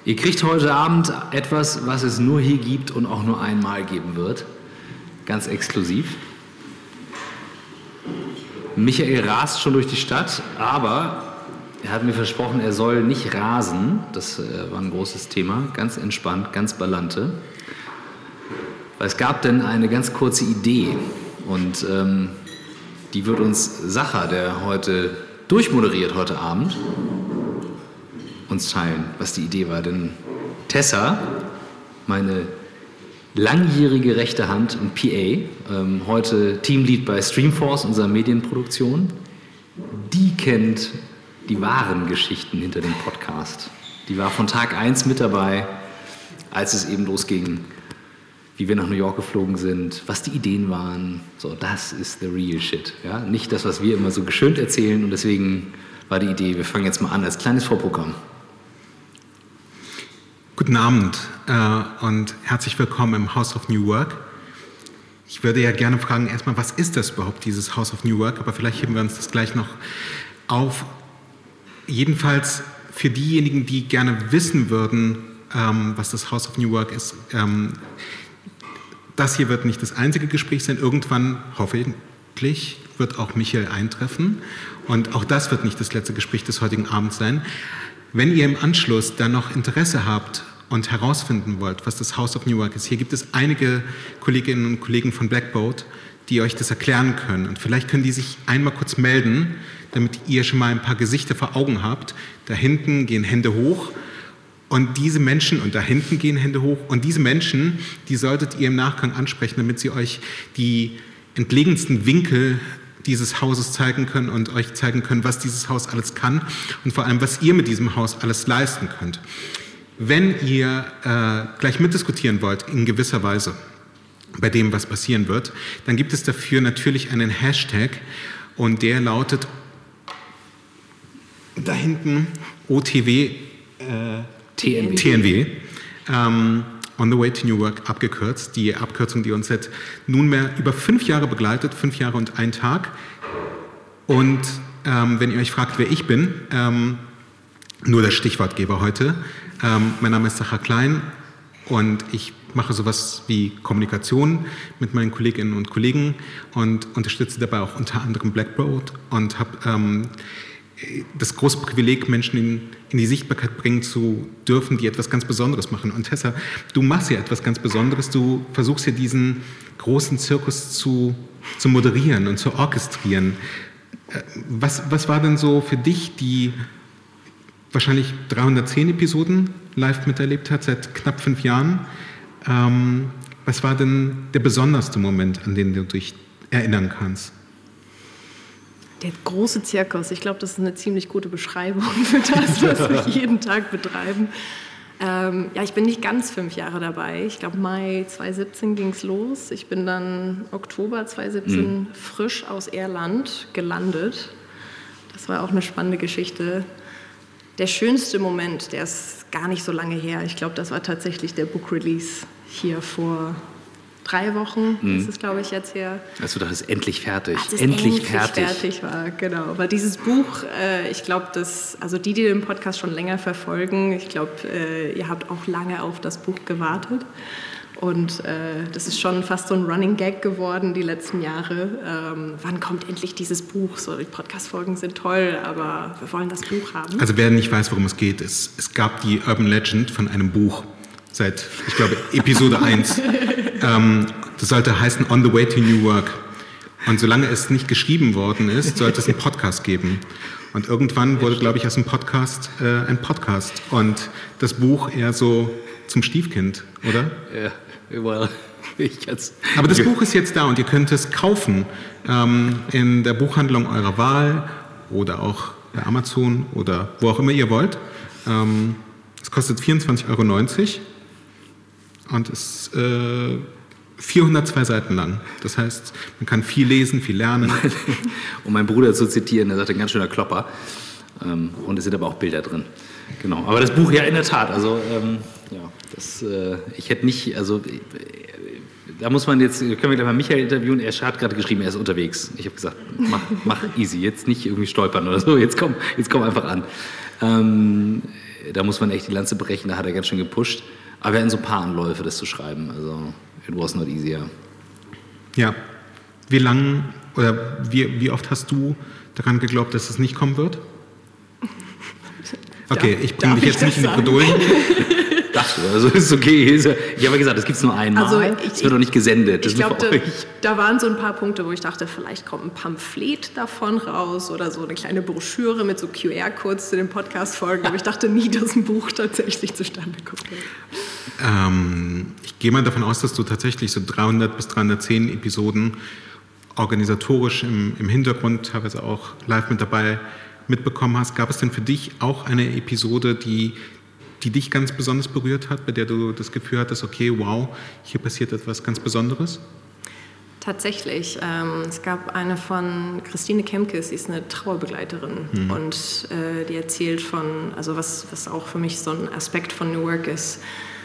Ihr kriegt heute Abend etwas, was es nur hier gibt und auch nur einmal geben wird. Ganz exklusiv. Michael rast schon durch die Stadt, aber er hat mir versprochen, er soll nicht rasen. Das war ein großes Thema. Ganz entspannt, ganz ballante. Weil es gab denn eine ganz kurze Idee. Und die wird uns Sacha, der heute durchmoderiert heute Abend, uns teilen, was die Idee war. Denn Tessa, meine langjährige rechte Hand und PA, heute Teamlead bei Streamforce, unserer Medienproduktion, die kennt die wahren Geschichten hinter dem Podcast. Die war von Tag 1 mit dabei, als es eben losging, wie wir nach New York geflogen sind, was die Ideen waren. So, das ist the real shit. Ja? Nicht das, was wir immer so geschönt erzählen. Und deswegen war die Idee, wir fangen jetzt mal an als kleines Vorprogramm. Guten Abend und herzlich willkommen im House of New Work. Ich würde ja gerne fragen, erstmal, was ist das überhaupt, dieses House of New Work? Aber vielleicht heben wir uns das gleich noch auf. Jedenfalls für diejenigen, die gerne wissen würden, was das House of New Work ist, das hier wird nicht das einzige Gespräch sein. Irgendwann, hoffentlich, wird auch Michael eintreffen. Und auch das wird nicht das letzte Gespräch des heutigen Abends sein. Wenn ihr im Anschluss dann noch Interesse habt und herausfinden wollt, was das House of New Work ist, hier gibt es einige Kolleginnen und Kollegen von Blackboard, die euch das erklären können. Und vielleicht können die sich einmal kurz melden, damit ihr schon mal ein paar Gesichter vor Augen habt. Da hinten gehen Hände hoch und diese Menschen, und da hinten gehen Hände hoch, und diese Menschen, die solltet ihr im Nachgang ansprechen, damit sie euch die entlegensten Winkel dieses Hauses zeigen können und euch zeigen können, was dieses Haus alles kann und vor allem, was ihr mit diesem Haus alles leisten könnt. Wenn ihr gleich mitdiskutieren wollt, in gewisser Weise, bei dem, was passieren wird, dann gibt es dafür natürlich einen Hashtag und der lautet da hinten OTW TNW. On the Way to New Work abgekürzt, die Abkürzung, die uns seit nunmehr über 5 Jahre begleitet, 5 Jahre und 1 Tag. Und wenn ihr euch fragt, wer ich bin, nur der Stichwortgeber heute. Mein Name ist Sacha Klein und ich mache sowas wie Kommunikation mit meinen Kolleginnen und Kollegen und unterstütze dabei auch unter anderem Blackboard und habe das große Privileg, Menschen in die Sichtbarkeit bringen zu dürfen, die etwas ganz Besonderes machen. Und Tessa, du machst ja etwas ganz Besonderes. Du versuchst ja diesen großen Zirkus zu moderieren und zu orchestrieren. Was war denn so für dich, die wahrscheinlich 310 Episoden live miterlebt hat, seit knapp 5 Jahren? Was war denn der besonderste Moment, an den du dich erinnern kannst? Der große Zirkus, ich glaube, das ist eine ziemlich gute Beschreibung für das, was wir jeden Tag betreiben. Ja, ich bin nicht ganz 5 Jahre dabei. Ich glaube, Mai 2017 ging es los. Ich bin dann Oktober 2017 frisch aus Irland gelandet. Das war auch eine spannende Geschichte. Der schönste Moment, der ist gar nicht so lange her. Ich glaube, das war tatsächlich der Book Release hier vor 3 Wochen, ist es, glaube ich, jetzt her. Also das ist endlich fertig. Als es endlich fertig war, genau. Aber dieses Buch, ich glaube, also die den Podcast schon länger verfolgen, ich glaube, ihr habt auch lange auf das Buch gewartet. Und das ist schon fast so ein Running Gag geworden die letzten Jahre. Wann kommt endlich dieses Buch? So, die Podcast-Folgen sind toll, aber wir wollen das Buch haben. Also wer nicht weiß, worum es geht, es gab die Urban Legend von einem Buch seit, ich glaube, Episode 1. Das sollte heißen On the Way to New Work. Und solange es nicht geschrieben worden ist, sollte es einen Podcast geben. Und irgendwann wurde, glaube ich, aus dem Podcast ein Podcast. Und das Buch eher so zum Stiefkind, oder? Ja, well, aber das Buch ist jetzt da und ihr könnt es kaufen in der Buchhandlung eurer Wahl oder auch bei Amazon oder wo auch immer ihr wollt. Es kostet 24,90 € und ist 402 Seiten lang. Das heißt, man kann viel lesen, viel lernen. Um meinen Bruder zu zitieren, der sagt, ein ganz schöner Klopper. Und es sind aber auch Bilder drin. Genau. Aber das Buch ja in der Tat. Also ich hätte nicht, also da muss man jetzt, können wir gleich mal Michael interviewen. Er hat gerade geschrieben, er ist unterwegs. Ich habe gesagt, mach easy, jetzt nicht irgendwie stolpern oder so. Jetzt komm einfach an. da muss man echt die Lanze brechen, da hat er ganz schön gepusht. Aber wir hatten so ein paar Anläufe, das zu schreiben. Also, it was not easier. Ja. Wie lang oder wie oft hast du daran geglaubt, dass es nicht kommen wird? Okay, ich bringe dich jetzt nicht in die Bredouille. Also ist okay. Ich habe ja gesagt, es gibt es nur einmal. Also es wird auch nicht gesendet. Ich glaube, da waren so ein paar Punkte, wo ich dachte, vielleicht kommt ein Pamphlet davon raus oder so eine kleine Broschüre mit so QR-Codes zu den Podcast-Folgen. Aber ich dachte nie, dass ein Buch tatsächlich zustande kommt. Ich gehe mal davon aus, dass du tatsächlich so 300 bis 310 Episoden organisatorisch im Hintergrund, teilweise auch live mit dabei, mitbekommen hast. Gab es denn für dich auch eine Episode, die dich ganz besonders berührt hat, bei der du das Gefühl hattest, okay, wow, hier passiert etwas ganz Besonderes? Tatsächlich. Es gab eine von Christine Kemkes, sie ist eine Trauerbegleiterin und die erzählt von, also was auch für mich so ein Aspekt von New Work ist.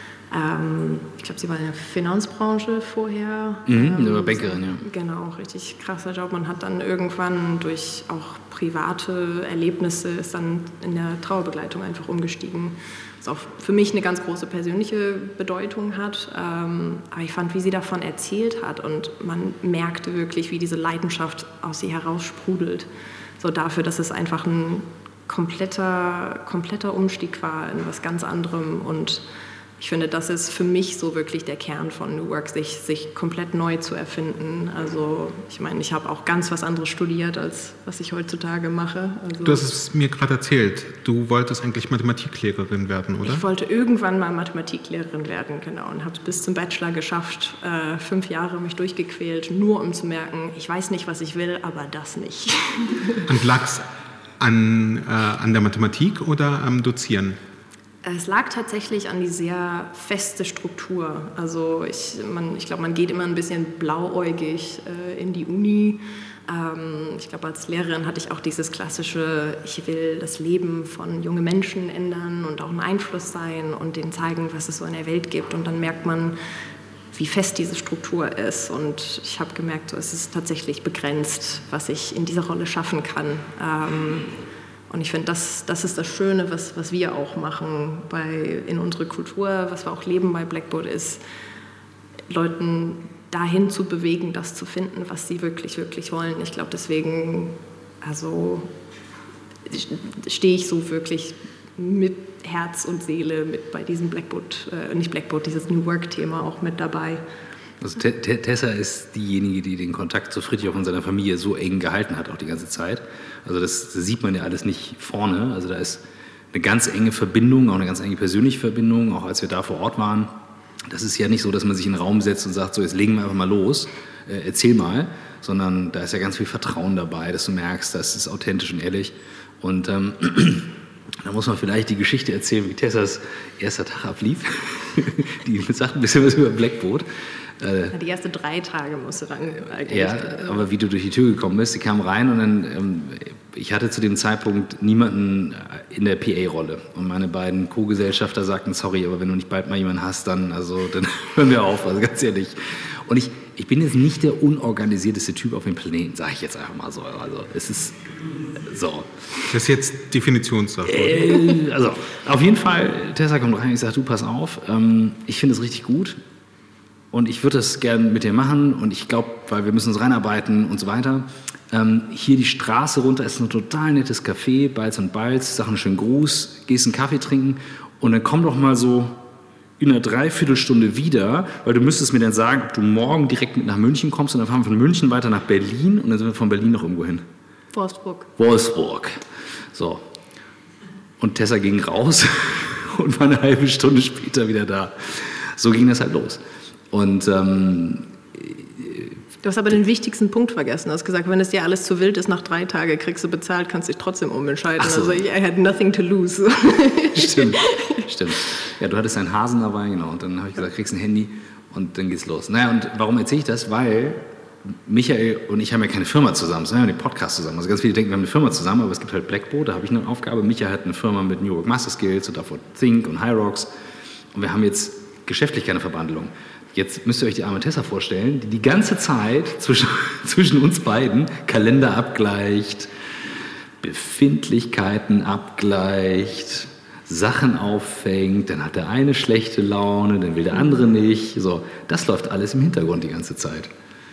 Ich glaube, sie war in der Finanzbranche vorher. Eine Bankerin, ja. Genau, richtig krasser Job. Man hat dann irgendwann durch auch private Erlebnisse ist dann in der Trauerbegleitung einfach umgestiegen. Was auch für mich eine ganz große persönliche Bedeutung hat. Aber ich fand, wie sie davon erzählt hat und man merkte wirklich, wie diese Leidenschaft aus ihr heraus sprudelt. So dafür, dass es einfach ein kompletter Umstieg war in was ganz anderem. Und ich finde, das ist für mich so wirklich der Kern von New Work, sich komplett neu zu erfinden. Also ich meine, ich habe auch ganz was anderes studiert, als was ich heutzutage mache. Also, du hast es mir gerade erzählt, du wolltest eigentlich Mathematiklehrerin werden, oder? Ich wollte irgendwann mal Mathematiklehrerin werden, genau. Und habe es bis zum Bachelor geschafft, 5 Jahre mich durchgequält, nur um zu merken, ich weiß nicht, was ich will, aber das nicht. Und lag es an der Mathematik oder am Dozieren? Es lag tatsächlich an die sehr feste Struktur. Also ich glaube, man geht immer ein bisschen blauäugig in die Uni. Ich glaube, als Lehrerin hatte ich auch dieses klassische, ich will das Leben von jungen Menschen ändern und auch ein Einfluss sein und denen zeigen, was es so in der Welt gibt. Und dann merkt man, wie fest diese Struktur ist. Und ich habe gemerkt, so, es ist tatsächlich begrenzt, was ich in dieser Rolle schaffen kann. Und ich finde, das ist das Schöne, was wir auch machen in unserer Kultur, was wir auch leben bei Blackboard, ist, Leuten dahin zu bewegen, das zu finden, was sie wirklich, wirklich wollen. Ich glaube, deswegen stehe ich so wirklich mit Herz und Seele mit bei diesem dieses New Work-Thema auch mit dabei. Also Tessa ist diejenige, die den Kontakt zu Fritjof und seiner Familie so eng gehalten hat, auch die ganze Zeit. Also das sieht man ja alles nicht vorne. Also da ist eine ganz enge Verbindung, auch eine ganz enge persönliche Verbindung, auch als wir da vor Ort waren. Das ist ja nicht so, dass man sich in den Raum setzt und sagt, so jetzt legen wir einfach mal los, erzähl mal, sondern da ist ja ganz viel Vertrauen dabei, dass du merkst, das ist authentisch und ehrlich. Und da muss man vielleicht die Geschichte erzählen, wie Tessas erster Tag ablief. Die sagt ein bisschen was über Blackboard. Die ersten 3 Tage musste dann eigentlich. Ja, aber wie du durch die Tür gekommen bist, sie kam rein und dann, ich hatte zu dem Zeitpunkt niemanden in der PA-Rolle. Und meine beiden Co-Gesellschafter sagten, sorry, aber wenn du nicht bald mal jemanden hast, dann hören wir auf, also ganz ehrlich. Und ich bin jetzt nicht der unorganisierteste Typ auf dem Planeten, sage ich jetzt einfach mal so. Also es ist so. Das ist jetzt Definitionssache. Also auf jeden Fall, Tessa kommt rein und ich sage, du pass auf, ich finde es richtig gut. Und ich würde das gerne mit dir machen und ich glaube, weil wir müssen uns reinarbeiten und so weiter. Hier die Straße runter ist ein total nettes Café, Balz und Balz, sag einen schönen Gruß, gehst einen Kaffee trinken und dann komm doch mal so in einer Dreiviertelstunde wieder, weil du müsstest mir dann sagen, ob du morgen direkt mit nach München kommst und dann fahren wir von München weiter nach Berlin und dann sind wir von Berlin noch irgendwo hin. Wolfsburg. So. Und Tessa ging raus und war eine halbe Stunde später wieder da. So ging das halt los. Und du hast aber den wichtigsten Punkt vergessen. Du hast gesagt, wenn es dir alles zu wild ist, nach 3 Tagen kriegst du bezahlt, kannst dich trotzdem umentscheiden. So. Also I had nothing to lose. Stimmt. Ja, du hattest einen Hasen dabei, genau. Und dann habe ich gesagt, kriegst ein Handy und dann geht's los. Naja, und warum erzähle ich das? Weil Michael und ich haben ja keine Firma zusammen, sondern wir haben den Podcast zusammen. Also ganz viele denken, wir haben eine Firma zusammen, aber es gibt halt Blackboard, da habe ich eine Aufgabe. Michael hat eine Firma mit New Work Master Skills und davor Think und Hyrox. Und wir haben jetzt geschäftlich keine Verwandlung. Jetzt müsst ihr euch die arme Tessa vorstellen, die die ganze Zeit zwischen uns beiden Kalender abgleicht, Befindlichkeiten abgleicht, Sachen auffängt, dann hat der eine schlechte Laune, dann will der andere nicht. So, das läuft alles im Hintergrund die ganze Zeit.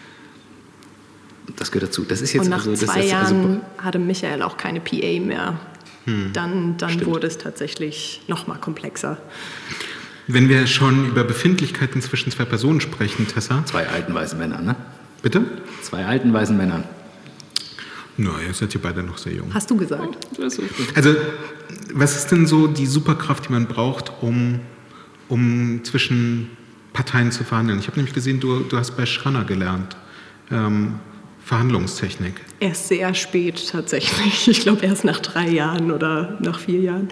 Das gehört dazu. Das ist jetzt und nach also, 2 Jahren hatte Michael auch keine PA mehr. Dann wurde es tatsächlich noch mal komplexer. Wenn wir schon über Befindlichkeiten zwischen 2 Personen sprechen, Tessa. 2 alten weißen Männern, ne? Bitte? 2 alten weißen Männern. Na, ihr seid ja beide noch sehr jung. Hast du gesagt? Also, was ist denn so die Superkraft, die man braucht, um zwischen Parteien zu verhandeln? Ich habe nämlich gesehen, du hast bei Schranner gelernt. Verhandlungstechnik. Erst sehr spät tatsächlich. Ich glaube erst nach 3 Jahren oder nach 4 Jahren.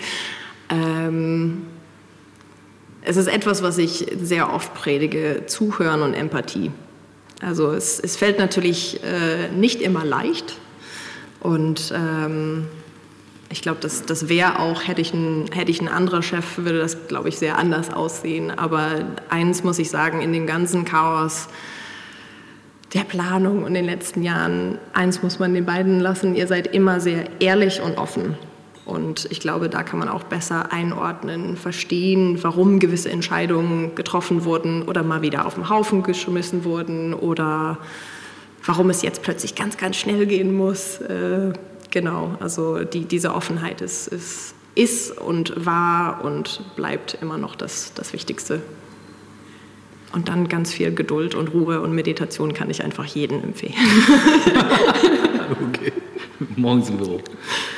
Es ist etwas, was ich sehr oft predige, Zuhören und Empathie. Also es fällt natürlich nicht immer leicht. Und ich glaube, das wäre auch, hätte ich ein anderer Chef, würde das, glaube ich, sehr anders aussehen. Aber eins muss ich sagen, in dem ganzen Chaos der Planung in den letzten Jahren, eins muss man den beiden lassen, ihr seid immer sehr ehrlich und offen. Und ich glaube, da kann man auch besser einordnen, verstehen, warum gewisse Entscheidungen getroffen wurden oder mal wieder auf den Haufen geschmissen wurden oder warum es jetzt plötzlich ganz, ganz schnell gehen muss. Genau, also diese Offenheit ist und war und bleibt immer noch das Wichtigste. Und dann ganz viel Geduld und Ruhe und Meditation kann ich einfach jedem empfehlen. Okay, morgens im Büro.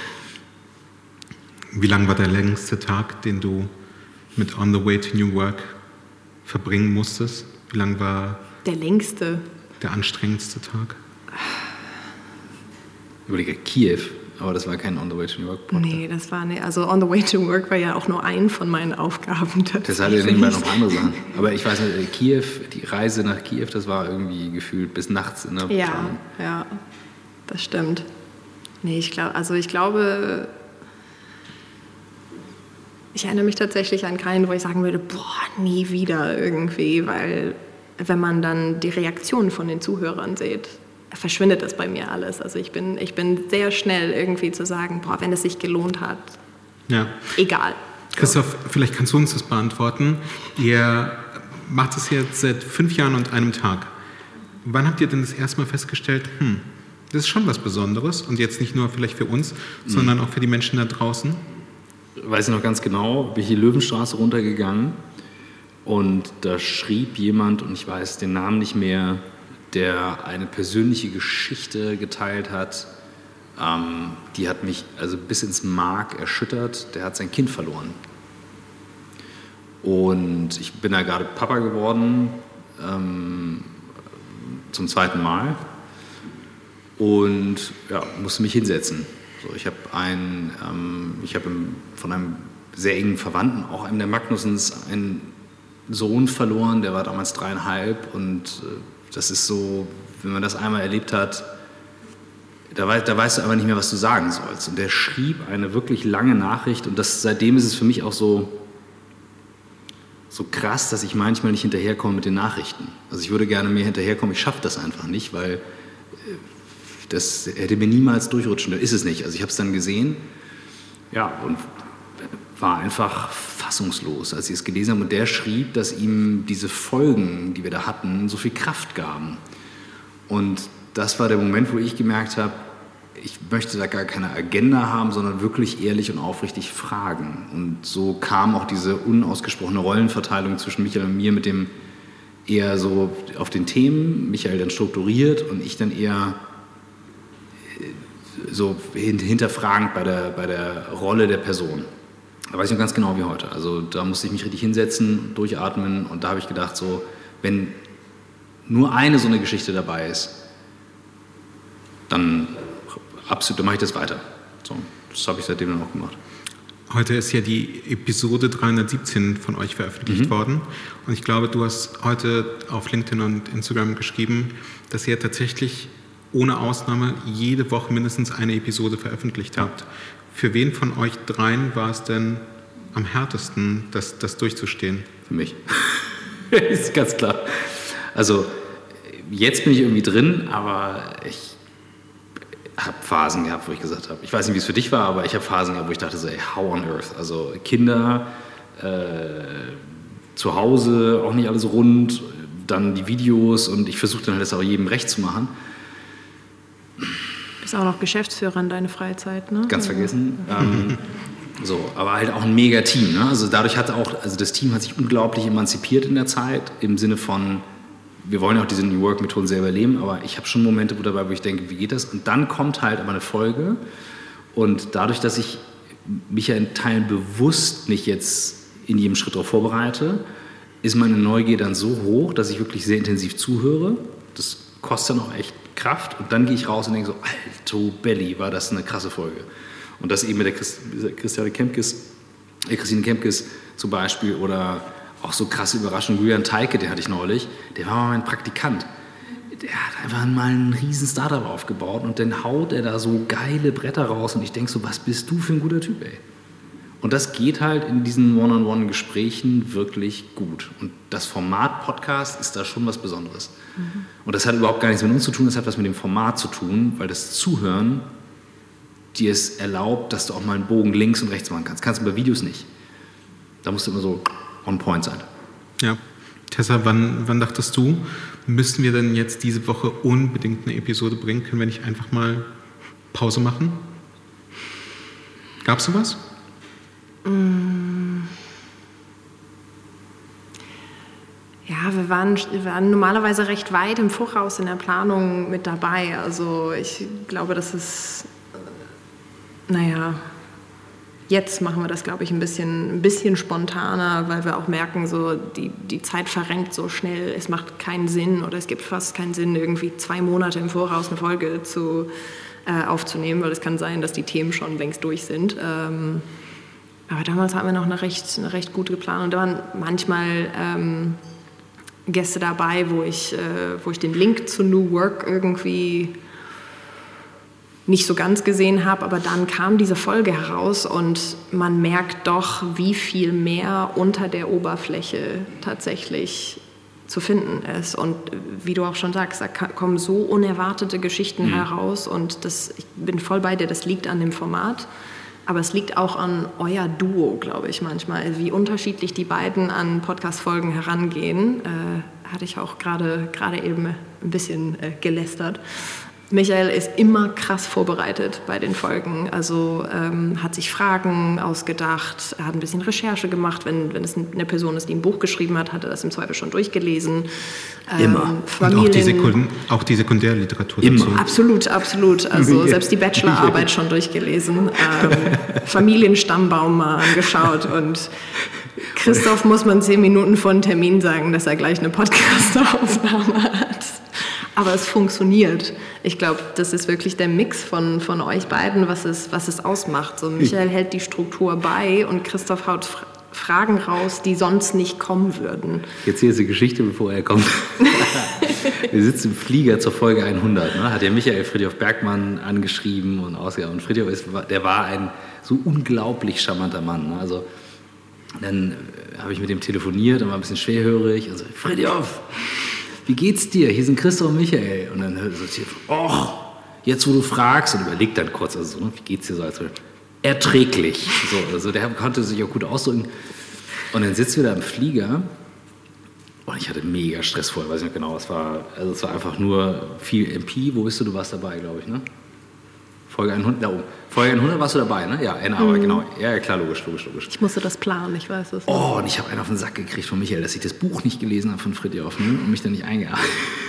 Wie lang war der längste Tag, den du mit On the Way to New Work verbringen musstest? Wie lang war der längste? Der anstrengendste Tag? Ich überlege, Kiew, aber das war kein On the Way to New Work Podcast. Nee, das war nicht. Also On the Way to Work war ja auch nur ein von meinen Aufgaben. Das hatte ja nebenbei noch andere Sachen. Aber ich weiß nicht, Kiew, die Reise nach Kiew, das war irgendwie gefühlt bis nachts in der Planung. Ja, das stimmt. Nee, ich glaube, ich erinnere mich tatsächlich an keinen, wo ich sagen würde, nie wieder irgendwie, weil wenn man dann die Reaktionen von den Zuhörern sieht, verschwindet das bei mir alles. Also ich bin sehr schnell irgendwie zu sagen, wenn es sich gelohnt hat, egal. Christoph, vielleicht kannst du uns das beantworten. Ihr macht es jetzt seit 5 Jahren und einem Tag. Wann habt ihr denn das erste Mal festgestellt, das ist schon was Besonderes und jetzt nicht nur vielleicht für uns, sondern auch für die Menschen da draußen? Weiß ich noch ganz genau, bin ich die Löwenstraße runtergegangen und da schrieb jemand, und ich weiß den Namen nicht mehr, der eine persönliche Geschichte geteilt hat, die hat mich also bis ins Mark erschüttert. Der hat sein Kind verloren. Und ich bin da gerade Papa geworden, zum 2. Mal. Und musste mich hinsetzen. So, ich habe von einem sehr engen Verwandten, auch einem der Magnussens, einen Sohn verloren, der war damals 3,5 und das ist so, wenn man das einmal erlebt hat, da weißt du aber nicht mehr, was du sagen sollst. Und der schrieb eine wirklich lange Nachricht und seitdem ist es für mich auch so krass, dass ich manchmal nicht hinterherkomme mit den Nachrichten. Also ich würde gerne mehr hinterherkommen, ich schaffe das einfach nicht, weil das hätte mir niemals durchrutschen, ist es nicht. Also ich habe es dann gesehen, und war einfach fassungslos, als ich es gelesen habe. Und der schrieb, dass ihm diese Folgen, die wir da hatten, so viel Kraft gaben. Und das war der Moment, wo ich gemerkt habe, ich möchte da gar keine Agenda haben, sondern wirklich ehrlich und aufrichtig fragen. Und so kam auch diese unausgesprochene Rollenverteilung zwischen Michael und mir mit dem eher so auf den Themen, Michael dann strukturiert und ich dann eher so hinterfragend bei der Rolle der Person. Da weiß ich noch ganz genau wie heute. Also da musste ich mich richtig hinsetzen, durchatmen und da habe ich gedacht, so, wenn nur eine so eine Geschichte dabei ist, dann mache ich das weiter. So, das habe ich seitdem dann auch gemacht. Heute ist ja die Episode 317 von euch veröffentlicht worden und ich glaube, du hast heute auf LinkedIn und Instagram geschrieben, dass ihr tatsächlich ohne Ausnahme jede Woche mindestens eine Episode veröffentlicht habt. Für wen von euch dreien war es denn am härtesten, das durchzustehen? Für mich. Ist ganz klar. Also jetzt bin ich irgendwie drin, aber habe Phasen gehabt, wo ich gesagt habe, ich weiß nicht, wie es für dich war, aber ich habe Phasen gehabt, wo ich dachte so, ey, how on earth? Also Kinder, zu Hause, auch nicht alles rund, dann die Videos und ich versuche dann halt das auch jedem recht zu machen. Du bist auch noch Geschäftsführer in deiner Freizeit, ne? Ganz vergessen. So, aber halt auch ein mega Team. Ne? Also dadurch also das Team hat sich unglaublich emanzipiert in der Zeit, im Sinne von, wir wollen ja auch diese New Work-Methoden selber leben, aber ich habe schon Momente dabei, wo ich denke, wie geht das? Und dann kommt halt aber eine Folge und dadurch, dass ich mich ja in Teilen bewusst nicht jetzt in jedem Schritt darauf vorbereite, ist meine Neugier dann so hoch, dass ich wirklich sehr intensiv zuhöre. Das kostet dann auch echt Kraft und dann gehe ich raus und denke so, alto Belli, war das eine krasse Folge. Und das eben mit der Christine Kempkes zum Beispiel oder auch so krasse Überraschungen. Julian Teike, den hatte ich neulich, der war mal mein Praktikant. Der hat einfach mal einen riesen Startup aufgebaut und dann haut er da so geile Bretter raus und ich denke so, was bist du für ein guter Typ, ey? Und das geht halt in diesen One-on-One-Gesprächen wirklich gut. Und das Format Podcast ist da schon was Besonderes. Mhm. Und das hat überhaupt gar nichts mit uns zu tun, das hat was mit dem Format zu tun, weil das Zuhören dir es erlaubt, dass du auch mal einen Bogen links und rechts machen kannst. Kannst du bei Videos nicht. Da musst du immer so on point sein. Ja. Tessa, wann dachtest du, müssen wir denn jetzt diese Woche unbedingt eine Episode bringen? Können wir nicht einfach mal Pause machen? Gab es sowas? Ja, wir waren normalerweise recht weit im Voraus in der Planung mit dabei. Also ich glaube, das ist, jetzt machen wir das, glaube ich, ein bisschen spontaner, weil wir auch merken, so die Zeit verrenkt so schnell, es macht keinen Sinn oder es gibt fast keinen Sinn, irgendwie 2 Monate im Voraus eine Folge aufzunehmen, weil es kann sein, dass die Themen schon längst durch sind. Aber damals hatten wir noch eine recht gut geplant und da waren manchmal Gäste dabei, wo ich den Link zu New Work irgendwie nicht so ganz gesehen habe, aber dann kam diese Folge heraus und man merkt doch, wie viel mehr unter der Oberfläche tatsächlich zu finden ist. Und wie du auch schon sagst, da kommen so unerwartete Geschichten heraus und ich bin voll bei dir, das liegt an dem Format. Aber es liegt auch an euer Duo, glaube ich, manchmal. Wie unterschiedlich die beiden an Podcast-Folgen herangehen, hatte ich auch gerade eben ein bisschen gelästert. Michael ist immer krass vorbereitet bei den Folgen, also hat sich Fragen ausgedacht, er hat ein bisschen Recherche gemacht, wenn es eine Person ist, die ein Buch geschrieben hat, hat er das im Zweifel schon durchgelesen. Immer. Und auch die Sekundärliteratur dazu. Immer. Absolut, also selbst die Bachelorarbeit schon durchgelesen, Familienstammbaum mal angeschaut und Christoph muss man 10 Minuten vor dem Termin sagen, dass er gleich eine Podcast-Aufnahme hat. Aber es funktioniert. Ich glaube, das ist wirklich der Mix von euch beiden, was es ausmacht. So, Michael hält die Struktur bei und Christoph haut Fragen raus, die sonst nicht kommen würden. Jetzt hier ist die Geschichte, bevor er kommt. Wir sitzen im Flieger zur Folge 100. Ne? Hat ja Michael Fridtjof Bergmann angeschrieben und ausgegangen. Und Fridtjof der war ein so unglaublich charmanter Mann. Ne? Also dann habe ich mit ihm telefoniert und war ein bisschen schwerhörig. Und so, Fridtjof, wie geht's dir? Hier sind Christoph und Michael. Und dann hört so, jetzt wo du fragst, und überlegt dann kurz, also, wie geht's dir so? Also, erträglich. So, also der konnte sich auch gut ausdrücken. Und dann sitzen wir da im Flieger und ich hatte mega Stress vorher, weiß nicht genau, es war einfach nur viel MP. Wo bist du? Du warst dabei, glaube ich, ne? Folge 100, da oben. Folge 100 warst du dabei, ne? Ja, aber genau. Ja, klar, logisch. Ich musste das planen, ich weiß es. Und ich habe einen auf den Sack gekriegt von Michael, dass ich das Buch nicht gelesen habe von Fridtjof, ne? Und mich dann nicht eingearbeitet.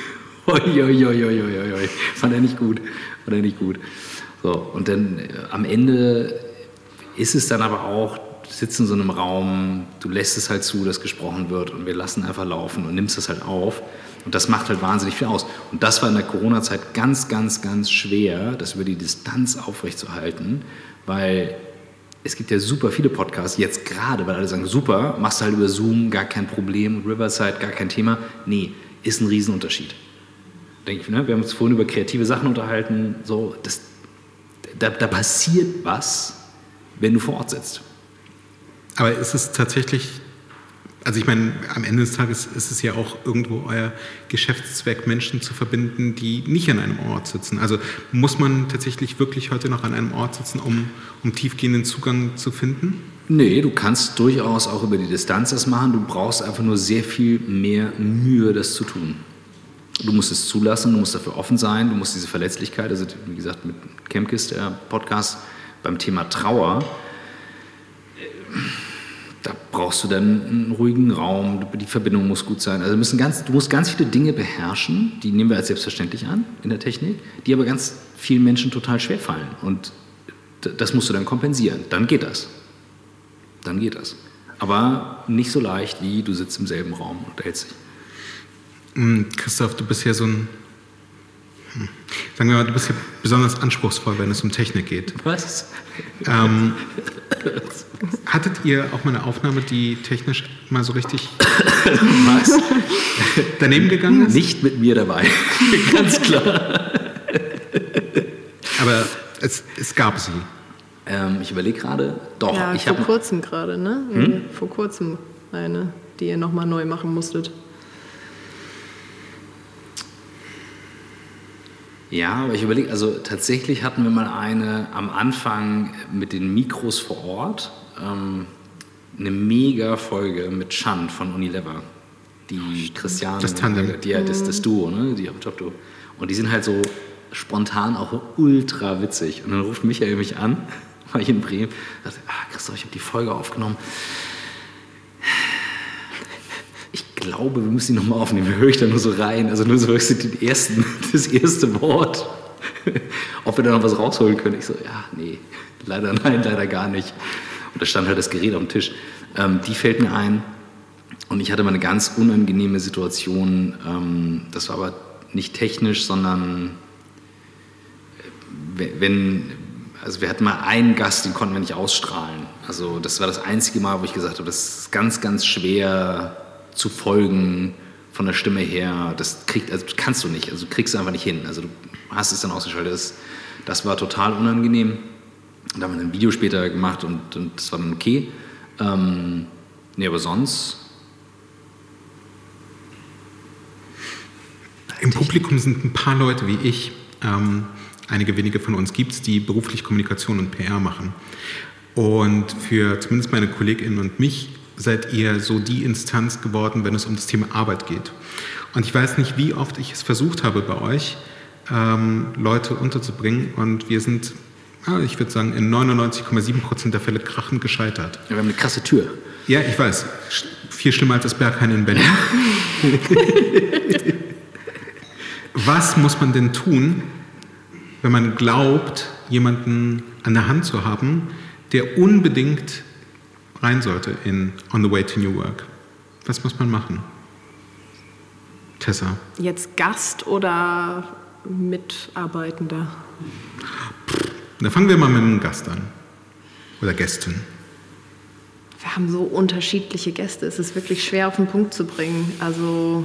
Fand er nicht gut. So, und dann am Ende ist es dann aber auch, du sitzt in so einem Raum, du lässt es halt zu, dass gesprochen wird und wir lassen einfach laufen und nimmst das halt auf. Und das macht halt wahnsinnig viel aus. Und das war in der Corona-Zeit ganz, ganz, ganz schwer, das über die Distanz aufrechtzuerhalten, weil es gibt ja super viele Podcasts, jetzt gerade, weil alle sagen, super, machst du halt über Zoom, gar kein Problem, Riverside, gar kein Thema. Nee, ist ein Riesenunterschied. Denke ich, ne? Wir haben uns vorhin über kreative Sachen unterhalten, so, da passiert was, wenn du vor Ort sitzt. Aber ist es tatsächlich Also ich meine, am Ende des Tages ist es ja auch irgendwo euer Geschäftszweck, Menschen zu verbinden, die nicht an einem Ort sitzen. Also muss man tatsächlich wirklich heute noch an einem Ort sitzen, um tiefgehenden Zugang zu finden? Nee, du kannst durchaus auch über die Distanz das machen. Du brauchst einfach nur sehr viel mehr Mühe, das zu tun. Du musst es zulassen, du musst dafür offen sein, du musst diese Verletzlichkeit, also wie gesagt mit Kemkes, der Podcast, beim Thema Trauer, da brauchst du dann einen ruhigen Raum, die Verbindung muss gut sein. Also du musst ganz viele Dinge beherrschen, die nehmen wir als selbstverständlich an in der Technik, die aber ganz vielen Menschen total schwer fallen. Und das musst du dann kompensieren. Dann geht das. Aber nicht so leicht, wie du sitzt im selben Raum und hältst dich. Christoph, du bist ja so ein, sagen wir mal, du bist ja besonders anspruchsvoll, wenn es um Technik geht. Was? Hattet ihr auch mal eine Aufnahme, die technisch mal so richtig Was? daneben gegangen ist? Nicht mit mir dabei, ganz klar. Aber es gab sie. Ich überlege gerade, doch. Ja, ich vor kurzem gerade, ne? Vor kurzem eine, die ihr nochmal neu machen musstet. Ja, aber ich überlege, also tatsächlich hatten wir mal eine am Anfang mit den Mikros vor Ort, eine mega Folge mit Chan von Unilever. Die Christiane, das Tandem. Das Duo, ne? Die Top-Duo. Und die sind halt so spontan auch ultra witzig. Und dann ruft Michael mich an, war ich in Bremen, und sagte, Christoph, ich habe die Folge aufgenommen. Ich glaube, wir müssen die nochmal aufnehmen. Da höre ich da nur so rein. Also nur so das erste Wort. Ob wir da noch was rausholen können. Ich so, ja, nee, leider nein, leider gar nicht. Und da stand halt das Gerät auf dem Tisch. Die fällt mir ein. Und ich hatte mal eine ganz unangenehme Situation. Das war aber nicht technisch, sondern also wir hatten mal einen Gast, den konnten wir nicht ausstrahlen. Also das war das einzige Mal, wo ich gesagt habe, das ist ganz, ganz schwer zu folgen von der Stimme her. Das kannst du nicht, also du kriegst es einfach nicht hin. Also du hast es dann ausgeschaltet. Das war total unangenehm. Da haben wir ein Video später gemacht und das war dann okay. Nee, aber sonst... Im Publikum sind ein paar Leute wie ich. Einige wenige von uns gibt es, die beruflich Kommunikation und PR machen. Und für zumindest meine KollegInnen und mich seid ihr so die Instanz geworden, wenn es um das Thema Arbeit geht. Und ich weiß nicht, wie oft ich es versucht habe bei euch, Leute unterzubringen. Und wir sind, ich würde sagen, in 99,7% der Fälle krachend gescheitert. Ja, wir haben eine krasse Tür. Ja, ich weiß. Viel schlimmer als das Berghain in Berlin. Was muss man denn tun, wenn man glaubt, jemanden an der Hand zu haben, der unbedingt rein sollte in On the Way to New Work? Was muss man machen? Tessa? Jetzt Gast oder Mitarbeitender? Da fangen wir mal mit einem Gast an. Oder Gästin. Wir haben so unterschiedliche Gäste. Es ist wirklich schwer auf den Punkt zu bringen. Also,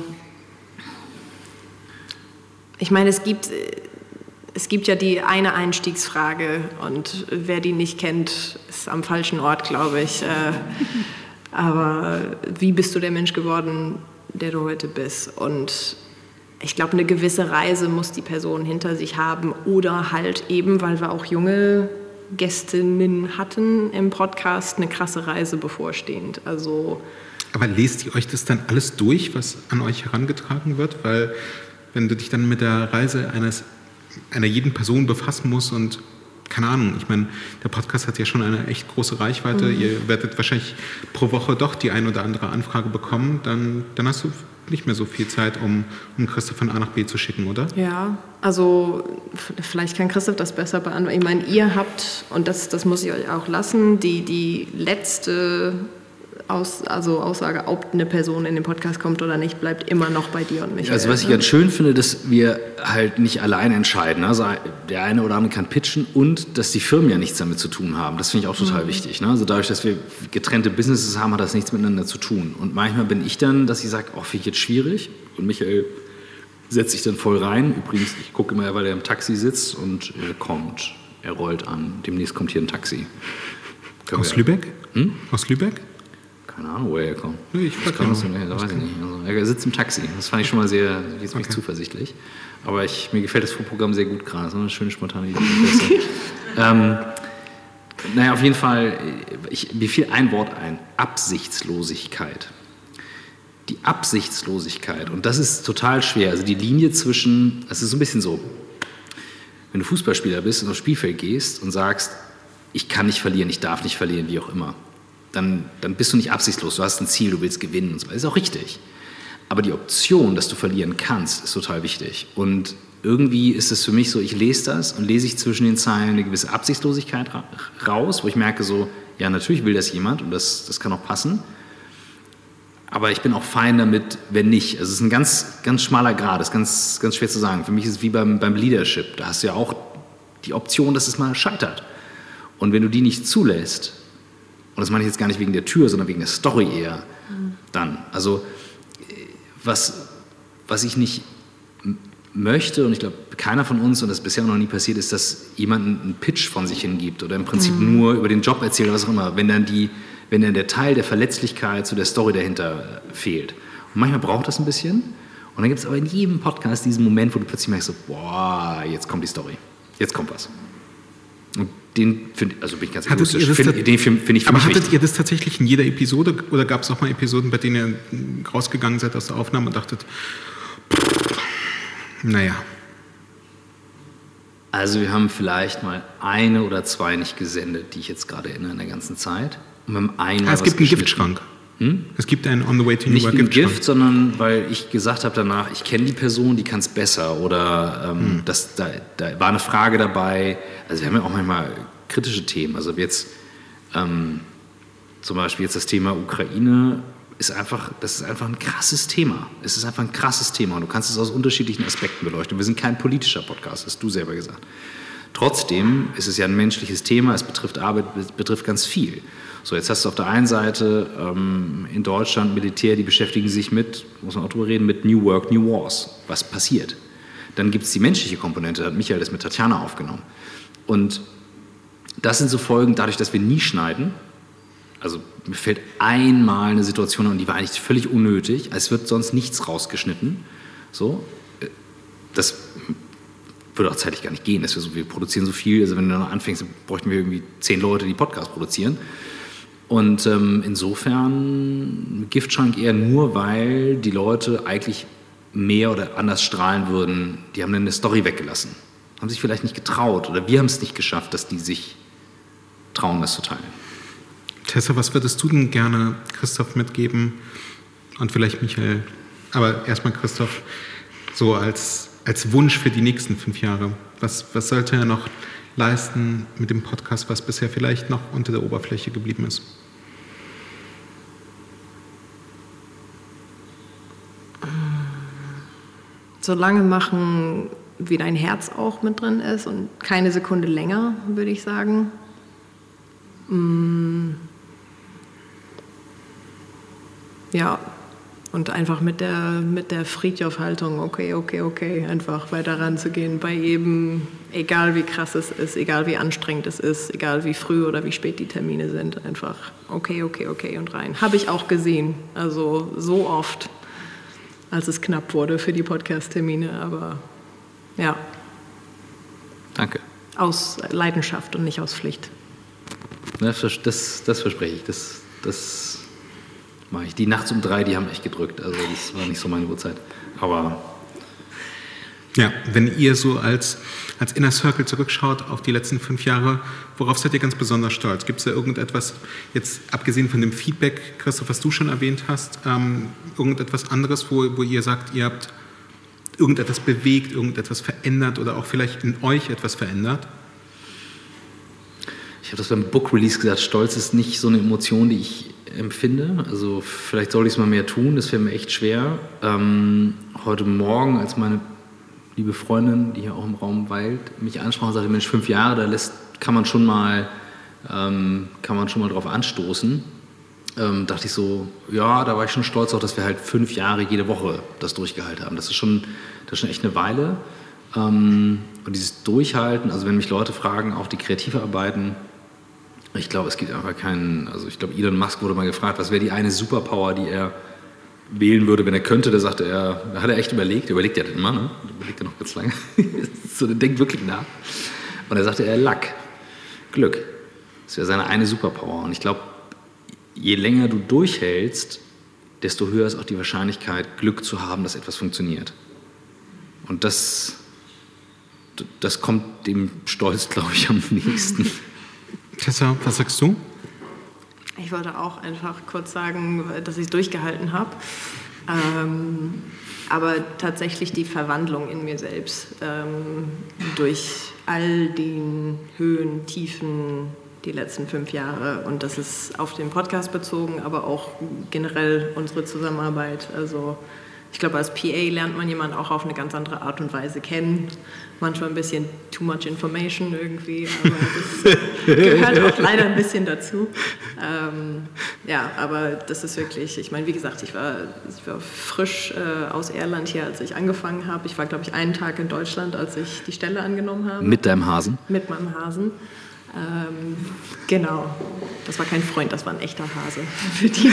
ich meine, es gibt ja die eine Einstiegsfrage und wer die nicht kennt, ist am falschen Ort, glaube ich. Aber wie bist du der Mensch geworden, der du heute bist? Und ich glaube, eine gewisse Reise muss die Person hinter sich haben oder halt eben, weil wir auch junge Gästinnen hatten im Podcast, eine krasse Reise bevorstehend. Also, aber lest ihr euch das dann alles durch, was an euch herangetragen wird? Weil wenn du dich dann mit der Reise einer jeden Person befassen musst und keine Ahnung, ich meine, der Podcast hat ja schon eine echt große Reichweite. Ihr werdet wahrscheinlich pro Woche doch die ein oder andere Anfrage bekommen. Dann hast du nicht mehr so viel Zeit, um Christoph von A nach B zu schicken, oder? Ja, also vielleicht kann Christoph das besser beantworten. Ich meine, ihr habt, und das muss ich euch auch lassen, die letzte Aussage, ob eine Person in den Podcast kommt oder nicht, bleibt immer noch bei dir und Michael. Also was ich ganz schön finde, dass wir halt nicht alleine entscheiden. Also der eine oder andere kann pitchen und dass die Firmen ja nichts damit zu tun haben. Das finde ich auch total wichtig. Ne? Also dadurch, dass wir getrennte Businesses haben, hat das nichts miteinander zu tun. Und manchmal bin ich dann, dass ich sage, finde ich jetzt schwierig. Und Michael setzt sich dann voll rein. Übrigens, ich gucke immer, weil er im Taxi sitzt und er kommt. Er rollt an. Demnächst kommt hier ein Taxi. Aus Lübeck? Aus Lübeck? Keine Ahnung, woher er kommt. Ich frage ihn. Da weiß ich nicht. Also, er sitzt im Taxi. Das fand ich schon mal sehr, jetzt bin ich zuversichtlich. Aber mir gefällt das Vorprogramm sehr gut gerade. So eine schöne spontane Idee. Naja, auf jeden Fall, mir fiel ein Wort ein. Absichtslosigkeit. Die Absichtslosigkeit. Und das ist total schwer. Also die Linie zwischen, es ist so ein bisschen so, wenn du Fußballspieler bist und aufs Spielfeld gehst und sagst, ich kann nicht verlieren, ich darf nicht verlieren, wie auch immer, dann bist du nicht absichtslos. Du hast ein Ziel, du willst gewinnen und so weiter. Das ist auch richtig. Aber die Option, dass du verlieren kannst, ist total wichtig. Und irgendwie ist es für mich so, ich lese das und lese ich zwischen den Zeilen eine gewisse Absichtslosigkeit raus, wo ich merke so, ja, natürlich will das jemand und das kann auch passen. Aber ich bin auch fein damit, wenn nicht. Also es ist ein ganz, ganz schmaler Grat, das ist ganz, ganz schwer zu sagen. Für mich ist es wie beim Leadership. Da hast du ja auch die Option, dass es mal scheitert. Und wenn du die nicht zulässt, und das meine ich jetzt gar nicht wegen der Tür, sondern wegen der Story eher, dann. Also was ich nicht möchte, und ich glaube, keiner von uns, und das ist bisher noch nie passiert, ist, dass jemand einen Pitch von sich hingibt oder im Prinzip nur über den Job erzählt oder was auch immer, wenn dann der Teil der Verletzlichkeit zu der Story dahinter fehlt. Und manchmal braucht das ein bisschen. Und dann gibt es aber in jedem Podcast diesen Moment, wo du plötzlich merkst, so, boah, jetzt kommt die Story. Jetzt kommt was. Und den finde ich, also bin ich ganz egoistisch, den finde ich für mich aber hattet wichtig. ihr das tatsächlich in jeder Episode oder gab es auch mal Episoden, bei denen ihr rausgegangen seid aus der Aufnahme und dachtet, naja. Also wir haben vielleicht mal eine oder zwei nicht gesendet, die ich jetzt gerade erinnere in der ganzen Zeit. Und beim einen Es gibt einen Giftschrank. Es gibt einen On the Way to New Work Nicht ein Giftschrank. Gift, sondern weil ich gesagt habe danach, ich kenne die Person, die kann es besser. Oder da war eine Frage dabei. Also wir haben ja auch manchmal kritische Themen. Also jetzt zum Beispiel jetzt das Thema Ukraine das ist einfach ein krasses Thema. Es ist einfach ein krasses Thema und du kannst es aus unterschiedlichen Aspekten beleuchten. Wir sind kein politischer Podcast, hast du selber gesagt. Trotzdem ist es ja ein menschliches Thema, es betrifft Arbeit, es betrifft ganz viel. So, jetzt hast du auf der einen Seite in Deutschland Militär, die beschäftigen sich mit, muss man auch drüber reden, mit New Work, New Wars. Was passiert? Dann gibt es die menschliche Komponente, da hat Michael das mit Tatjana aufgenommen. Und das sind so Folgen, dadurch, dass wir nie schneiden. Also mir fällt einmal eine Situation an, und die war eigentlich völlig unnötig. Es wird sonst nichts rausgeschnitten. So, das würde auch zeitlich gar nicht gehen. Wir produzieren so viel. Also wenn du dann anfängst, bräuchten wir irgendwie 10 Leute, die Podcasts produzieren. Und insofern Giftschrank eher nur, weil die Leute eigentlich mehr oder anders strahlen würden. Die haben dann eine Story weggelassen. Haben sich vielleicht nicht getraut oder wir haben es nicht geschafft, dass die sich trauen, das zu teilen. Tessa, was würdest du denn gerne Christoph mitgeben und vielleicht Michael, aber erstmal Christoph, so als Wunsch für die nächsten 5 Jahre? Was sollte er noch leisten mit dem Podcast, was bisher vielleicht noch unter der Oberfläche geblieben ist? So lange machen, wie dein Herz auch mit drin ist und keine Sekunde länger, würde ich sagen. Ja, und einfach mit der Fridtjof-Haltung, okay, einfach weiter ranzugehen bei jedem, egal wie krass es ist, egal wie anstrengend es ist, egal wie früh oder wie spät die Termine sind, einfach okay und rein. Habe ich auch gesehen, also so oft, als es knapp wurde für die Podcast-Termine, aber ja. Danke. Aus Leidenschaft und nicht aus Pflicht. Das verspreche ich, das mache ich. Die nachts um 3, die haben echt gedrückt, also das war nicht so meine Uhrzeit, aber... Ja, wenn ihr so als Inner Circle zurückschaut auf die letzten 5 Jahre, worauf seid ihr ganz besonders stolz? Gibt es da irgendetwas, jetzt abgesehen von dem Feedback, Christoph, was du schon erwähnt hast, irgendetwas anderes, wo ihr sagt, ihr habt irgendetwas bewegt, irgendetwas verändert oder auch vielleicht in euch etwas verändert? Ich habe das beim Book Release gesagt, Stolz ist nicht so eine Emotion, die ich empfinde. Also vielleicht soll ich es mal mehr tun, das wäre mir echt schwer. Heute Morgen, als meine liebe Freundin, die hier auch im Raum weilt, mich ansprach und sagte, Mensch, 5 Jahre, da kann man schon mal drauf anstoßen. Dachte ich so, ja, da war ich schon stolz auch, dass wir halt 5 Jahre jede Woche das durchgehalten haben. Das ist schon echt eine Weile. Und dieses Durchhalten, also wenn mich Leute fragen, auch die kreativ arbeiten, Ich glaube, es gibt einfach keinen, also ich glaube, Elon Musk wurde mal gefragt, was wäre die eine Superpower, die er wählen würde, wenn er könnte. Da sagte er, da hat er echt überlegt ja das immer, ne? Überlegt er noch ganz lange. So, der denkt wirklich nach. Und er sagte, Luck, Glück. Das wäre seine eine Superpower. Und ich glaube, je länger du durchhältst, desto höher ist auch die Wahrscheinlichkeit, Glück zu haben, dass etwas funktioniert. Und das kommt dem Stolz, glaube ich, am nächsten. Tessa, was sagst du? Ich wollte auch einfach kurz sagen, dass ich es durchgehalten habe. Aber tatsächlich die Verwandlung in mir selbst durch all den Höhen, Tiefen die letzten 5 Jahre. Und das ist auf den Podcast bezogen, aber auch generell unsere Zusammenarbeit. Also ich glaube, als PA lernt man jemanden auch auf eine ganz andere Art und Weise kennen. Manchmal ein bisschen too much information irgendwie, aber das gehört auch leider ein bisschen dazu. Ja, aber das ist wirklich, ich meine, wie gesagt, ich war frisch aus Irland hier, als ich angefangen habe. Ich war, glaube ich, einen Tag in Deutschland, als ich die Stelle angenommen habe. Mit deinem Hasen? Mit meinem Hasen. Genau, das war kein Freund, das war ein echter Hase. Für die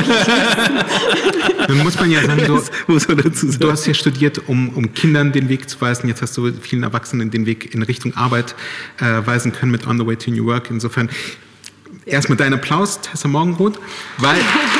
Dann muss man ja sagen, du hast ja studiert, um Kindern den Weg zu weisen. Jetzt hast du vielen Erwachsenen den Weg in Richtung Arbeit weisen können mit On the Way to New Work. Insofern erstmal dein Applaus, Tessa Morgenroth, weil...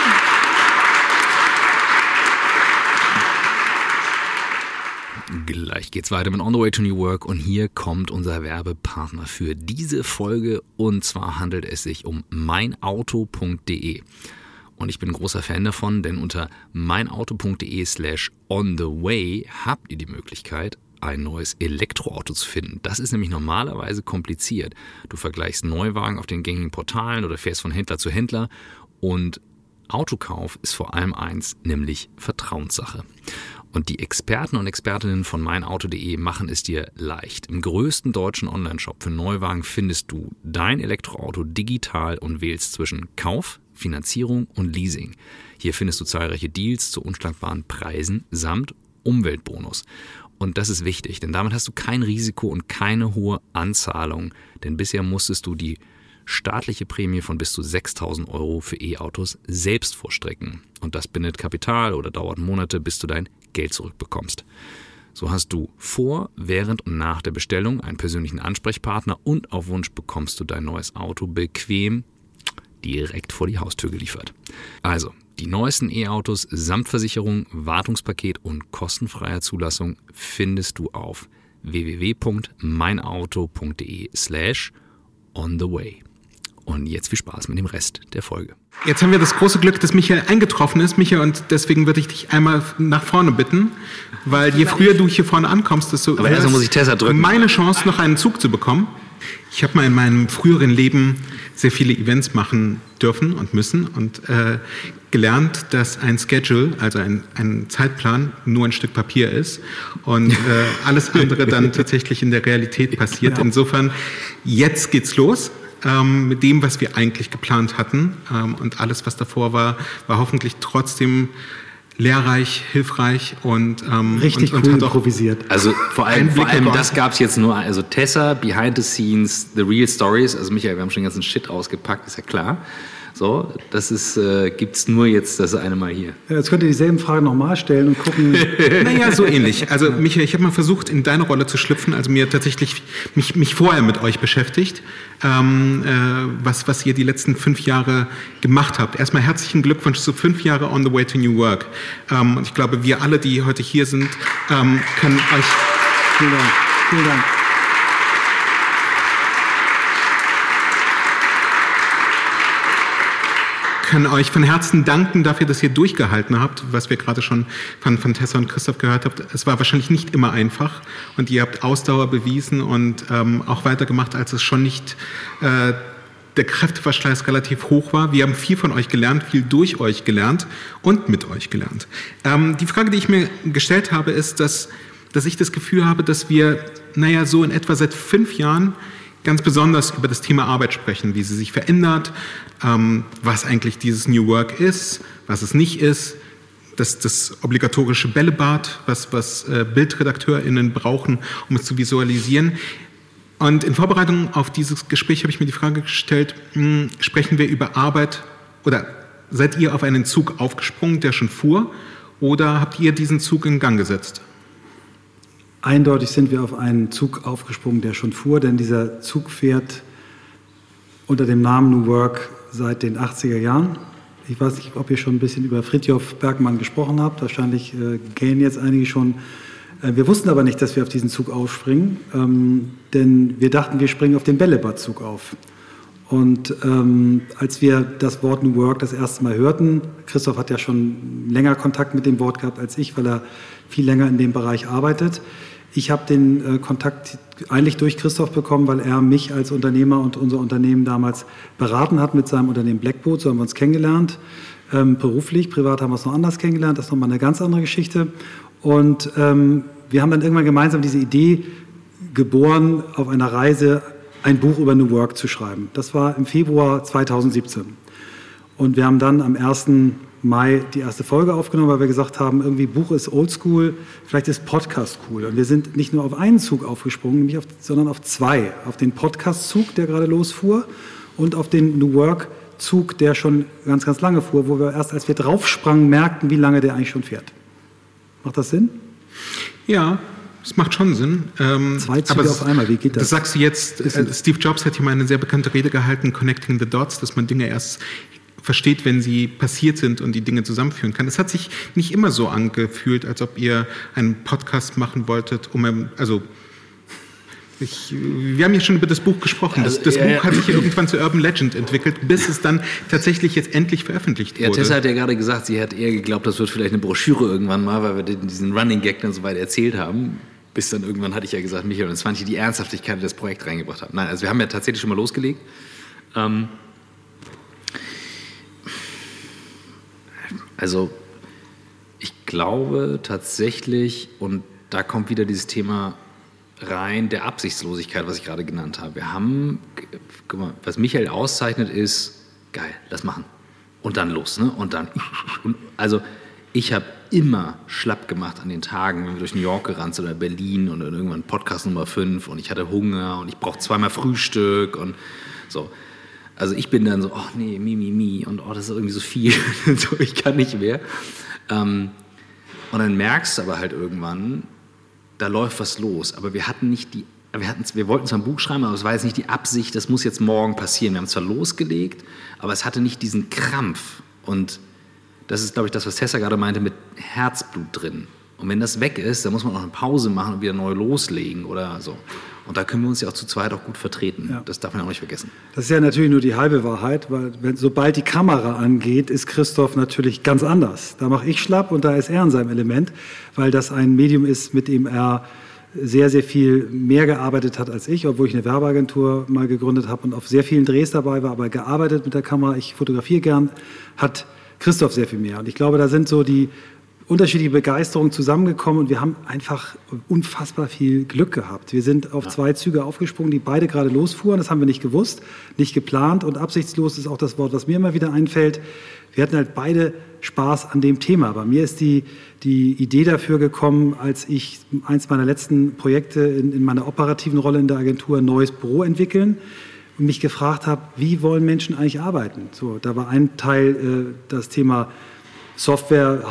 Gleich geht's weiter mit On the Way to New Work und hier kommt unser Werbepartner für diese Folge und zwar handelt es sich um meinauto.de. Und ich bin ein großer Fan davon, denn unter meinauto.de/ontheway habt ihr die Möglichkeit, ein neues Elektroauto zu finden. Das ist nämlich normalerweise kompliziert. Du vergleichst Neuwagen auf den gängigen Portalen oder fährst von Händler zu Händler und Autokauf ist vor allem eins, nämlich Vertrauenssache. Und die Experten und Expertinnen von meinauto.de machen es dir leicht. Im größten deutschen Onlineshop für Neuwagen findest du dein Elektroauto digital und wählst zwischen Kauf, Finanzierung und Leasing. Hier findest du zahlreiche Deals zu unschlagbaren Preisen samt Umweltbonus. Und das ist wichtig, denn damit hast du kein Risiko und keine hohe Anzahlung. Denn bisher musstest du die staatliche Prämie von bis zu 6.000 € für E-Autos selbst vorstrecken. Und das bindet Kapital oder dauert Monate, bis du dein Geld zurückbekommst. So hast du vor, während und nach der Bestellung einen persönlichen Ansprechpartner und auf Wunsch bekommst du dein neues Auto bequem direkt vor die Haustür geliefert. Also, die neuesten E-Autos samt Versicherung, Wartungspaket und kostenfreier Zulassung findest du auf www.meinauto.de/ontheway. Und jetzt viel Spaß mit dem Rest der Folge. Jetzt haben wir das große Glück, dass Michael eingetroffen ist. Michael, und deswegen würde ich dich einmal nach vorne bitten, weil je früher du hier vorne ankommst, desto aber erstmal muss ich Tessa drücken. Meine Chance, noch einen Zug zu bekommen. Ich habe mal in meinem früheren Leben sehr viele Events machen dürfen und müssen und gelernt, dass ein Schedule, also ein Zeitplan, nur ein Stück Papier ist und alles andere dann tatsächlich in der Realität passiert. Genau. Insofern, jetzt geht's los. Mit dem, was wir eigentlich geplant hatten. Und alles, was davor war, war hoffentlich trotzdem lehrreich, hilfreich und richtig cool hat auch improvisiert. Also vor allem das gab es jetzt nur, also Tessa, Behind the Scenes, The Real Stories, also Michael, wir haben schon den ganzen Shit ausgepackt, ist ja klar. So, das ist, gibt's nur jetzt das eine Mal hier. Ja, jetzt könnt ihr dieselben Fragen nochmal stellen und gucken. Naja, so ähnlich. Also Michael, ich habe mal versucht, in deine Rolle zu schlüpfen, also mir tatsächlich mich vorher mit euch beschäftigt, was ihr die letzten 5 Jahre gemacht habt. Erstmal herzlichen Glückwunsch zu 5 Jahre On the Way to New Work. Und ich glaube, wir alle, die heute hier sind, können euch... Vielen Dank. Vielen Dank. Können euch von Herzen danken dafür, dass ihr durchgehalten habt, was wir gerade schon von Tessa und Christoph gehört habt. Es war wahrscheinlich nicht immer einfach und ihr habt Ausdauer bewiesen und auch weitergemacht, als es schon nicht der Kräfteverschleiß relativ hoch war. Wir haben viel von euch gelernt, viel durch euch gelernt und mit euch gelernt. Die Frage, die ich mir gestellt habe, ist, dass ich das Gefühl habe, dass wir, so in etwa seit 5 Jahren ganz besonders über das Thema Arbeit sprechen, wie sie sich verändert, was eigentlich dieses New Work ist, was es nicht ist, das obligatorische Bällebad, was BildredakteurInnen brauchen, um es zu visualisieren. Und in Vorbereitung auf dieses Gespräch habe ich mir die Frage gestellt, sprechen wir über Arbeit oder seid ihr auf einen Zug aufgesprungen, der schon fuhr, oder habt ihr diesen Zug in Gang gesetzt? Eindeutig sind wir auf einen Zug aufgesprungen, der schon fuhr, denn dieser Zug fährt unter dem Namen New Work seit den 80er Jahren. Ich weiß nicht, ob ihr schon ein bisschen über Fridtjof Bergmann gesprochen habt. Wahrscheinlich gehen jetzt einige schon. Wir wussten aber nicht, dass wir auf diesen Zug aufspringen, denn wir dachten, wir springen auf den Bällebadzug auf. Und als wir das Wort New Work das erste Mal hörten, Christoph hat ja schon länger Kontakt mit dem Wort gehabt als ich, weil er viel länger in dem Bereich arbeitet. Ich habe den Kontakt eigentlich durch Christoph bekommen, weil er mich als Unternehmer und unser Unternehmen damals beraten hat mit seinem Unternehmen Blackboat. So haben wir uns kennengelernt, beruflich. Privat haben wir es noch anders kennengelernt. Das ist nochmal eine ganz andere Geschichte. Und wir haben dann irgendwann gemeinsam diese Idee geboren, auf einer Reise ein Buch über New Work zu schreiben. Das war im Februar 2017. Und wir haben dann am 1. Mai die erste Folge aufgenommen, weil wir gesagt haben, irgendwie Buch ist oldschool, vielleicht ist Podcast cool. Und wir sind nicht nur auf einen Zug aufgesprungen, sondern auf zwei. Auf den Podcast-Zug, der gerade losfuhr, und auf den New Work-Zug, der schon ganz, ganz lange fuhr, wo wir erst, als wir draufsprangen, merkten, wie lange der eigentlich schon fährt. Macht das Sinn? Ja, es macht schon Sinn. Zwei Züge auf einmal, wie geht das? Das sagst du jetzt, Steve Jobs hat hier mal eine sehr bekannte Rede gehalten, Connecting the Dots, dass man Dinge erst versteht, wenn sie passiert sind und die Dinge zusammenführen kann. Es hat sich nicht immer so angefühlt, als ob ihr einen Podcast machen wolltet, wir haben ja schon über das Buch gesprochen. Das Buch hat sich irgendwann zu Urban Legend entwickelt, bis es dann tatsächlich jetzt endlich veröffentlicht wurde. Tessa hat ja gerade gesagt, sie hat eher geglaubt, das wird vielleicht eine Broschüre irgendwann mal, weil wir diesen Running Gag dann so weit erzählt haben. Bis dann irgendwann hatte ich ja gesagt, Michael und Svante, die Ernsthaftigkeit in das Projekt reingebracht haben. Nein, also wir haben ja tatsächlich schon mal losgelegt. Also ich glaube tatsächlich, und da kommt wieder dieses Thema rein, der Absichtslosigkeit, was ich gerade genannt habe. Wir haben, guck mal, was Michael auszeichnet, ist, geil, lass machen. Und dann los, ne? Und dann, also ich habe immer schlapp gemacht an den Tagen, wenn wir durch New York gerannt sind oder Berlin und dann irgendwann Podcast Nummer 5 und ich hatte Hunger und ich brauchte zweimal Frühstück und so. Also ich bin dann so, oh nee, mi und oh, das ist irgendwie so viel, so, ich kann nicht mehr. Und dann merkst du aber halt irgendwann, da läuft was los. Aber wir wollten zwar ein Buch schreiben, aber es war jetzt nicht die Absicht, das muss jetzt morgen passieren. Wir haben es zwar losgelegt, aber es hatte nicht diesen Krampf. Und das ist, glaube ich, das, was Tessa gerade meinte, mit Herzblut drin. Und wenn das weg ist, dann muss man auch eine Pause machen und wieder neu loslegen oder so. Und da können wir uns ja auch zu zweit auch gut vertreten. Ja. Das darf man auch nicht vergessen. Das ist ja natürlich nur die halbe Wahrheit, weil sobald die Kamera angeht, ist Christoph natürlich ganz anders. Da mache ich schlapp und da ist er in seinem Element, weil das ein Medium ist, mit dem er sehr, sehr viel mehr gearbeitet hat als ich, obwohl ich eine Werbeagentur mal gegründet habe und auf sehr vielen Drehs dabei war, aber gearbeitet mit der Kamera, ich fotografiere gern, hat Christoph sehr viel mehr. Und ich glaube, da sind so die unterschiedliche Begeisterungen zusammengekommen und wir haben einfach unfassbar viel Glück gehabt. Wir sind auf zwei Züge aufgesprungen, die beide gerade losfuhren. Das haben wir nicht gewusst, nicht geplant und absichtslos ist auch das Wort, was mir immer wieder einfällt. Wir hatten halt beide Spaß an dem Thema. Bei mir ist die Idee dafür gekommen, als ich eins meiner letzten Projekte in meiner operativen Rolle in der Agentur ein neues Büro entwickeln und mich gefragt habe, wie wollen Menschen eigentlich arbeiten? So, da war ein Teil das Thema Software,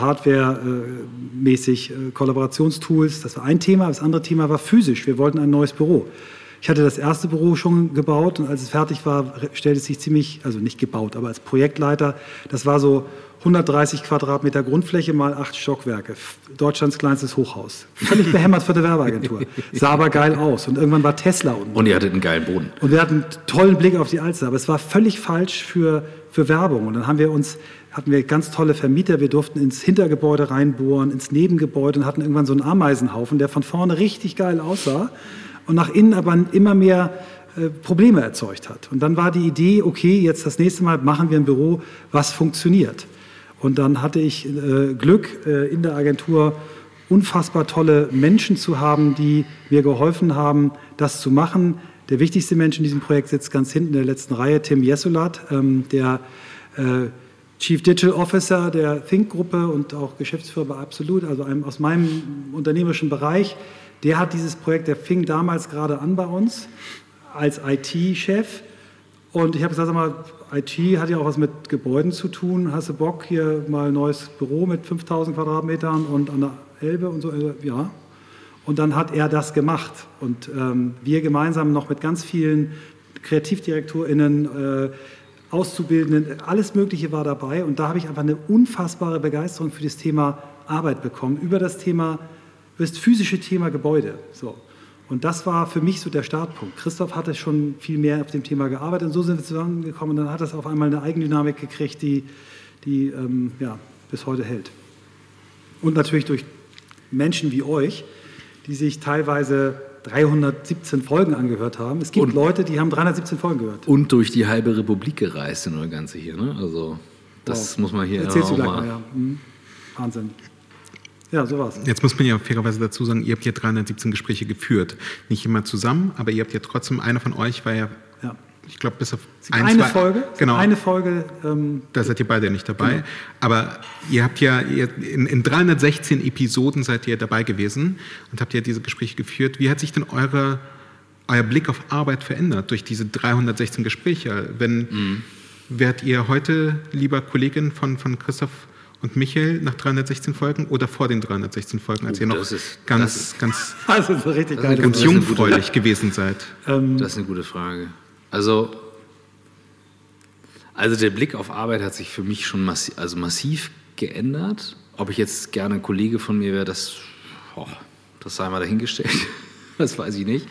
Hardware-mäßig, Kollaborationstools, das war ein Thema. Das andere Thema war physisch. Wir wollten ein neues Büro. Ich hatte das erste Büro schon gebaut und als es fertig war, stellte es sich ziemlich, also nicht gebaut, aber als Projektleiter, das war so 130 Quadratmeter Grundfläche mal 8 Stockwerke. Deutschlands kleinstes Hochhaus. Völlig behämmert für eine Werbeagentur. Sah aber geil aus. Und irgendwann war Tesla unten. Und ihr hattet einen geilen Boden. Und wir hatten einen tollen Blick auf die Alster. Aber es war völlig falsch für Werbung. Und dann hatten wir ganz tolle Vermieter. Wir durften ins Hintergebäude reinbohren, ins Nebengebäude und hatten irgendwann so einen Ameisenhaufen, der von vorne richtig geil aussah und nach innen aber immer mehr Probleme erzeugt hat. Und dann war die Idee, okay, jetzt das nächste Mal machen wir ein Büro, was funktioniert. Und dann hatte ich Glück, in der Agentur unfassbar tolle Menschen zu haben, die mir geholfen haben, das zu machen. Der wichtigste Mensch in diesem Projekt sitzt ganz hinten in der letzten Reihe, Tim Jessulat, der Chief Digital Officer der Think-Gruppe und auch Geschäftsführer bei Absolut, also einem aus meinem unternehmerischen Bereich. der hat dieses Projekt, der fing damals gerade an bei uns als IT-Chef. Und ich habe gesagt, sag mal, IT hat ja auch was mit Gebäuden zu tun. Hast du Bock, hier mal ein neues Büro mit 5000 Quadratmetern und an der Elbe und so? Ja. Und dann hat er das gemacht. Und wir gemeinsam noch mit ganz vielen KreativdirektorInnen, Auszubildenden, alles Mögliche war dabei. Und da habe ich einfach eine unfassbare Begeisterung für das Thema Arbeit bekommen, über das physische Thema Gebäude. So. Und das war für mich so der Startpunkt. Christoph hatte schon viel mehr auf dem Thema gearbeitet und so sind wir zusammengekommen und dann hat das auf einmal eine Eigendynamik gekriegt, die bis heute hält. Und natürlich durch Menschen wie euch, die sich teilweise 317 Folgen angehört haben. Es gibt Leute, die haben 317 Folgen gehört. Und durch die halbe Republik gereist in der Ganze hier. Ne? Also das muss man hier Erzählst auch du mal. Ja. Wahnsinn. Ja, so war's. Jetzt muss man ja fairerweise dazu sagen, ihr habt ja 317 Gespräche geführt. Nicht immer zusammen, aber ihr habt ja trotzdem, einer von euch war ja, ich glaube, bis auf eine Folge. Genau. Eine Folge. Da seid ihr beide nicht dabei. Genau. Aber ihr habt ja in 316 Episoden seid ihr dabei gewesen und habt ja diese Gespräche geführt. Wie hat sich denn euer Blick auf Arbeit verändert durch diese 316 Gespräche? Wärt ihr heute lieber Kollegin von Christoph und Michael nach 316 Folgen oder vor den 316 Folgen, als ihr noch ganz jungfräulich gewesen seid? Das ist eine gute Frage. Also der Blick auf Arbeit hat sich für mich schon massiv geändert. Ob ich jetzt gerne ein Kollege von mir wäre, das sei mal dahingestellt. Das weiß ich nicht.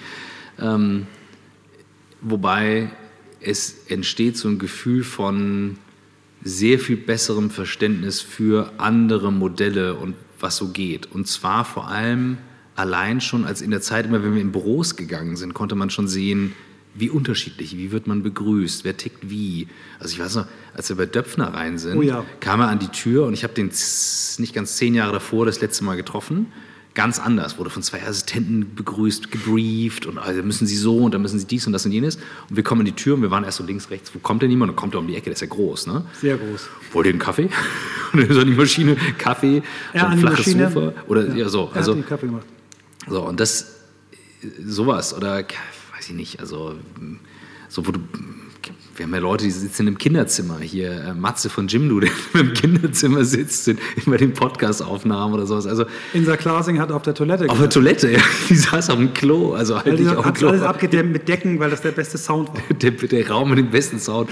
Wobei es entsteht so ein Gefühl von sehr viel besserem Verständnis für andere Modelle und was so geht. Und zwar vor allem allein schon, als in der Zeit immer, wenn wir in Büros gegangen sind, konnte man schon sehen, wie unterschiedlich, wie wird man begrüßt, wer tickt wie. Also ich weiß noch, als wir bei Döpfner rein sind, kam er an die Tür und ich habe den nicht ganz 10 Jahre davor das letzte Mal getroffen. Ganz anders, wurde von 2 Assistenten begrüßt, gebrieft und also müssen Sie so und dann müssen Sie dies und das und jenes. Und wir kommen in die Tür und wir waren erst so links, rechts, wo kommt denn niemand? Und dann kommt er um die Ecke, der ist ja groß, ne? Sehr groß. Wollt ihr einen Kaffee? Und dann ist an die Maschine, Kaffee, so ein flaches Maschine. Sofa. Oder so. Er hat den Kaffee gemacht. So, und sowas, oder weiß ich nicht, also so wo wir haben ja Leute, die sitzen im Kinderzimmer. Hier Matze von Jimdo, der im Kinderzimmer sitzt, bei den Podcast-Aufnahmen oder sowas. Also, Insa Klasing hat auf der Toilette Auf der Toilette, ja. Die saß auf dem Klo. Also halt nicht auf dem Klo. Alles abgedämmt mit Decken, weil das der beste Sound war. Der Raum mit dem besten Sound.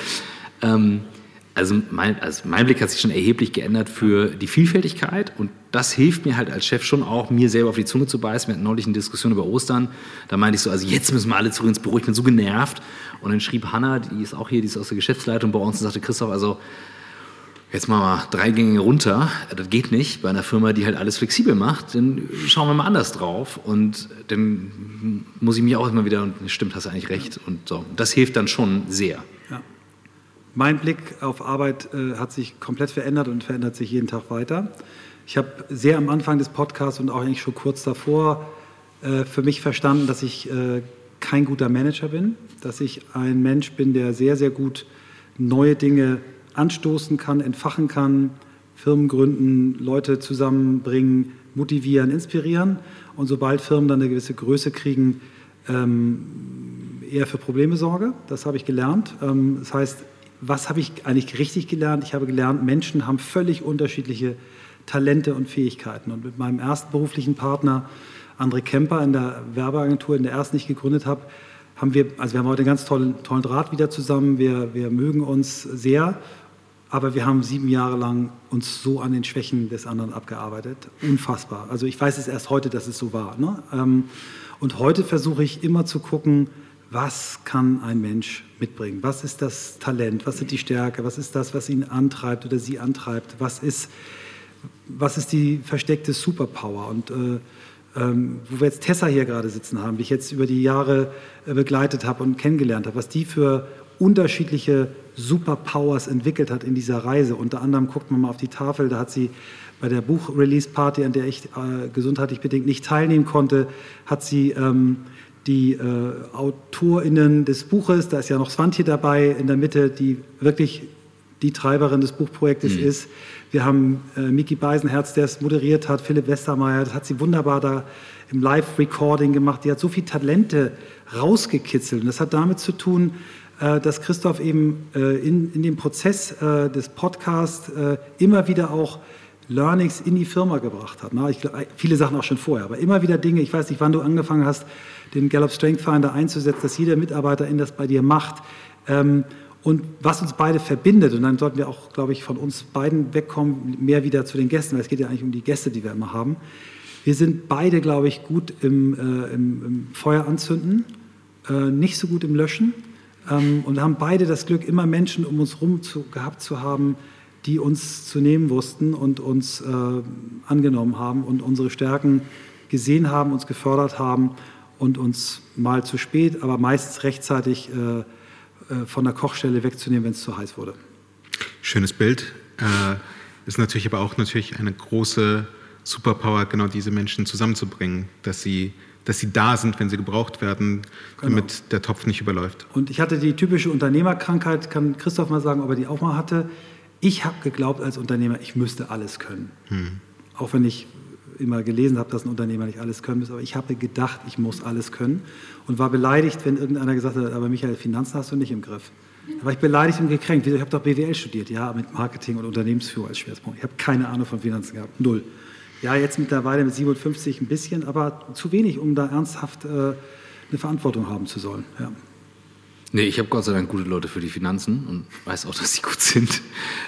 Also mein Blick hat sich schon erheblich geändert für die Vielfältigkeit und das hilft mir halt als Chef schon auch, mir selber auf die Zunge zu beißen. Wir hatten neulich eine Diskussion über Ostern, da meinte ich so, also jetzt müssen wir alle zurück ins Büro, ich bin so genervt. Und dann schrieb Hanna, die ist auch hier, die ist aus der Geschäftsleitung bei uns und sagte, Christoph, also jetzt mal 3 Gänge runter, das geht nicht bei einer Firma, die halt alles flexibel macht, dann schauen wir mal anders drauf und dann muss ich mich auch immer wieder, und stimmt, hast du eigentlich recht und so. Das hilft dann schon sehr. Ja. Mein Blick auf Arbeit hat sich komplett verändert und verändert sich jeden Tag weiter. Ich habe sehr am Anfang des Podcasts und auch eigentlich schon kurz davor für mich verstanden, dass ich kein guter Manager bin, dass ich ein Mensch bin, der sehr, sehr gut neue Dinge anstoßen kann, entfachen kann, Firmen gründen, Leute zusammenbringen, motivieren, inspirieren. Und sobald Firmen dann eine gewisse Größe kriegen, eher für Probleme sorge. Das habe ich gelernt. Das heißt, was habe ich eigentlich richtig gelernt? Ich habe gelernt, Menschen haben völlig unterschiedliche Talente und Fähigkeiten. Und mit meinem ersten beruflichen Partner, André Kemper, in der Werbeagentur, in der ersten, die ich gegründet habe, wir haben heute einen ganz tollen Draht wieder zusammen. Wir mögen uns sehr, aber wir haben 7 Jahre lang uns so an den Schwächen des anderen abgearbeitet. Unfassbar. Also ich weiß es erst heute, dass es so war. Ne? Und heute versuche ich immer zu gucken, was kann ein Mensch mitbringen? Was ist das Talent? Was sind die Stärke? Was ist das, was ihn antreibt oder sie antreibt? Was ist die versteckte Superpower? Und wo wir jetzt Tessa hier gerade sitzen haben, die ich jetzt über die Jahre begleitet habe und kennengelernt habe, was die für unterschiedliche Superpowers entwickelt hat in dieser Reise. Unter anderem guckt man mal auf die Tafel, da hat sie bei der Buch-Release-Party, an der ich gesundheitlich bedingt nicht teilnehmen konnte, hat sie die AutorInnen des Buches, da ist ja noch Svantje dabei in der Mitte, die wirklich die Treiberin des Buchprojektes ist. Wir haben Micky Beisenherz, der es moderiert hat, Philipp Westermeier, das hat sie wunderbar da im Live-Recording gemacht. Die hat so viele Talente rausgekitzelt. Und das hat damit zu tun, dass Christoph eben in dem Prozess des Podcasts immer wieder auch Learnings in die Firma gebracht hat. Viele Sachen auch schon vorher, aber immer wieder Dinge, ich weiß nicht, wann du angefangen hast, den Gallup Strength Finder einzusetzen, dass jeder Mitarbeiter das bei dir macht. Und was uns beide verbindet, und dann sollten wir auch, glaube ich, von uns beiden wegkommen, mehr wieder zu den Gästen, weil es geht ja eigentlich um die Gäste, die wir immer haben. Wir sind beide, glaube ich, gut im Feuer anzünden, nicht so gut im Löschen. Und haben beide das Glück, immer Menschen um uns herum gehabt zu haben, die uns zu nehmen wussten und uns angenommen haben und unsere Stärken gesehen haben, uns gefördert haben und uns mal zu spät, aber meistens rechtzeitig von der Kochstelle wegzunehmen, wenn es zu heiß wurde. Schönes Bild. Ist natürlich aber auch eine große Superpower, genau diese Menschen zusammenzubringen, dass sie da sind, wenn sie gebraucht werden, damit der Topf nicht überläuft. Und ich hatte die typische Unternehmerkrankheit, kann Christoph mal sagen, ob er die auch mal hatte. Ich habe geglaubt als Unternehmer, ich müsste alles können. Auch wenn ich immer gelesen habe, dass ein Unternehmer nicht alles können muss, aber ich habe gedacht, ich muss alles können und war beleidigt, wenn irgendeiner gesagt hat, aber Michael, Finanzen hast du nicht im Griff. Da war ich beleidigt und gekränkt. Ich habe doch BWL studiert, ja, mit Marketing und Unternehmensführung als Schwerpunkt. Ich habe keine Ahnung von Finanzen gehabt, 0. Ja, jetzt mittlerweile mit 57 ein bisschen, aber zu wenig, um da ernsthaft eine Verantwortung haben zu sollen. Ja. Nee, ich habe Gott sei Dank gute Leute für die Finanzen und weiß auch, dass sie gut sind.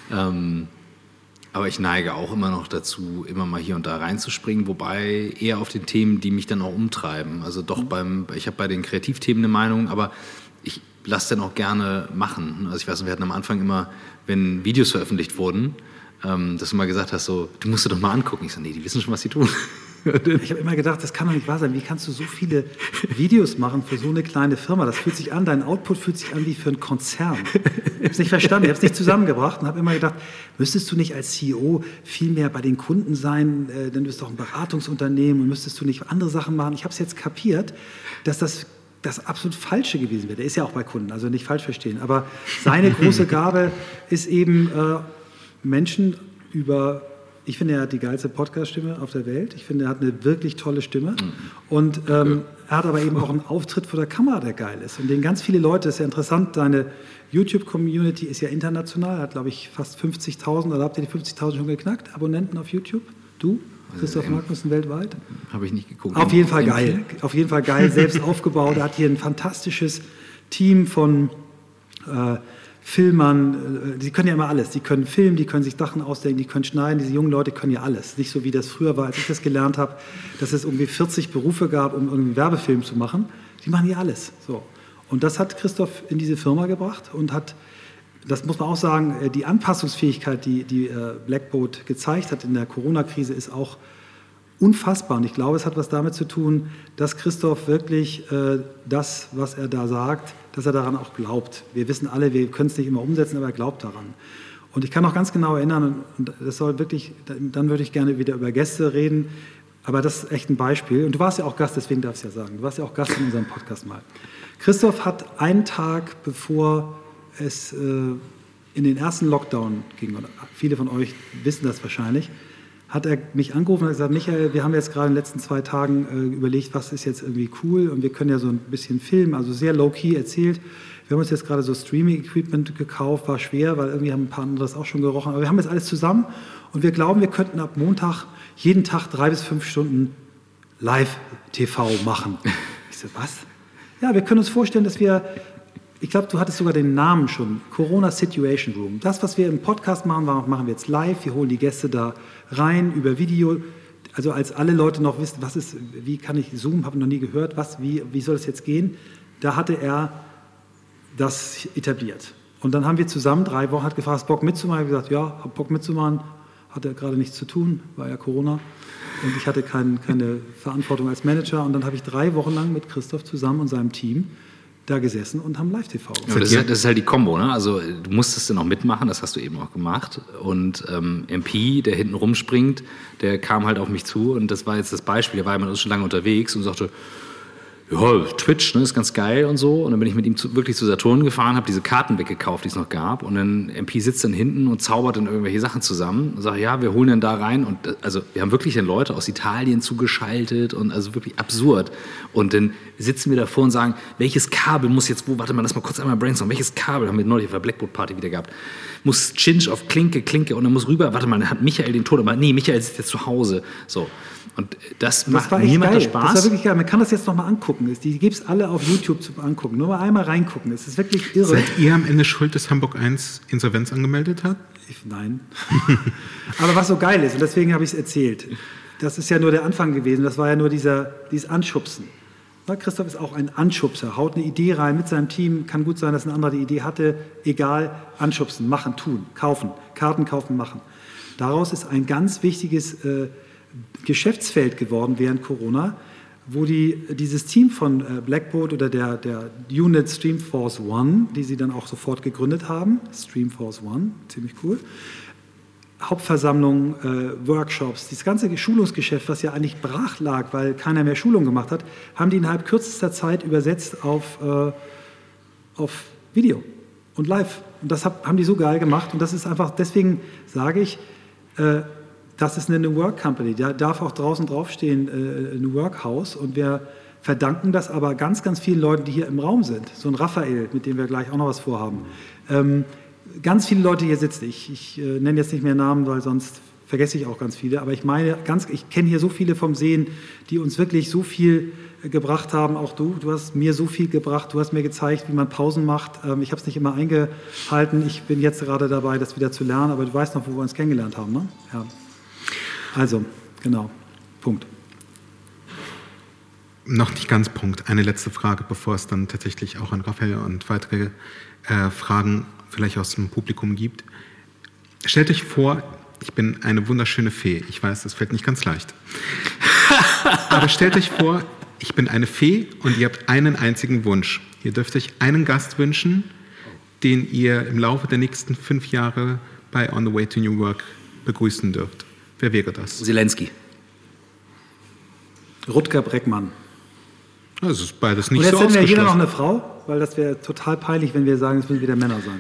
Aber ich neige auch immer noch dazu, immer mal hier und da reinzuspringen, wobei eher auf den Themen, die mich dann auch umtreiben. Also doch ich habe bei den Kreativthemen eine Meinung, aber ich lasse dann auch gerne machen. Also ich weiß nicht, wir hatten am Anfang immer, wenn Videos veröffentlicht wurden, dass du mal gesagt hast, so, du musst dir doch mal angucken. Ich so, nee, die wissen schon, was sie tun. Ich habe immer gedacht, das kann doch nicht wahr sein. Wie kannst du so viele Videos machen für so eine kleine Firma? Das fühlt sich an, dein Output fühlt sich an wie für einen Konzern. Ich habe es nicht verstanden, ich habe es nicht zusammengebracht und habe immer gedacht, müsstest du nicht als CEO viel mehr bei den Kunden sein, denn du bist doch ein Beratungsunternehmen und müsstest du nicht andere Sachen machen? Ich habe es jetzt kapiert, dass das absolut Falsche gewesen wäre. Der ist ja auch bei Kunden, also nicht falsch verstehen. Aber seine große Gabe ist eben Menschen ich finde, er hat die geilste Podcast-Stimme auf der Welt. Ich finde, er hat eine wirklich tolle Stimme. Und er hat aber eben auch einen Auftritt vor der Kamera, der geil ist. Und den ganz viele Leute, das ist ja interessant, seine YouTube-Community ist ja international. Er hat, glaube ich, fast 50.000, oder habt ihr die 50.000 schon geknackt, Abonnenten auf YouTube? Du, Christoph Magnussen, weltweit? Habe ich nicht geguckt. Auf jeden Fall geil. Auf jeden Fall geil, selbst aufgebaut. Er hat hier ein fantastisches Team von Filmern, die können ja immer alles. Die können filmen, die können sich Sachen ausdenken, die können schneiden. Diese jungen Leute können ja alles. Nicht so, wie das früher war, als ich das gelernt habe, dass es irgendwie 40 Berufe gab, um irgendwie einen Werbefilm zu machen. Die machen ja alles. So. Und das hat Christoph in diese Firma gebracht und hat, das muss man auch sagen, die Anpassungsfähigkeit, die Blackboat gezeigt hat in der Corona-Krise, ist auch unfassbar. Und ich glaube, es hat was damit zu tun, dass Christoph wirklich das, was er da sagt, dass er daran auch glaubt. Wir wissen alle, wir können es nicht immer umsetzen, aber er glaubt daran. Und ich kann auch ganz genau erinnern, und das soll wirklich, dann würde ich gerne wieder über Gäste reden, aber das ist echt ein Beispiel. Und du warst ja auch Gast, deswegen darf ich es ja sagen. Du warst ja auch Gast in unserem Podcast mal. Christoph hat einen Tag, bevor es in den ersten Lockdown ging, und viele von euch wissen das wahrscheinlich, hat er mich angerufen und gesagt, Michael, wir haben jetzt gerade in den letzten 2 Tagen überlegt, was ist jetzt irgendwie cool und wir können ja so ein bisschen filmen, also sehr low-key erzählt. Wir haben uns jetzt gerade so Streaming-Equipment gekauft, war schwer, weil irgendwie haben ein paar andere das auch schon gerochen, aber wir haben jetzt alles zusammen und wir glauben, wir könnten ab Montag jeden Tag 3 bis 5 Stunden Live-TV machen. Ich so, was? Ja, wir können uns vorstellen, dass wir, ich glaube, du hattest sogar den Namen schon, Corona Situation Room. Das, was wir im Podcast machen, machen wir jetzt live. Wir holen die Gäste da rein über Video. Also als alle Leute noch wissen, wie kann ich Zoom, habe ich noch nie gehört, wie soll es jetzt gehen? Da hatte er das etabliert. Und dann haben wir zusammen 3 Wochen, hat gefragt, hast du Bock mitzumachen? Ich habe gesagt, ja, habe Bock mitzumachen. Hatte gerade nichts zu tun, war ja Corona. Und ich hatte keine Verantwortung als Manager. Und dann habe ich 3 Wochen lang mit Christoph zusammen und seinem Team da gesessen und haben Live-TV gemacht. Ja, das ist halt die Kombo, ne? Also du musstest dann auch mitmachen, das hast du eben auch gemacht. Und MP, der hinten rumspringt, der kam halt auf mich zu und das war jetzt das Beispiel. Der war ja mit uns schon lange unterwegs und sagte, ja, Twitch, ne, ist ganz geil und so. Und dann bin ich mit ihm wirklich zu Saturn gefahren, habe diese Karten weggekauft, die es noch gab. Und dann MP sitzt dann hinten und zaubert dann irgendwelche Sachen zusammen. Und sagt, ja, wir holen dann da rein. Und also wir haben wirklich dann Leute aus Italien zugeschaltet und also wirklich absurd. Und dann sitzen wir davor und sagen, welches Kabel muss jetzt wo, warte mal, lass mal kurz einmal brainstormen, welches Kabel haben wir neulich auf der Blackboard-Party wieder gehabt? Muss Cinch auf Klinke und dann muss rüber, warte mal, dann hat Michael den Ton, aber nee, Michael sitzt jetzt zu Hause. So. Und das macht niemand Spaß. Das war wirklich geil. Man kann das jetzt nochmal angucken. Die gibt es alle auf YouTube zum Angucken. Nur mal einmal reingucken. Es ist wirklich irre. Seid ihr am Ende schuld, dass Hamburg 1 Insolvenz angemeldet hat? Nein. Aber was so geil ist, und deswegen habe ich es erzählt, das ist ja nur der Anfang gewesen. Das war ja nur dieses Anschubsen. Na, Christoph ist auch ein Anschubser. Haut eine Idee rein mit seinem Team. Kann gut sein, dass ein anderer die Idee hatte. Egal, anschubsen, machen, tun, kaufen. Karten kaufen, machen. Daraus ist ein ganz wichtiges Geschäftsfeld geworden während Corona, wo dieses Team von Blackboard oder der Unit Streamforce One, die sie dann auch sofort gegründet haben, Streamforce One, ziemlich cool, Hauptversammlungen, Workshops, dieses ganze Schulungsgeschäft, was ja eigentlich brach lag, weil keiner mehr Schulung gemacht hat, haben die innerhalb kürzester Zeit übersetzt auf Video und live. Und das haben die so geil gemacht. Und das ist einfach, deswegen sage ich, das ist eine New Work Company. Da darf auch draußen draufstehen, New Work House. Und wir verdanken das aber ganz, ganz vielen Leuten, die hier im Raum sind. So ein Raphael, mit dem wir gleich auch noch was vorhaben. Ganz viele Leute hier sitzen. Ich nenne jetzt nicht mehr Namen, weil sonst vergesse ich auch ganz viele. Aber ich meine, ich kenne hier so viele vom Sehen, die uns wirklich so viel gebracht haben. Auch du hast mir so viel gebracht. Du hast mir gezeigt, wie man Pausen macht. Ich habe es nicht immer eingehalten. Ich bin jetzt gerade dabei, das wieder zu lernen. Aber du weißt noch, wo wir uns kennengelernt haben, ne? Ja. Also, genau. Punkt. Noch nicht ganz Punkt. Eine letzte Frage, bevor es dann tatsächlich auch an Raphael und weitere Fragen vielleicht aus dem Publikum gibt. Stellt euch vor, ich bin eine wunderschöne Fee. Ich weiß, das fällt nicht ganz leicht. Aber stellt euch vor, ich bin eine Fee und ihr habt einen einzigen Wunsch. Ihr dürft euch einen Gast wünschen, den ihr im Laufe der nächsten 5 Jahre bei On the Way to New Work begrüßen dürft. Wer wäre das? Zelensky. Rutger Breckmann. Das ist beides nicht so ausgeschlossen. Und jetzt hätten wir jeder noch eine Frau, weil das wäre total peinlich, wenn wir sagen, es müssen wieder Männer sein.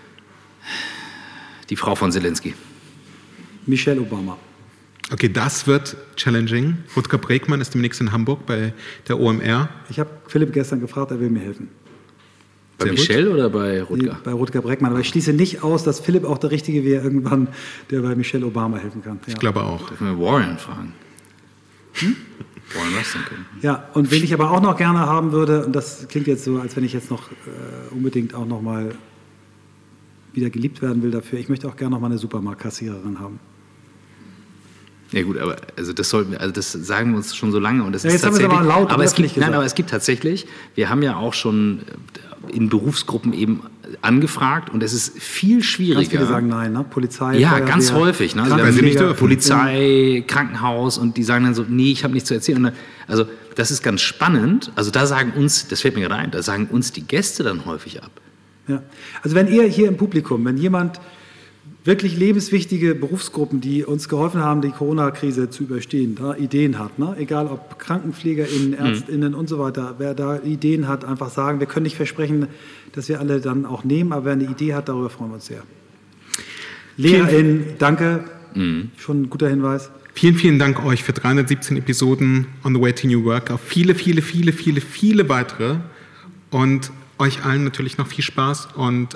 Die Frau von Zelensky. Michelle Obama. Okay, das wird challenging. Rutger Breckmann ist demnächst in Hamburg bei der OMR. Ich habe Philipp gestern gefragt, er will mir helfen. Bei Michelle oder bei Rutger? Nee, bei Rutger Breckmann. Aber ich schließe nicht aus, dass Philipp auch der Richtige wäre irgendwann, der bei Michelle Obama helfen kann. Ja. Ich glaube auch. Dürfen wir Warren fragen? Warren Rushton können. Ja, und wen ich aber auch noch gerne haben würde, und das klingt jetzt so, als wenn ich jetzt noch unbedingt auch noch mal wieder geliebt werden will dafür, ich möchte auch gerne noch mal eine Supermarktkassiererin haben. Ja gut, aber also das sagen wir uns schon so lange und das ja, ist jetzt tatsächlich. Haben wir es aber laut aber es gibt tatsächlich. Wir haben ja auch schon in Berufsgruppen eben angefragt und es ist viel schwieriger. Ganz viele sagen nein, ne? Polizei. Ja, ganz häufig. Ne? Also Polizei, Krankenhaus und die sagen dann so, nee, ich habe nichts zu erzählen. Und dann, also das ist ganz spannend. Also da sagen uns, das fällt mir gerade ein, da sagen uns die Gäste dann häufig ab. Ja, also wenn ihr hier im Publikum, wenn jemand wirklich lebenswichtige Berufsgruppen, die uns geholfen haben, die Corona-Krise zu überstehen, da Ideen hat, ne? Egal ob KrankenpflegerInnen, ÄrztInnen und so weiter, wer da Ideen hat, einfach sagen, wir können nicht versprechen, dass wir alle dann auch nehmen, aber wer eine Idee hat, darüber freuen wir uns sehr. LehrerInnen, danke, schon ein guter Hinweis. Vielen, vielen Dank euch für 317 Episoden On the Way to New Work, auf viele, viele, viele, viele, viele weitere und euch allen natürlich noch viel Spaß und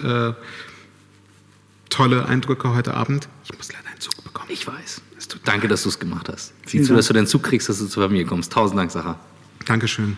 tolle Eindrücke heute Abend. Ich muss leider einen Zug bekommen. Ich weiß. Danke, dass du es gemacht hast. Sieh zu, dass du den Zug kriegst, dass du zur Familie kommst. 1000 Dank, Sacha. Dankeschön.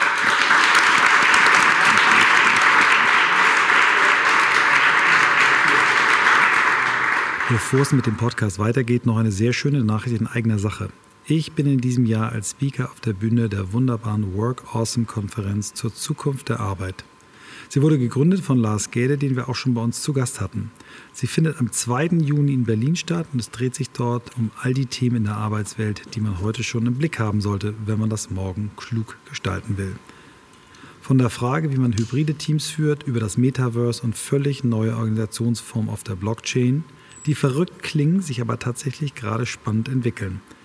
Bevor es mit dem Podcast weitergeht, noch eine sehr schöne Nachricht in eigener Sache. Ich bin in diesem Jahr als Speaker auf der Bühne der wunderbaren Work Awesome Konferenz zur Zukunft der Arbeit. Sie wurde gegründet von Lars Gäde, den wir auch schon bei uns zu Gast hatten. Sie findet am 2. Juni in Berlin statt und es dreht sich dort um all die Themen in der Arbeitswelt, die man heute schon im Blick haben sollte, wenn man das morgen klug gestalten will. Von der Frage, wie man hybride Teams führt, über das Metaverse und völlig neue Organisationsformen auf der Blockchain, die verrückt klingen, sich aber tatsächlich gerade spannend entwickeln.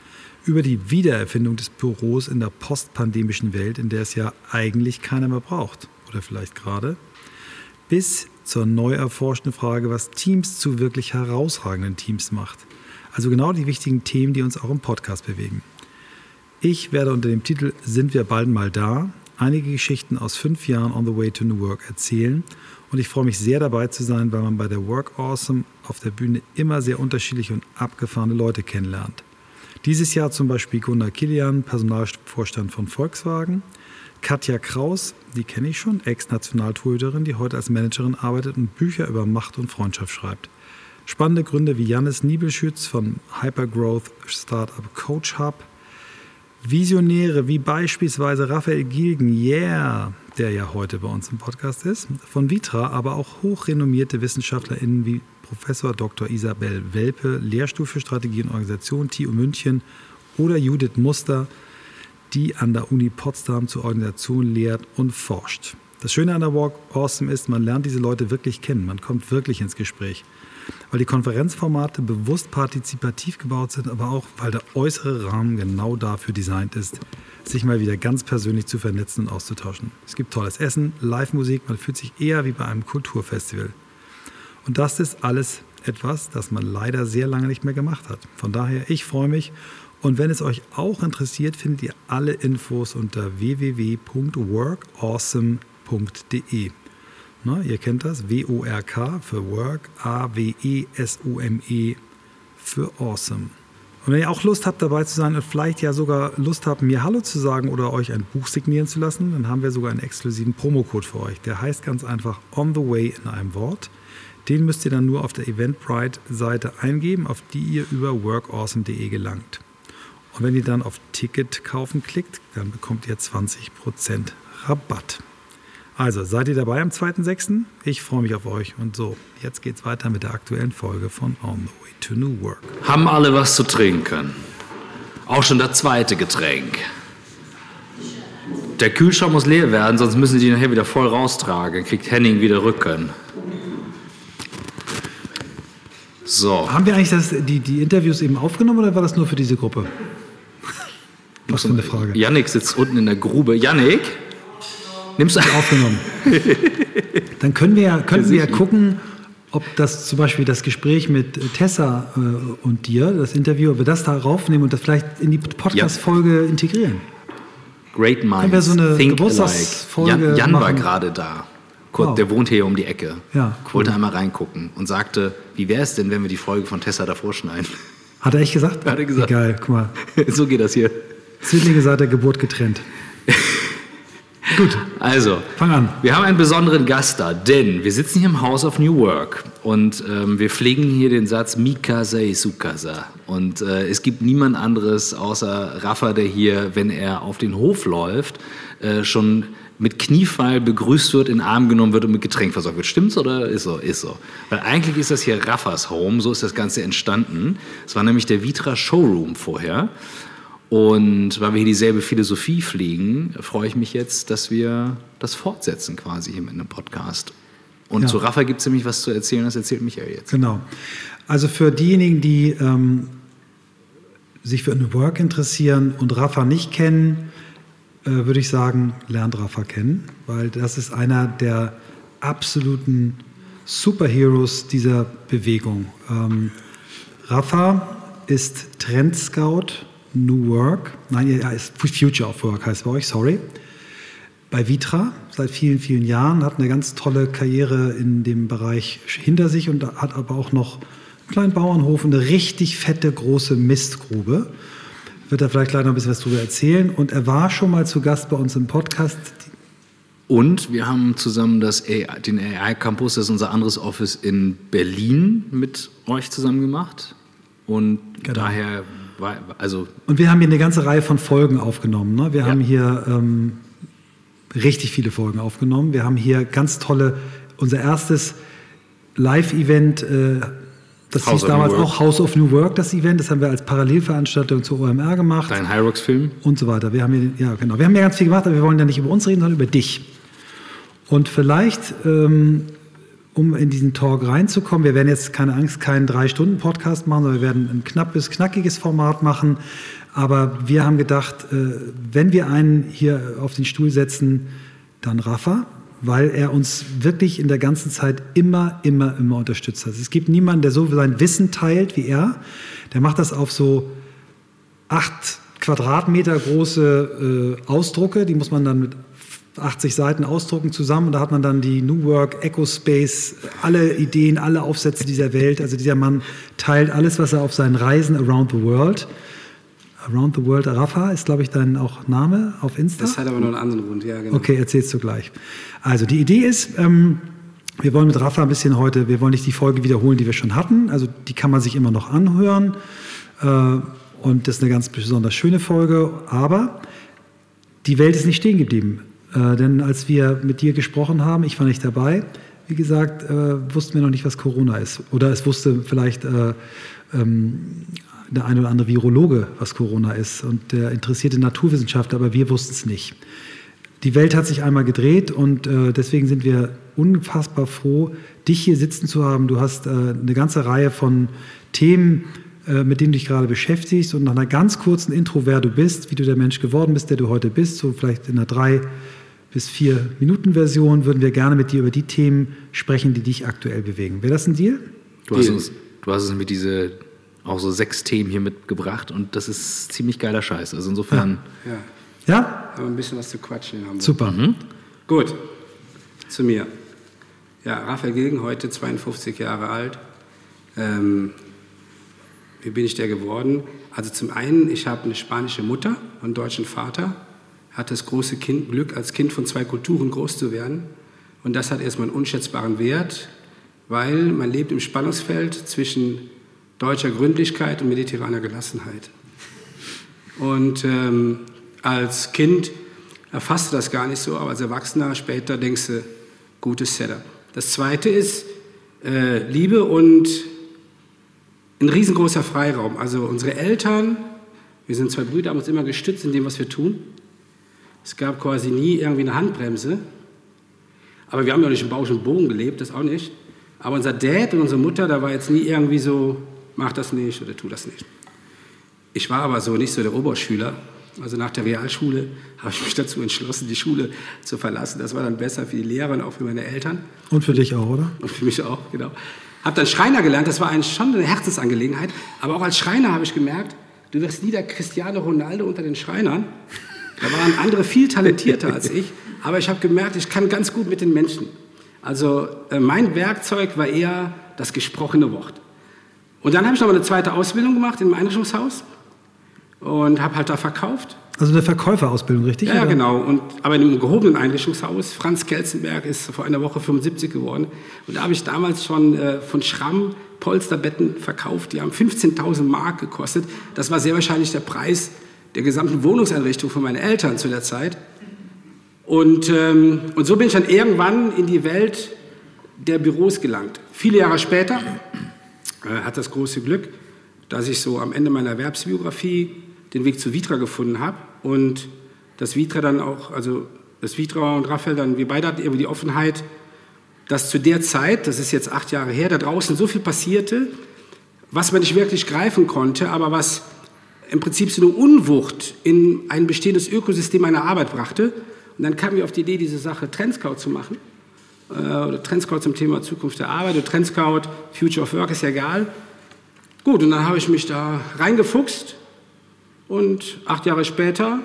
über die Wiedererfindung des Büros in der postpandemischen Welt, in der es ja eigentlich keiner mehr braucht, oder vielleicht gerade, bis zur neu erforschten Frage, was Teams zu wirklich herausragenden Teams macht. Also genau die wichtigen Themen, die uns auch im Podcast bewegen. Ich werde unter dem Titel Sind wir bald mal da? Einige Geschichten aus 5 Jahren on the way to New Work erzählen. Und ich freue mich sehr dabei zu sein, weil man bei der Work Awesome auf der Bühne immer sehr unterschiedliche und abgefahrene Leute kennenlernt. Dieses Jahr zum Beispiel Gunnar Kilian, Personalvorstand von Volkswagen, Katja Kraus, die kenne ich schon, Ex-Nationaltorhüterin, die heute als Managerin arbeitet und Bücher über Macht und Freundschaft schreibt. Spannende Gründer wie Jannis Niebelschütz von Hypergrowth Startup Coach Hub, Visionäre wie beispielsweise Raphael Gilgen, der ja heute bei uns im Podcast ist, von Vitra, aber auch hochrenommierte WissenschaftlerInnen wie Professor Dr. Isabel Welpe, Lehrstuhl für Strategie und Organisation, TU München, oder Judith Muster, die an der Uni Potsdam zur Organisation lehrt und forscht. Das Schöne an der Work Awesome ist, man lernt diese Leute wirklich kennen, man kommt wirklich ins Gespräch. Weil die Konferenzformate bewusst partizipativ gebaut sind, aber auch, weil der äußere Rahmen genau dafür designt ist, sich mal wieder ganz persönlich zu vernetzen und auszutauschen. Es gibt tolles Essen, Live-Musik, man fühlt sich eher wie bei einem Kulturfestival. Und das ist alles etwas, das man leider sehr lange nicht mehr gemacht hat. Von daher, ich freue mich. Und wenn es euch auch interessiert, findet ihr alle Infos unter www.workawesome.de. Na, ihr kennt das, W-O-R-K für Work, A-W-E-S-U-M-E für Awesome. Und wenn ihr auch Lust habt, dabei zu sein und vielleicht ja sogar Lust habt, mir Hallo zu sagen oder euch ein Buch signieren zu lassen, dann haben wir sogar einen exklusiven Promocode für euch. Der heißt ganz einfach On the Way in einem Wort. Den müsst ihr dann nur auf der Eventbrite-Seite eingeben, auf die ihr über workawesome.de gelangt. Und wenn ihr dann auf Ticket kaufen klickt, dann bekommt ihr 20% Rabatt. Also, seid ihr dabei am 2.6.? Ich freue mich auf euch. Und so, jetzt geht's weiter mit der aktuellen Folge von On the Way to New Work. Haben alle was zu trinken? Auch schon das zweite Getränk. Der Kühlschrank muss leer werden, sonst müssen die nachher wieder voll raustragen. Kriegt Henning wieder Rücken. So. Haben wir eigentlich die Interviews eben aufgenommen oder war das nur für diese Gruppe? Was für eine Frage. Yannick sitzt unten in der Grube. Yannick? Nimmst du aufgenommen? Dann könnten wir ja gucken, ob das zum Beispiel das Gespräch mit Tessa und dir, das Interview, ob wir das da raufnehmen und das vielleicht in die Podcast-Folge integrieren. Great minds, können wir so eine think Geburtstagsfolge Jan machen? War gerade da. Wow. Der wohnt hier um die Ecke. Ja, cool. Wollte einmal reingucken und sagte, wie wäre es denn, wenn wir die Folge von Tessa davor schneiden? Hat er echt gesagt? Hat er gesagt. Geil, guck mal. So geht das hier. Zwillinge seit der Geburt getrennt. Gut, also, fang an. Wir haben einen besonderen Gast da, denn wir sitzen hier im House of New Work und wir pflegen hier den Satz Mikasa Isukasa. Und es gibt niemand anderes außer Rafa, der hier, wenn er auf den Hof läuft, schon mit Kniefall begrüßt wird, in den Arm genommen wird und mit Getränk versorgt wird. Stimmt's oder ist so? Ist so. Weil eigentlich ist das hier Rafas Home, so ist das Ganze entstanden. Es war nämlich der Vitra Showroom vorher. Und weil wir hier dieselbe Philosophie pflegen, freue ich mich jetzt, dass wir das fortsetzen quasi hier mit einem Podcast. Und ja. Zu Rafa gibt es nämlich was zu erzählen, das erzählt Michael jetzt. Genau. Also für diejenigen, die sich für New Work interessieren und Rafa nicht kennen, würde ich sagen, lernt Rafa kennen, weil das ist einer der absoluten Superheroes dieser Bewegung. Rafa ist Trendscout New Work, nein, er ist Future of Work heißt bei euch, sorry. Bei Vitra seit vielen, vielen Jahren, hat eine ganz tolle Karriere in dem Bereich hinter sich und hat aber auch noch einen kleinen Bauernhof und eine richtig fette, große Mistgrube. Wird er vielleicht gleich noch ein bisschen was darüber erzählen. Und er war schon mal zu Gast bei uns im Podcast. Und wir haben zusammen den AI Campus, das ist unser anderes Office in Berlin, mit euch zusammen gemacht. Und genau. Daher Und wir haben hier eine ganze Reihe von Folgen aufgenommen. Ne? Wir haben hier richtig viele Folgen aufgenommen. Wir haben hier ganz tolle, unser erstes Live-Event, das hieß damals auch House of New Work, das Event. Das haben wir als Parallelveranstaltung zur OMR gemacht. Dein Hyrox-Film. Und so weiter. Wir haben hier ganz viel gemacht, aber wir wollen ja nicht über uns reden, sondern über dich. Und vielleicht, um um in diesen Talk reinzukommen. Wir werden jetzt, keine Angst, keinen 3-Stunden-Podcast machen, sondern wir werden ein knappes, knackiges Format machen. Aber wir haben gedacht, wenn wir einen hier auf den Stuhl setzen, dann Rafa, weil er uns wirklich in der ganzen Zeit immer unterstützt hat. Es gibt niemanden, der so sein Wissen teilt wie er. Der macht das auf so 8 Quadratmeter große Ausdrucke, die muss man dann mit 80 Seiten ausdrucken zusammen und da hat man dann die New Work, Ecospace, alle Ideen, alle Aufsätze dieser Welt. Also dieser Mann teilt alles, was er auf seinen Reisen around the world. Around the World Rafa ist, glaube ich, dein auch Name auf Insta. Das hat aber noch einen anderen Grund, ja, genau. Okay, erzählst du gleich. Also die Idee ist, wir wollen mit Rafa ein bisschen heute, wir wollen nicht die Folge wiederholen, die wir schon hatten. Also die kann man sich immer noch anhören. Und das ist eine ganz besonders schöne Folge. Aber die Welt ist nicht stehen geblieben. Denn als wir mit dir gesprochen haben, ich war nicht dabei, wie gesagt, wussten wir noch nicht, was Corona ist. Oder es wusste vielleicht der eine oder andere Virologe, was Corona ist. Und der interessierte Naturwissenschaftler, aber wir wussten es nicht. Die Welt hat sich einmal gedreht und deswegen sind wir unfassbar froh, dich hier sitzen zu haben. Du hast eine ganze Reihe von Themen, mit denen du dich gerade beschäftigst und nach einer ganz kurzen Intro, wer du bist, wie du der Mensch geworden bist, der du heute bist, so vielleicht in einer 3 bis 4 Minuten Version, würden wir gerne mit dir über die Themen sprechen, die dich aktuell bewegen. Wäre das ein Deal? Du hast uns mit diese auch so 6 Themen hier mitgebracht und das ist ziemlich geiler Scheiß. Also insofern... Ja? Haben wir ein bisschen was zu quatschen in Hamburg. Super. Gut, zu mir. Ja, Raphael Gilgen, heute 52 Jahre alt. Wie bin ich der geworden? Also zum einen, ich habe eine spanische Mutter und einen deutschen Vater, hatte das große Glück, als Kind von 2 Kulturen groß zu werden. Und das hat erstmal einen unschätzbaren Wert, weil man lebt im Spannungsfeld zwischen deutscher Gründlichkeit und mediterraner Gelassenheit. Und als Kind erfasst du das gar nicht so, aber als Erwachsener später denkst du, gutes Setup. Das Zweite ist Liebe und ein riesengroßer Freiraum. Also unsere Eltern, wir sind 2 Brüder, haben uns immer gestützt in dem, was wir tun. Es gab quasi nie irgendwie eine Handbremse. Aber wir haben ja nicht im Bausch und Bogen gelebt, das auch nicht. Aber unser Dad und unsere Mutter, da war jetzt nie irgendwie so, mach das nicht oder tu das nicht. Ich war aber so nicht so der Oberschüler. Also nach der Realschule habe ich mich dazu entschlossen, die Schule zu verlassen. Das war dann besser für die Lehrer und auch für meine Eltern. Und für dich auch, oder? Und für mich auch, genau. Habe dann Schreiner gelernt, das war schon eine Herzensangelegenheit. Aber auch als Schreiner habe ich gemerkt, du wirst nie der Cristiano Ronaldo unter den Schreinern. Da waren andere viel talentierter als ich. Aber ich habe gemerkt, ich kann ganz gut mit den Menschen. Also mein Werkzeug war eher das gesprochene Wort. Und dann habe ich noch mal eine zweite Ausbildung gemacht in einem Einrichtungshaus und habe halt da verkauft. Also eine Verkäuferausbildung, richtig? Ja, oder? genau. Aber in einem gehobenen Einrichtungshaus. Franz Kelzenberg ist vor einer Woche 75 geworden. Und da habe ich damals schon von Schramm Polsterbetten verkauft. Die haben 15.000 Mark gekostet. Das war sehr wahrscheinlich der Preis der gesamten Wohnungseinrichtung von meinen Eltern zu der Zeit. Und so bin ich dann irgendwann in die Welt der Büros gelangt. Viele Jahre später hat das große Glück, dass ich so am Ende meiner Erwerbsbiografie den Weg zu Vitra gefunden habe und das Vitra dann auch, also das Vitra und Raphael dann, wir beide hatten irgendwie die Offenheit, dass zu der Zeit, das ist jetzt 8 Jahre her, da draußen so viel passierte, was man nicht wirklich greifen konnte, aber was im Prinzip so eine Unwucht in ein bestehendes Ökosystem einer Arbeit brachte. Und dann kam mir auf die Idee, diese Sache Trendscout zu machen. Oder Trendscout zum Thema Zukunft der Arbeit oder Trendscout, Future of Work, ist ja egal. Gut, und dann habe ich mich da reingefuchst und 8 Jahre später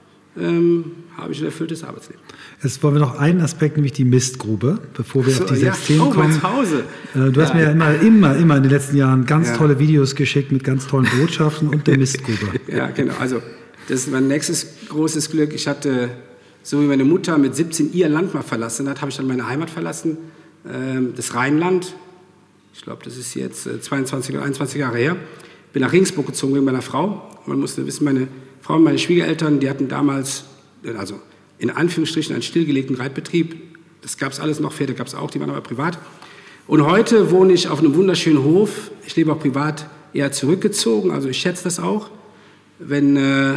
habe ich ein erfülltes Arbeitsleben. Jetzt wollen wir noch einen Aspekt, nämlich die Mistgrube, bevor wir auf die 6 Themen kommen. Du hast mir ja immer in den letzten Jahren ganz tolle Videos geschickt mit ganz tollen Botschaften und der Mistgrube. Ja, genau. Also das ist mein nächstes großes Glück. Ich hatte, so wie meine Mutter mit 17 ihr Land mal verlassen hat, habe ich dann meine Heimat verlassen, das Rheinland. Ich glaube, das ist jetzt 22 oder 21 Jahre her. Bin nach Regensburg gezogen wegen meiner Frau. Man musste wissen, meine Frau und meine Schwiegereltern, die hatten damals, also in Anführungsstrichen, einen stillgelegten Reitbetrieb. Das gab es alles noch, Pferde gab es auch, die waren aber privat. Und heute wohne ich auf einem wunderschönen Hof. Ich lebe auch privat eher zurückgezogen, also ich schätze das auch, wenn wir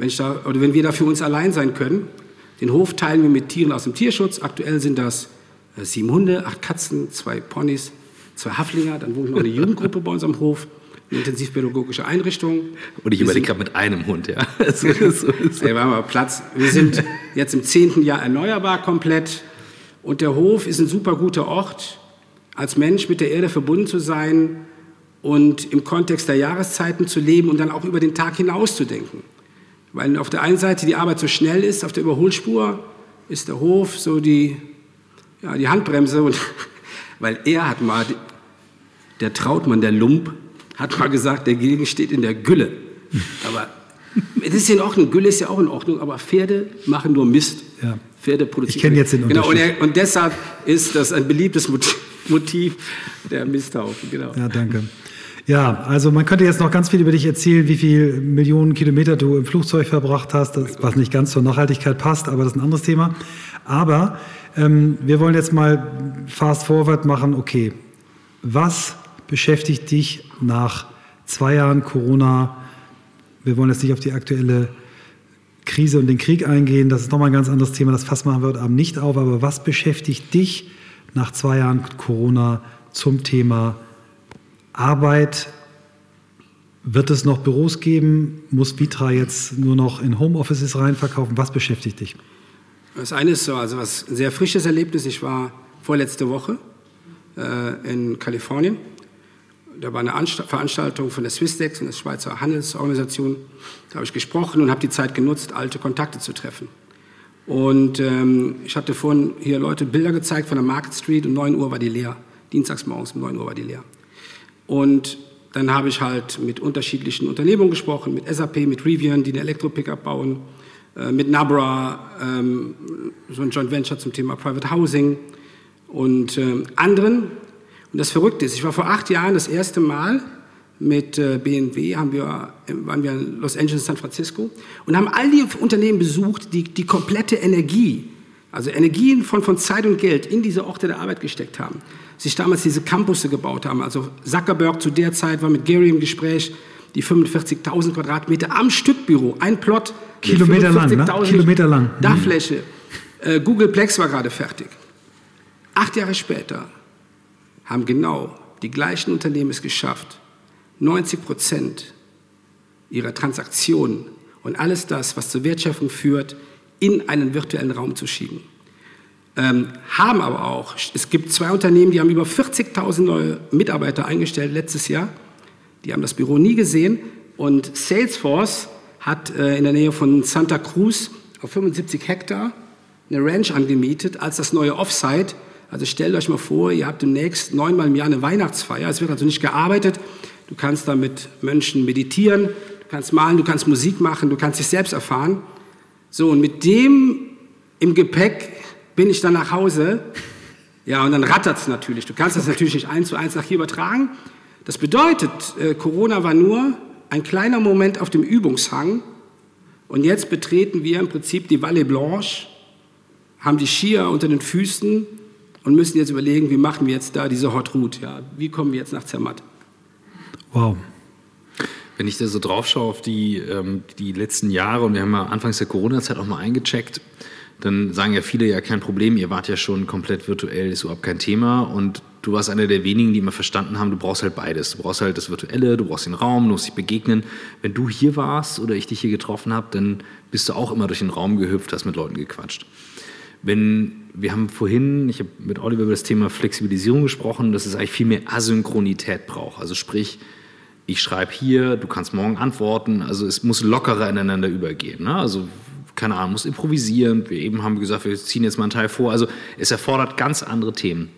da für uns allein sein können. Den Hof teilen wir mit Tieren aus dem Tierschutz. Aktuell sind das 7 Hunde, 8 Katzen, 2 Ponys, 2 Haflinger. Dann wohnt noch eine Jugendgruppe bei uns am Hof, eine intensivpädagogische Einrichtung. Und ich überlege gerade mit einem Hund, ja. So. Wir haben aber Platz. Wir sind jetzt im 10. Jahr erneuerbar komplett. Und der Hof ist ein super guter Ort, als Mensch mit der Erde verbunden zu sein und im Kontext der Jahreszeiten zu leben und dann auch über den Tag hinaus zu denken. Weil auf der einen Seite die Arbeit so schnell ist, auf der Überholspur ist der Hof so die Handbremse. Und weil er hat mal, der Trautmann, der Lump, hat mal gesagt, der Gegen steht in der Gülle. Aber es ist in Ordnung, Gülle ist ja auch in Ordnung, aber Pferde machen nur Mist. Ja. Pferde produzieren. Ich kenne jetzt den Unterschied. Genau, und deshalb ist das ein beliebtes Motiv der Misthaufen. Genau. Ja, danke. Ja, also man könnte jetzt noch ganz viel über dich erzählen, wie viele Millionen Kilometer du im Flugzeug verbracht hast, was nicht ganz zur Nachhaltigkeit passt, aber das ist ein anderes Thema. Aber wir wollen jetzt mal fast forward machen. Okay, was beschäftigt dich nach 2 Jahren Corona? Wir wollen jetzt nicht auf die aktuelle Krise und den Krieg eingehen, das ist nochmal ein ganz anderes Thema, das fassen wir heute Abend nicht auf, aber was beschäftigt dich nach 2 Jahren Corona zum Thema Arbeit? Wird es noch Büros geben? Muss Vitra jetzt nur noch in Homeoffices reinverkaufen? Was beschäftigt dich? Das eine ist so, also was ein sehr frisches Erlebnis. Ich war vorletzte Woche in Kalifornien. Da war eine Veranstaltung von der Swissdex und der Schweizer Handelsorganisation. Da habe ich gesprochen und habe die Zeit genutzt, alte Kontakte zu treffen. Und ich hatte vorhin hier Leute Bilder gezeigt von der Market Street. Um 9 Uhr war die leer. Dienstags morgens um 9 Uhr war die leer. Und dann habe ich halt mit unterschiedlichen Unternehmungen gesprochen, mit SAP, mit Rivian, die einen Elektro-Pickup bauen, mit Nabra, so ein Joint Venture zum Thema Private Housing und anderen. Und das Verrückte ist, ich war vor 8 Jahren das erste Mal mit BMW, waren wir in Los Angeles, San Francisco und haben all die Unternehmen besucht, die die komplette Energie, also Energien von Zeit und Geld in diese Orte der Arbeit gesteckt haben. Sich damals diese Campusse gebaut haben. Also Zuckerberg zu der Zeit war mit Gary im Gespräch, die 45.000 Quadratmeter am Stückbüro, ein Plot. Kilometer lang, ne? Kilometer lang. Dachfläche. Googleplex war gerade fertig. 8 Jahre später haben genau die gleichen Unternehmen es geschafft, 90% ihrer Transaktionen und alles das, was zur Wertschöpfung führt, in einen virtuellen Raum zu schieben. Haben aber auch, es gibt 2 Unternehmen, die haben über 40.000 neue Mitarbeiter eingestellt letztes Jahr. Die haben das Büro nie gesehen. Und Salesforce hat in der Nähe von Santa Cruz auf 75 Hektar eine Ranch angemietet als das neue Offsite. Also stellt euch mal vor, ihr habt demnächst 9-mal im Jahr eine Weihnachtsfeier. Es wird also nicht gearbeitet. Du kannst da mit Menschen meditieren, du kannst malen, du kannst Musik machen, du kannst dich selbst erfahren. So, und mit dem im Gepäck bin ich dann nach Hause. Ja, und dann rattert es natürlich. Du kannst das natürlich nicht 1:1 nach hier übertragen. Das bedeutet, Corona war nur ein kleiner Moment auf dem Übungshang. Und jetzt betreten wir im Prinzip die Vallée Blanche, haben die Skier unter den Füßen und müssen jetzt überlegen, wie machen wir jetzt da diese Hot Route? Ja, wie kommen wir jetzt nach Zermatt? Wow. Wenn ich da so drauf schaue auf die letzten Jahre, und wir haben ja anfangs der Corona-Zeit auch mal eingecheckt, dann sagen ja viele, ja kein Problem, ihr wart ja schon komplett virtuell, ist überhaupt kein Thema. Und du warst einer der wenigen, die immer verstanden haben, du brauchst halt beides. Du brauchst halt das Virtuelle, du brauchst den Raum, du musst dich begegnen. Wenn du hier warst oder ich dich hier getroffen habe, dann bist du auch immer durch den Raum gehüpft, hast mit Leuten gequatscht. Wir haben vorhin, ich habe mit Oliver über das Thema Flexibilisierung gesprochen, dass es eigentlich viel mehr Asynchronität braucht. Also sprich, ich schreibe hier, du kannst morgen antworten, also es muss lockerer ineinander übergehen. Ne? Also keine Ahnung, muss improvisieren. Wir eben haben gesagt, wir ziehen jetzt mal einen Teil vor. Also es erfordert ganz andere Themen.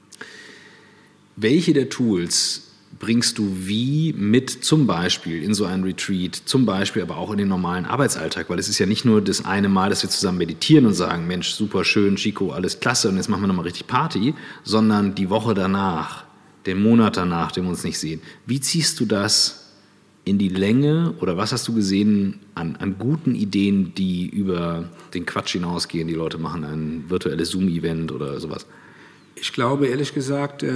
Welche der Tools bringst du wie mit zum Beispiel in so einen Retreat, zum Beispiel aber auch in den normalen Arbeitsalltag? Weil es ist ja nicht nur das eine Mal, dass wir zusammen meditieren und sagen, Mensch, super schön, Chico, alles klasse und jetzt machen wir nochmal richtig Party, sondern die Woche danach, den Monat danach, den wir uns nicht sehen. Wie ziehst du das in die Länge oder was hast du gesehen an guten Ideen, die über den Quatsch hinausgehen? Die Leute machen ein virtuelles Zoom-Event oder sowas. Ich glaube, ehrlich gesagt,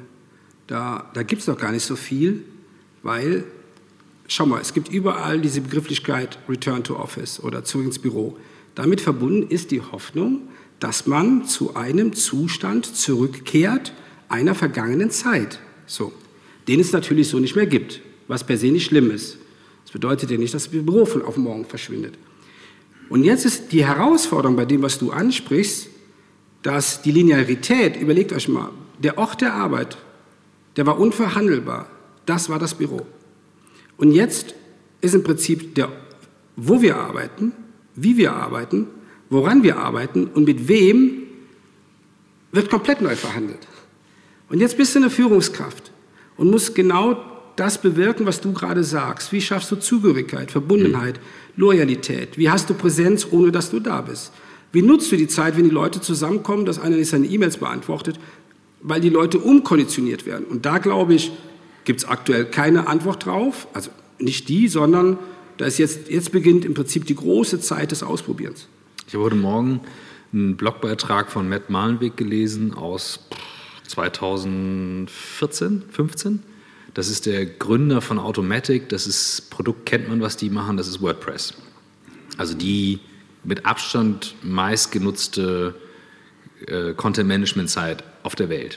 da gibt es noch gar nicht so viel, weil, schau mal, es gibt überall diese Begrifflichkeit Return to Office oder zurück ins Büro. Damit verbunden ist die Hoffnung, dass man zu einem Zustand zurückkehrt einer vergangenen Zeit, so, den es natürlich so nicht mehr gibt, was per se nicht schlimm ist. Das bedeutet ja nicht, dass das Büro von auf morgen verschwindet. Und jetzt ist die Herausforderung bei dem, was du ansprichst, dass die Linearität, überlegt euch mal, der Ort der Arbeit, der war unverhandelbar, das war das Büro. Und jetzt ist im Prinzip wo wir arbeiten, wie wir arbeiten, woran wir arbeiten und mit wem, wird komplett neu verhandelt. Und jetzt bist du eine Führungskraft und musst genau das bewirken, was du gerade sagst. Wie schaffst du Zugehörigkeit, Verbundenheit, Loyalität? Wie hast du Präsenz, ohne dass du da bist? Wie nutzt du die Zeit, wenn die Leute zusammenkommen, dass einer nicht seine E-Mails beantwortet, weil die Leute umkonditioniert werden? Und da, glaube ich, gibt es aktuell keine Antwort drauf, also nicht die, sondern da ist jetzt beginnt im Prinzip die große Zeit des Ausprobierens. Ich habe heute Morgen einen Blogbeitrag von Matt Malenweg gelesen aus 2014, 15. Das ist der Gründer von Automattic. Das ist Produkt, kennt man, was die machen, das ist WordPress. Also die mit Abstand meistgenutzte Content-Management-Site auf der Welt.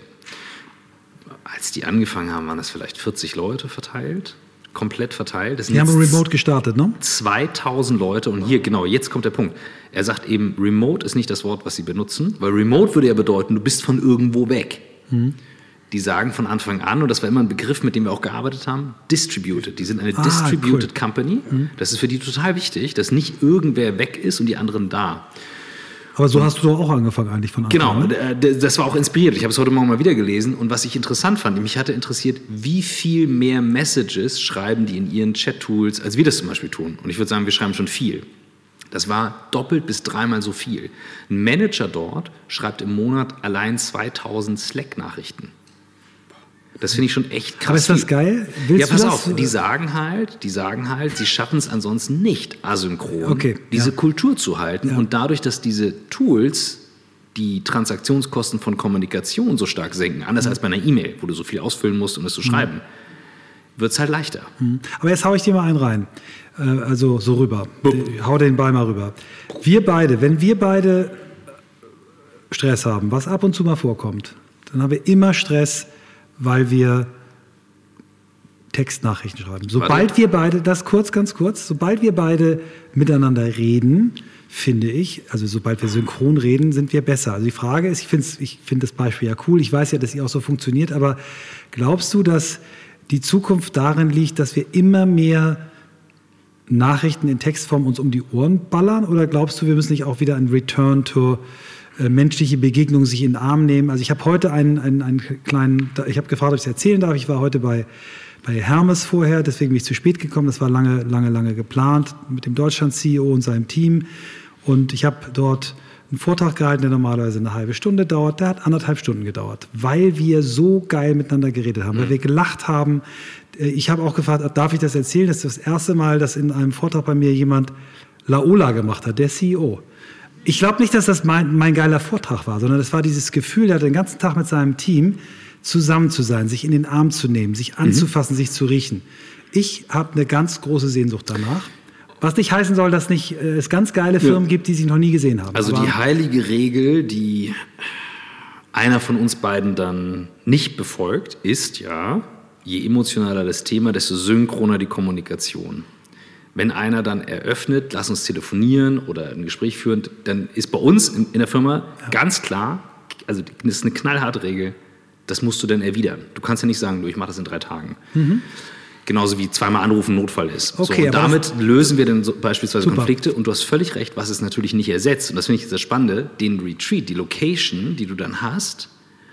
Als die angefangen haben, waren das vielleicht 40 Leute verteilt, komplett verteilt. Das die haben remote gestartet, ne? 2000 Leute und hier, genau, jetzt kommt der Punkt. Er sagt eben, remote ist nicht das Wort, was sie benutzen, weil remote würde ja bedeuten, du bist von irgendwo weg. Die sagen von Anfang an, und das war immer ein Begriff, mit dem wir auch gearbeitet haben, distributed. Die sind eine distributed cool. Company. Das ist für die total wichtig, dass nicht irgendwer weg ist und die anderen da. Aber so hast du doch auch angefangen eigentlich von Anfang an. Genau, das war auch inspiriert. Ich habe es heute Morgen mal wieder gelesen und was ich interessant fand, mich hatte interessiert, wie viel mehr Messages schreiben die in ihren Chat-Tools, als wir das zum Beispiel tun. Und ich würde sagen, wir schreiben schon viel. Das war doppelt bis dreimal so viel. Ein Manager dort schreibt im Monat allein 2000 Slack-Nachrichten. Das finde ich schon echt krass. Aber ist das geil? Ja, pass auf, die sagen halt, sie schaffen es ansonsten nicht, asynchron, diese Kultur zu halten. Ja. Und dadurch, dass diese Tools die Transaktionskosten von Kommunikation so stark senken, anders als bei einer E-Mail, wo du so viel ausfüllen musst, um es zu schreiben, wird es halt leichter. Aber jetzt hau ich dir mal einen rein. Also so rüber. Hau den Ball mal rüber. Wenn wir beide Stress haben, was ab und zu mal vorkommt, dann haben wir immer Stress, weil wir Textnachrichten schreiben. Sobald wir beide, sobald wir beide miteinander reden, finde ich, also sobald wir synchron reden, sind wir besser. Also die Frage ist, ich finde das Beispiel ja cool, ich weiß ja, dass ihr auch so funktioniert, aber glaubst du, dass die Zukunft darin liegt, dass wir immer mehr Nachrichten in Textform uns um die Ohren ballern, oder glaubst du, wir müssen nicht auch wieder ein Return to menschliche Begegnungen, sich in den Arm nehmen? Also ich habe heute einen kleinen, ich habe gefragt, ob ich es erzählen darf. Ich war heute bei Hermes vorher, deswegen bin ich zu spät gekommen. Das war lange geplant mit dem Deutschland-CEO und seinem Team. Und ich habe dort einen Vortrag gehalten, der normalerweise eine halbe Stunde dauert. Der hat 1,5 Stunden gedauert, weil wir so geil miteinander geredet haben, weil wir gelacht haben. Ich habe auch gefragt, darf ich das erzählen? Das ist das erste Mal, dass in einem Vortrag bei mir jemand Laola gemacht hat, der CEO. Ich glaube nicht, dass das mein geiler Vortrag war, sondern das war dieses Gefühl, er hat den ganzen Tag mit seinem Team zusammen zu sein, sich in den Arm zu nehmen, sich anzufassen, sich zu riechen. Ich habe eine ganz große Sehnsucht danach. Was nicht heißen soll, dass es ganz geile Firmen gibt, die sich noch nie gesehen haben. Also die heilige Regel, die einer von uns beiden dann nicht befolgt, ist ja, je emotionaler das Thema, desto synchroner die Kommunikation. Wenn einer dann eröffnet, lass uns telefonieren oder ein Gespräch führen, dann ist bei uns in der Firma ganz klar, also das ist eine knallharte Regel, das musst du dann erwidern. Du kannst ja nicht sagen, ich mache das in 3 Tagen. Genauso wie zweimal anrufen Notfall ist. Okay, so, und damit lösen wir dann beispielsweise Konflikte. Und du hast völlig recht, was es natürlich nicht ersetzt. Und das finde ich jetzt das Spannende, den Retreat, die Location, die du dann hast,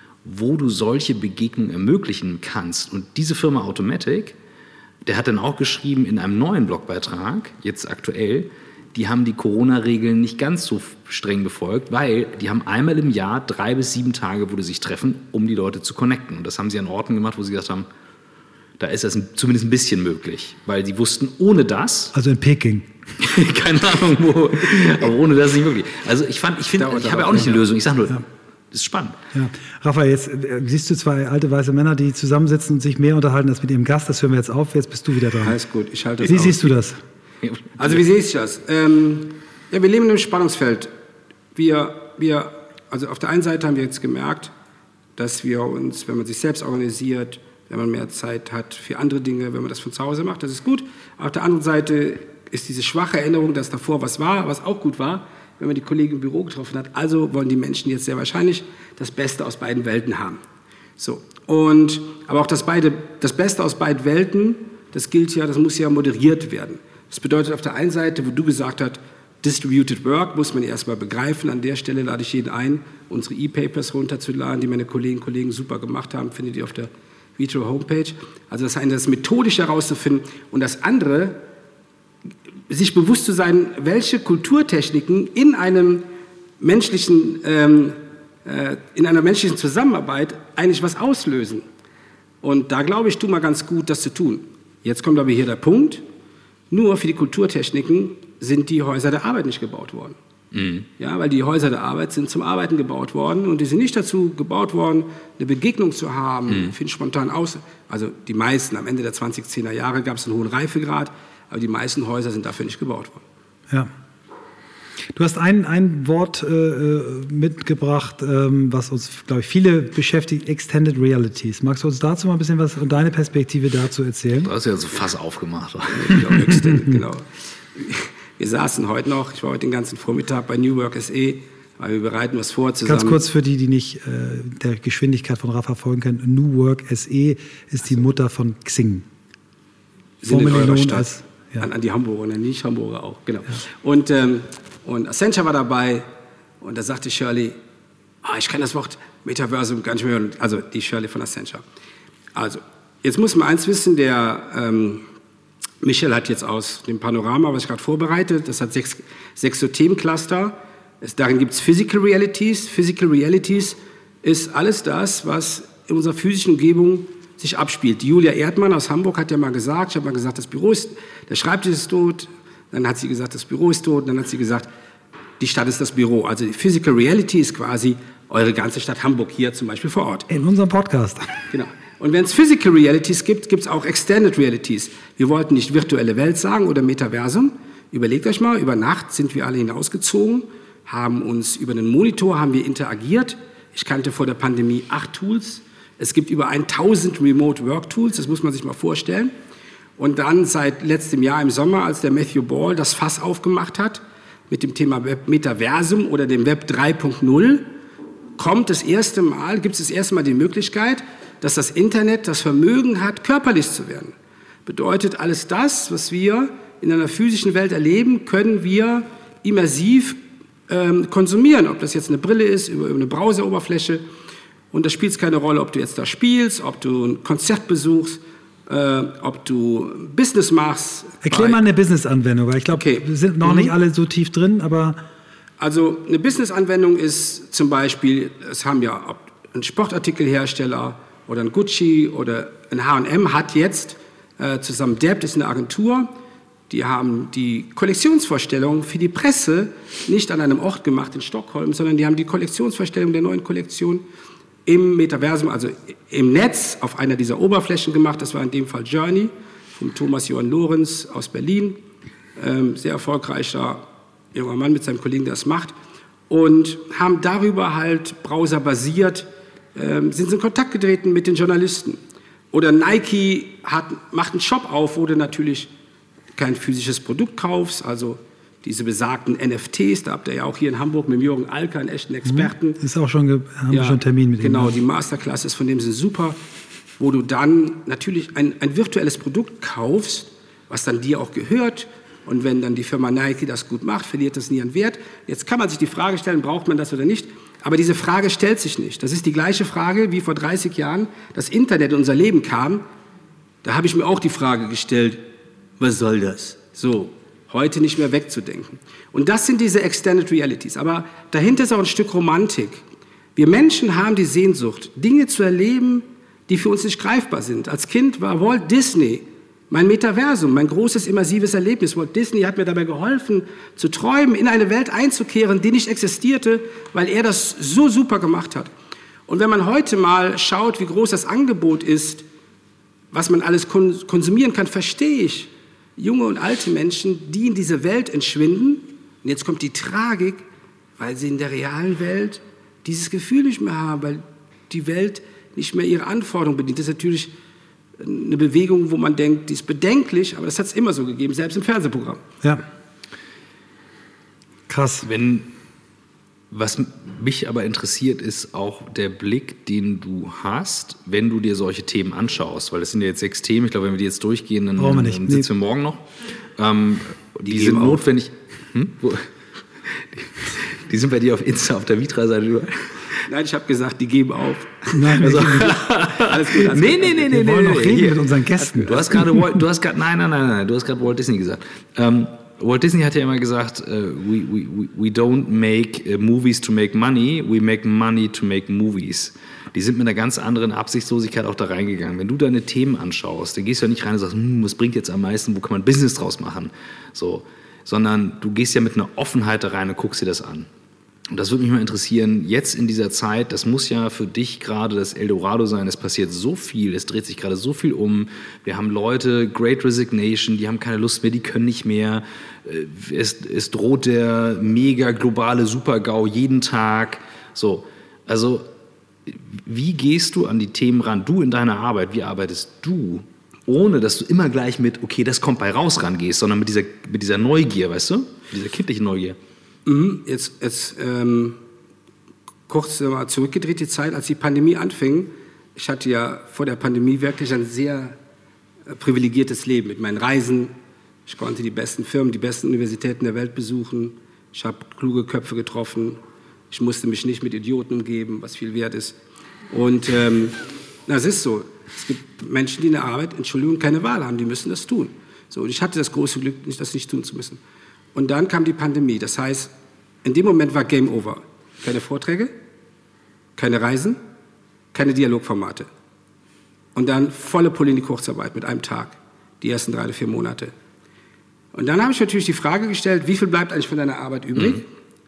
wo du solche Begegnungen ermöglichen kannst. Und diese Firma Automattic, der hat dann auch geschrieben in einem neuen Blogbeitrag, jetzt aktuell, die haben die Corona-Regeln nicht ganz so streng befolgt, weil die haben einmal im Jahr 3 bis 7 Tage, wo die sich treffen, um die Leute zu connecten. Und das haben sie an Orten gemacht, wo sie gesagt haben, da ist das zumindest ein bisschen möglich. Weil sie wussten, ohne das... Also in Peking. Keine Ahnung wo, aber ohne das ist nicht möglich. Also ich habe ja auch nicht eine Lösung. Ich sage nur... Ja. Das ist spannend. Ja. Raphael, jetzt siehst du 2 alte weiße Männer, die zusammensitzen und sich mehr unterhalten als mit ihrem Gast. Das hören wir jetzt auf. Jetzt bist du wieder dran. Alles gut, ich halte das Wie siehst du das? Also wie sehe ich das? Wir leben in einem Spannungsfeld. Wir also auf der einen Seite haben wir jetzt gemerkt, dass wir uns, wenn man sich selbst organisiert, wenn man mehr Zeit hat für andere Dinge, wenn man das von zu Hause macht, das ist gut. Auf der anderen Seite ist diese schwache Erinnerung, dass davor was war, was auch gut war, wenn man die Kollegen im Büro getroffen hat. Also wollen die Menschen jetzt sehr wahrscheinlich das Beste aus beiden Welten haben. So. Aber auch das Beste aus beiden Welten, das muss ja moderiert werden. Das bedeutet auf der einen Seite, wo du gesagt hast, Distributed Work muss man erstmal begreifen. An der Stelle lade ich jeden ein, unsere E-Papers runterzuladen, die meine Kolleginnen und Kollegen super gemacht haben, findet ihr auf der Vitro Homepage. Also das eine, das methodisch herauszufinden, und das andere, sich bewusst zu sein, welche Kulturtechniken in einer menschlichen Zusammenarbeit eigentlich was auslösen. Und da glaube ich, tut mal ganz gut, das zu tun. Jetzt kommt aber hier der Punkt, nur für die Kulturtechniken sind die Häuser der Arbeit nicht gebaut worden. Mhm. Ja, weil die Häuser der Arbeit sind zum Arbeiten gebaut worden und die sind nicht dazu gebaut worden, eine Begegnung zu haben, für einen spontanen Also die meisten, am Ende der 2010er Jahre gab es einen hohen Reifegrad, aber die meisten Häuser sind dafür nicht gebaut worden. Ja. Du hast ein Wort mitgebracht, was uns, glaube ich, viele beschäftigt, Extended Realities. Magst du uns dazu mal ein bisschen was und deine Perspektive dazu erzählen? Du hast ja so Fass aufgemacht. Genau. Wir saßen heute noch, ich war heute den ganzen Vormittag bei New Work SE, weil wir bereiten was vor zusammen. Ganz kurz für die nicht der Geschwindigkeit von Rafa folgen können. New Work SE ist die Mutter von Xing. Sind in eurer Stadt. An die Hamburger, nicht Hamburger auch, genau. Ja. Und Accenture war dabei und da sagte Shirley, ich kann das Wort Metaversum gar nicht mehr hören, also die Shirley von Accenture. Also, jetzt muss man eins wissen, der Michel hat jetzt aus dem Panorama, was ich gerade vorbereitet, das hat sechs so Themencluster. Darin gibt es Physical Realities. Physical Realities ist alles das, was in unserer physischen Umgebung sich abspielt. Die Julia Erdmann aus Hamburg hat ja mal gesagt, ich habe mal gesagt, der Schreibtisch ist tot, dann hat sie gesagt, das Büro ist tot, dann hat sie gesagt, die Stadt ist das Büro. Also die Physical Reality ist quasi eure ganze Stadt Hamburg hier zum Beispiel vor Ort. In unserem Podcast. Genau. Und wenn es Physical Realities gibt, gibt es auch Extended Realities. Wir wollten nicht virtuelle Welt sagen oder Metaversum. Überlegt euch mal, über Nacht sind wir alle hinausgezogen, haben uns über einen Monitor haben wir interagiert. Ich kannte vor der Pandemie 8 Tools. Es gibt über 1000 Remote Work Tools, das muss man sich mal vorstellen. Und dann seit letztem Jahr im Sommer, als der Matthew Ball das Fass aufgemacht hat, mit dem Thema Metaversum oder dem Web 3.0, gibt es das erste Mal die Möglichkeit, dass das Internet das Vermögen hat, körperlich zu werden. Bedeutet, alles das, was wir in einer physischen Welt erleben, können wir immersiv konsumieren. Ob das jetzt eine Brille ist, über eine Browseroberfläche. Und da spielt es keine Rolle, ob du jetzt da spielst, ob du ein Konzert besuchst, ob du Business machst. Erklär mal eine Business-Anwendung, weil ich glaube, wir sind noch nicht alle so tief drin, aber... Also eine Business-Anwendung ist zum Beispiel, es haben ja ein Sportartikelhersteller oder ein Gucci oder ein H&M hat jetzt zusammen, Debt ist eine Agentur, die haben die Kollektionsvorstellung für die Presse nicht an einem Ort gemacht in Stockholm, sondern die haben die Kollektionsvorstellung der neuen Kollektion im Metaversum, also im Netz, auf einer dieser Oberflächen gemacht. Das war in dem Fall Journey von Thomas Johann Lorenz aus Berlin. Sehr erfolgreicher junger Mann mit seinem Kollegen, der das macht. Und haben darüber halt browserbasiert, sind sie in Kontakt getreten mit den Journalisten. Oder Nike macht einen Shop auf, wo du natürlich kein physisches Produkt kaufst, also diese besagten NFTs, da habt ihr ja auch hier in Hamburg mit Jürgen Alker einen echten Experten. Ist auch schon, haben wir schon einen Termin mit ihm. Genau, die Masterclasses von dem sind super, wo du dann natürlich ein virtuelles Produkt kaufst, was dann dir auch gehört. Und wenn dann die Firma Nike das gut macht, verliert das nie an Wert. Jetzt kann man sich die Frage stellen, braucht man das oder nicht? Aber diese Frage stellt sich nicht. Das ist die gleiche Frage, wie vor 30 Jahren das Internet in unser Leben kam. Da habe ich mir auch die Frage gestellt, was soll das? So. Heute nicht mehr wegzudenken. Und das sind diese Extended Realities. Aber dahinter ist auch ein Stück Romantik. Wir Menschen haben die Sehnsucht, Dinge zu erleben, die für uns nicht greifbar sind. Als Kind war Walt Disney mein Metaversum, mein großes immersives Erlebnis. Walt Disney hat mir dabei geholfen, zu träumen, in eine Welt einzukehren, die nicht existierte, weil er das so super gemacht hat. Und wenn man heute mal schaut, wie groß das Angebot ist, was man alles konsumieren kann, verstehe ich junge und alte Menschen, die in diese Welt entschwinden. Und jetzt kommt die Tragik, weil sie in der realen Welt dieses Gefühl nicht mehr haben, weil die Welt nicht mehr ihre Anforderungen bedient. Das ist natürlich eine Bewegung, wo man denkt, die ist bedenklich, aber das hat es immer so gegeben, selbst im Fernsehprogramm. Ja. Krass. Was mich aber interessiert, ist auch der Blick, den du hast, wenn du dir solche Themen anschaust. Weil das sind ja jetzt 6 Themen. Ich glaube, wenn wir die jetzt durchgehen, dann sitzen wir morgen noch. Die sind notwendig. Die sind bei dir auf Insta, auf der Vitra-Seite. Nein, ich habe gesagt, die geben auf. Nein, Also, Alles gut. nee. wir wollen noch reden mit unseren Gästen. Du hast gerade Walt Disney gesagt. Walt Disney hat ja immer gesagt, we don't make movies to make money, we make money to make movies. Die sind mit einer ganz anderen Absichtslosigkeit auch da reingegangen. Wenn du deine Themen anschaust, dann gehst du ja nicht rein und sagst, was bringt jetzt am meisten, wo kann man Business draus machen? So, sondern du gehst ja mit einer Offenheit da rein und guckst dir das an. Und das würde mich mal interessieren, jetzt in dieser Zeit, das muss ja für dich gerade das Eldorado sein, es passiert so viel, es dreht sich gerade so viel um, wir haben Leute, Great Resignation, die haben keine Lust mehr, die können nicht mehr, es droht der mega globale Super-GAU jeden Tag, so, also wie gehst du an die Themen ran, du in deiner Arbeit, wie arbeitest du, ohne dass du immer gleich mit, okay, das kommt bei raus rangehst, sondern mit dieser Neugier, weißt du, mit dieser kindlichen Neugier. Jetzt kurz mal zurückgedreht die Zeit, als die Pandemie anfing. Ich hatte ja vor der Pandemie wirklich ein sehr privilegiertes Leben mit meinen Reisen. Ich konnte die besten Firmen, die besten Universitäten der Welt besuchen. Ich habe kluge Köpfe getroffen. Ich musste mich nicht mit Idioten umgeben, was viel wert ist. Und das ist so. Es gibt Menschen, die in der Arbeit, Entschuldigung, keine Wahl haben. Die müssen das tun. So, und ich hatte das große Glück, das nicht tun zu müssen. Und dann kam die Pandemie. Das heißt, in dem Moment war Game Over. Keine Vorträge, keine Reisen, keine Dialogformate. Und dann volle Pulle in die Kurzarbeit mit einem Tag, die ersten 3 oder 4 Monate. Und dann habe ich natürlich die Frage gestellt, wie viel bleibt eigentlich von deiner Arbeit übrig?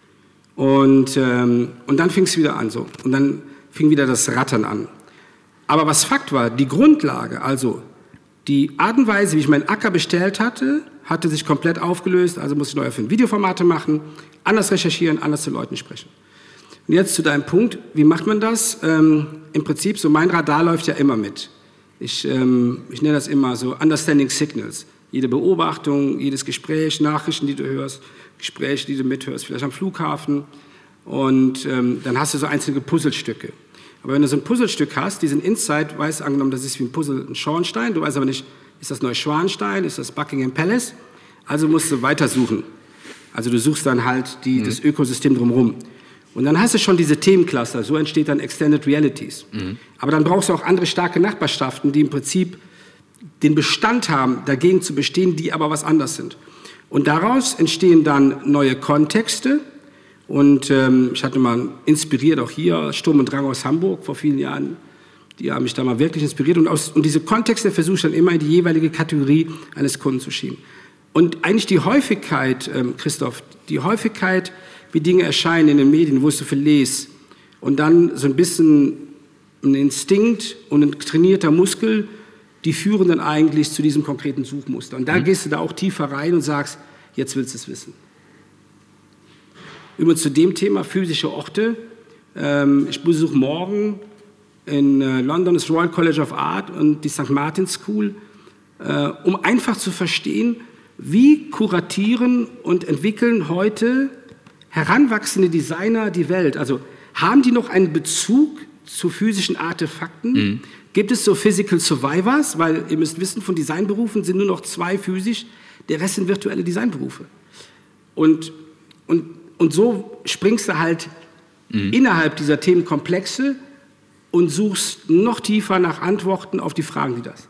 Und dann fing es wieder an so. Und dann fing wieder das Rattern an. Aber was Fakt war, die Grundlage, also die Art und Weise, wie ich meinen Acker bestellt hatte sich komplett aufgelöst, also musste ich neu für Videoformate machen, anders recherchieren, anders zu Leuten sprechen. Und jetzt zu deinem Punkt, wie macht man das? Im Prinzip, so mein Radar läuft ja immer mit. Ich nenne das immer so Understanding Signals. Jede Beobachtung, jedes Gespräch, Nachrichten, die du hörst, Gespräche, die du mithörst, vielleicht am Flughafen. Und dann hast du so einzelne Puzzlestücke. Aber wenn du so ein Puzzlestück hast, diesen Insight, weißt du angenommen, das ist wie ein Puzzle, ein Schornstein, du weißt aber nicht, ist das Neuschwanstein, ist das Buckingham Palace? Also musst du weitersuchen. Also du suchst dann halt das Ökosystem drumherum. Und dann hast du schon diese Themencluster, so entsteht dann Extended Realities. Aber dann brauchst du auch andere starke Nachbarschaften, die im Prinzip den Bestand haben, dagegen zu bestehen, die aber was anders sind. Und daraus entstehen dann neue Kontexte. Und ich hatte mal inspiriert, auch hier, Sturm und Drang aus Hamburg vor vielen Jahren. Die haben mich da mal wirklich inspiriert. Und diese Kontexte versuche ich dann immer in die jeweilige Kategorie eines Kunden zu schieben. Und eigentlich die Häufigkeit, Christoph, die Häufigkeit, wie Dinge erscheinen in den Medien, wo ich so viel lese, und dann so ein bisschen ein Instinkt und ein trainierter Muskel, die führen dann eigentlich zu diesem konkreten Suchmuster. Und da gehst du da auch tiefer rein und sagst, jetzt willst du es wissen. Übrigens zu dem Thema physische Orte. Ich besuche morgen in London das Royal College of Art und die St. Martin's School, um einfach zu verstehen, wie kuratieren und entwickeln heute heranwachsende Designer die Welt. Also haben die noch einen Bezug zu physischen Artefakten? Gibt es so Physical Survivors? Weil ihr müsst wissen, von Designberufen sind nur noch 2 physisch, der Rest sind virtuelle Designberufe. Und so springst du halt innerhalb dieser Themenkomplexe und suchst noch tiefer nach Antworten auf die Fragen, die das.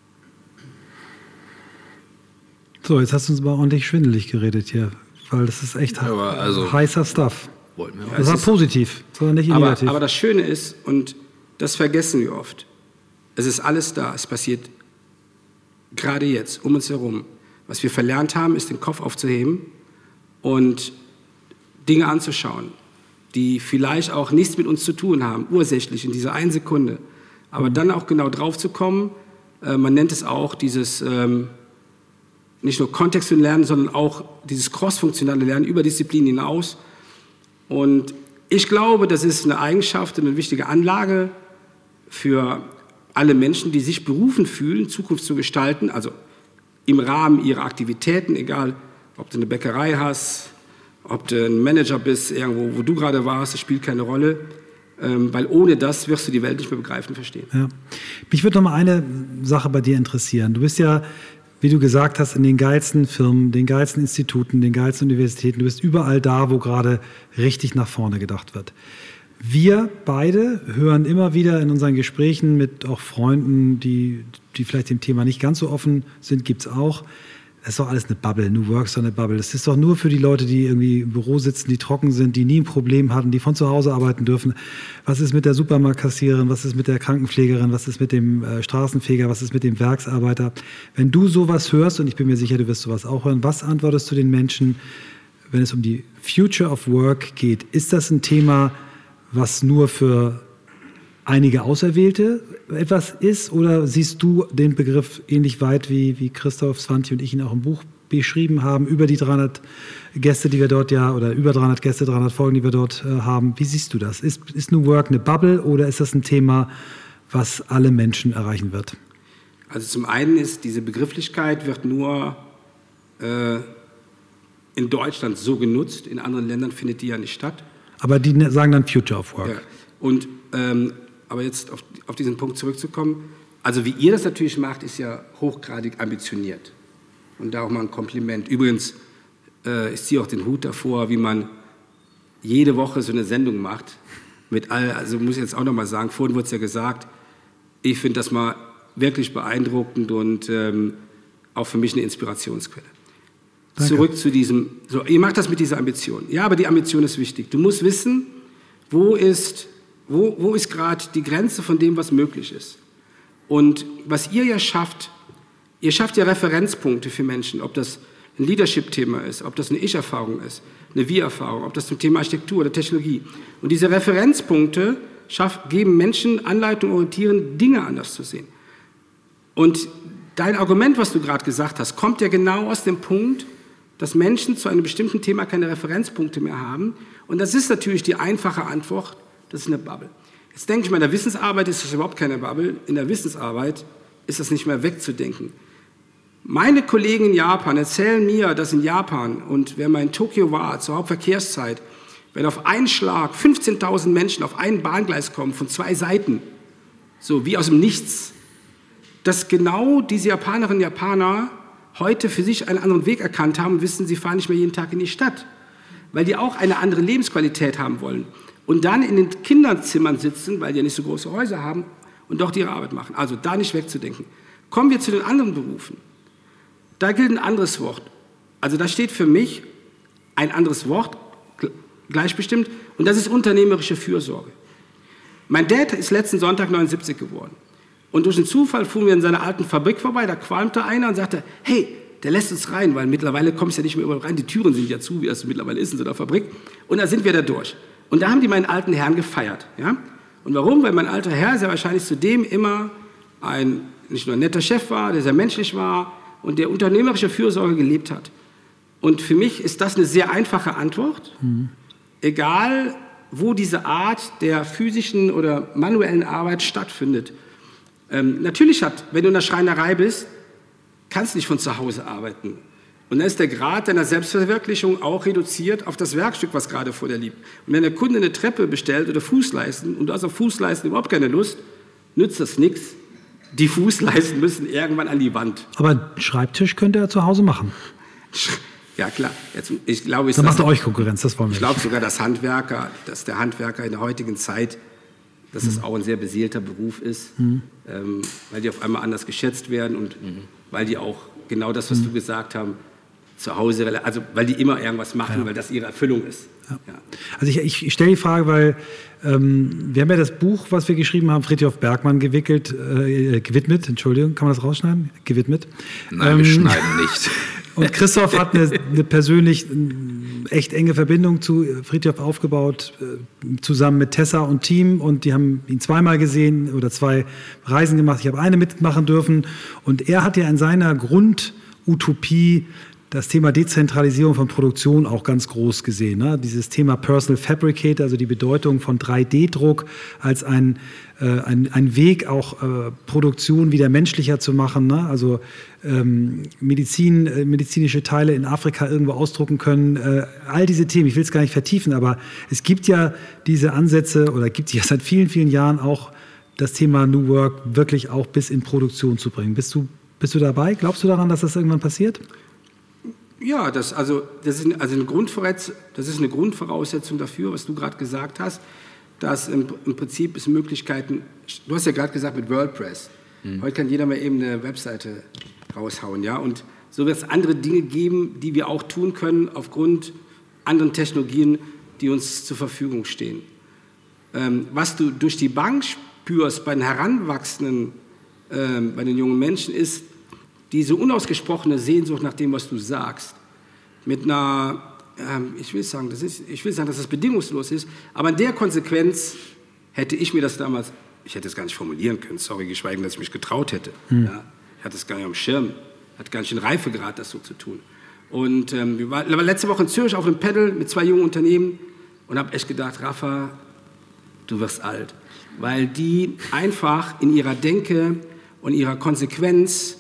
So, jetzt hast du uns aber ordentlich schwindelig geredet hier, weil das ist echt heißer Stuff. Das war positiv, sondern nicht negativ. Aber das Schöne ist, und das vergessen wir oft, es ist alles da, es passiert gerade jetzt, um uns herum. Was wir verlernt haben, ist den Kopf aufzuheben und Dinge anzuschauen, die vielleicht auch nichts mit uns zu tun haben, ursächlich in dieser 1 Sekunde. Aber dann auch genau drauf zu kommen, man nennt es auch dieses nicht nur kontextuelle Lernen, sondern auch dieses crossfunktionale Lernen über Disziplinen hinaus. Und Ich glaube, das ist eine Eigenschaft und eine wichtige Anlage für alle Menschen, die sich berufen fühlen, Zukunft zu gestalten, also im Rahmen ihrer Aktivitäten, egal ob du eine Bäckerei hast, ob du ein Manager bist, irgendwo, wo du gerade warst, das spielt keine Rolle, weil ohne das wirst du die Welt nicht mehr begreifen und verstehen. Ja. Mich würde noch mal eine Sache bei dir interessieren. Du bist ja, wie du gesagt hast, in den geilsten Firmen, den geilsten Instituten, den geilsten Universitäten. Du bist überall da, wo gerade richtig nach vorne gedacht wird. Wir beide hören immer wieder in unseren Gesprächen mit auch Freunden, die vielleicht dem Thema nicht ganz so offen sind, gibt es auch. Das ist doch alles eine Bubble. New Work ist doch eine Bubble. Das ist doch nur für die Leute, die irgendwie im Büro sitzen, die trocken sind, die nie ein Problem hatten, die von zu Hause arbeiten dürfen. Was ist mit der Supermarktkassiererin? Was ist mit der Krankenpflegerin? Was ist mit dem Straßenfeger? Was ist mit dem Werksarbeiter? Wenn du sowas hörst, und ich bin mir sicher, du wirst sowas auch hören, was antwortest du den Menschen, wenn es um die Future of Work geht? Ist das ein Thema, was nur für einige Auserwählte etwas ist, oder siehst du den Begriff ähnlich weit wie Christoph, Svante und ich ihn auch im Buch beschrieben haben, über die 300 Gäste, die wir dort oder über 300 Gäste, 300 Folgen, die wir dort haben? Wie siehst du das? Ist New Work eine Bubble oder ist das ein Thema, was alle Menschen erreichen wird? Also zum einen ist diese Begrifflichkeit wird nur in Deutschland so genutzt, in anderen Ländern findet die ja nicht statt. Aber die sagen dann Future of Work. Ja. Und aber jetzt auf diesen Punkt zurückzukommen, also wie ihr das natürlich macht, ist ja hochgradig ambitioniert. Und da auch mal ein Kompliment. Übrigens, ich ziehe auch den Hut davor, wie man jede Woche so eine Sendung macht. Also muss ich jetzt auch nochmal sagen, vorhin wurde es ja gesagt, ich finde das mal wirklich beeindruckend und auch für mich eine Inspirationsquelle. Danke. Zurück zu diesem, ihr macht das mit dieser Ambition. Ja, aber die Ambition ist wichtig. Du musst wissen, wo ist gerade die Grenze von dem, was möglich ist. Und was ihr schafft ja Referenzpunkte für Menschen, ob das ein Leadership-Thema ist, ob das eine Ich-Erfahrung ist, eine Wir-Erfahrung, ob das zum Thema Architektur oder Technologie. Und diese Referenzpunkte geben Menschen Anleitung, orientieren, Dinge anders zu sehen. Und dein Argument, was du gerade gesagt hast, kommt ja genau aus dem Punkt, dass Menschen zu einem bestimmten Thema keine Referenzpunkte mehr haben. Und das ist natürlich die einfache Antwort, das ist eine Bubble. Jetzt denke ich mal, in der Wissensarbeit ist das überhaupt keine Bubble. In der Wissensarbeit ist das nicht mehr wegzudenken. Meine Kollegen in Japan erzählen mir, dass in Japan, und wer mal in Tokio war, zur Hauptverkehrszeit, wenn auf einen Schlag 15.000 Menschen auf ein Bahngleis kommen, von 2 Seiten, so wie aus dem Nichts, dass genau diese Japanerinnen und Japaner heute für sich einen anderen Weg erkannt haben und wissen, sie fahren nicht mehr jeden Tag in die Stadt, weil die auch eine andere Lebensqualität haben wollen. Und dann in den Kinderzimmern sitzen, weil die ja nicht so große Häuser haben und dort ihre Arbeit machen. Also da nicht wegzudenken. Kommen wir zu den anderen Berufen. Da gilt ein anderes Wort. Also da steht für mich ein anderes Wort, gleichbestimmt, und das ist unternehmerische Fürsorge. Mein Dad ist letzten Sonntag 79 geworden. Und durch einen Zufall fuhren wir in seiner alten Fabrik vorbei, da qualmte einer und sagte, hey, der lässt uns rein, weil mittlerweile kommst du ja nicht mehr überall rein, die Türen sind ja zu, wie das mittlerweile ist in so einer Fabrik. Und da sind wir da durch. Und da haben die meinen alten Herrn gefeiert. Ja? Und warum? Weil mein alter Herr sehr wahrscheinlich zudem immer nicht nur ein netter Chef war, der sehr menschlich war und der unternehmerische Fürsorge gelebt hat. Und für mich ist das eine sehr einfache Antwort. Egal, wo diese Art der physischen oder manuellen Arbeit stattfindet. Natürlich wenn du in der Schreinerei bist, kannst du nicht von zu Hause arbeiten. Und dann ist der Grad deiner Selbstverwirklichung auch reduziert auf das Werkstück, was gerade vor dir liegt. Und wenn der Kunde eine Treppe bestellt oder Fußleisten und du hast auf Fußleisten überhaupt keine Lust, nützt das nichts. Die Fußleisten müssen irgendwann an die Wand. Aber einen Schreibtisch könnte er zu Hause machen. Ja, klar. Ich glaube, dann macht er euch Konkurrenz, das wollen wir. Ich glaube sogar, dass der Handwerker in der heutigen Zeit, dass es auch ein sehr beseelter Beruf ist, weil die auf einmal anders geschätzt werden und weil die auch genau das, was du gesagt hast, zu Hause, also weil die immer irgendwas machen, weil das ihre Erfüllung ist. Ja. Ja. Also ich stelle die Frage, weil wir haben ja das Buch, was wir geschrieben haben, Fridtjof Bergmann gewidmet, Entschuldigung, kann man das rausschneiden? Gewidmet. Nein, wir schneiden nicht. Und Christoph hat eine persönlich echt enge Verbindung zu Fridtjof aufgebaut, zusammen mit Tessa und Team. Und die haben ihn 2-mal gesehen oder 2 Reisen gemacht. Ich habe eine mitmachen dürfen. Und er hat ja in seiner Grundutopie das Thema Dezentralisierung von Produktion auch ganz groß gesehen. Ne? Dieses Thema Personal Fabricator, also die Bedeutung von 3D-Druck als ein Weg, auch Produktion wieder menschlicher zu machen. Ne? Also medizinische Teile in Afrika irgendwo ausdrucken können. All diese Themen, ich will es gar nicht vertiefen, aber es gibt ja diese Ansätze oder gibt es ja seit vielen, vielen Jahren auch das Thema New Work wirklich auch bis in Produktion zu bringen. Bist du dabei? Glaubst du daran, dass das irgendwann passiert? Ja, das ist eine Grundvoraussetzung dafür, was du gerade gesagt hast, dass im Prinzip es Möglichkeiten, du hast ja gerade gesagt mit WordPress, heute kann jeder mal eben eine Webseite raushauen, ja, und so wird es andere Dinge geben, die wir auch tun können aufgrund anderen Technologien, die uns zur Verfügung stehen. Was du durch die Bank spürst bei den Heranwachsenden, bei den jungen Menschen, ist diese unausgesprochene Sehnsucht nach dem, was du sagst, mit einer, ich will sagen, dass das bedingungslos ist, aber in der Konsequenz hätte ich mir das damals, ich hätte es gar nicht formulieren können, sorry, geschweige, dass ich mich getraut hätte. Ja, ich hatte es gar nicht am Schirm, hatte gar nicht den Reifegrad, das so zu tun. Und wir waren letzte Woche in Zürich auf einem Panel mit 2 jungen Unternehmen und habe echt gedacht, Rafa, du wirst alt. Weil die einfach in ihrer Denke und ihrer Konsequenz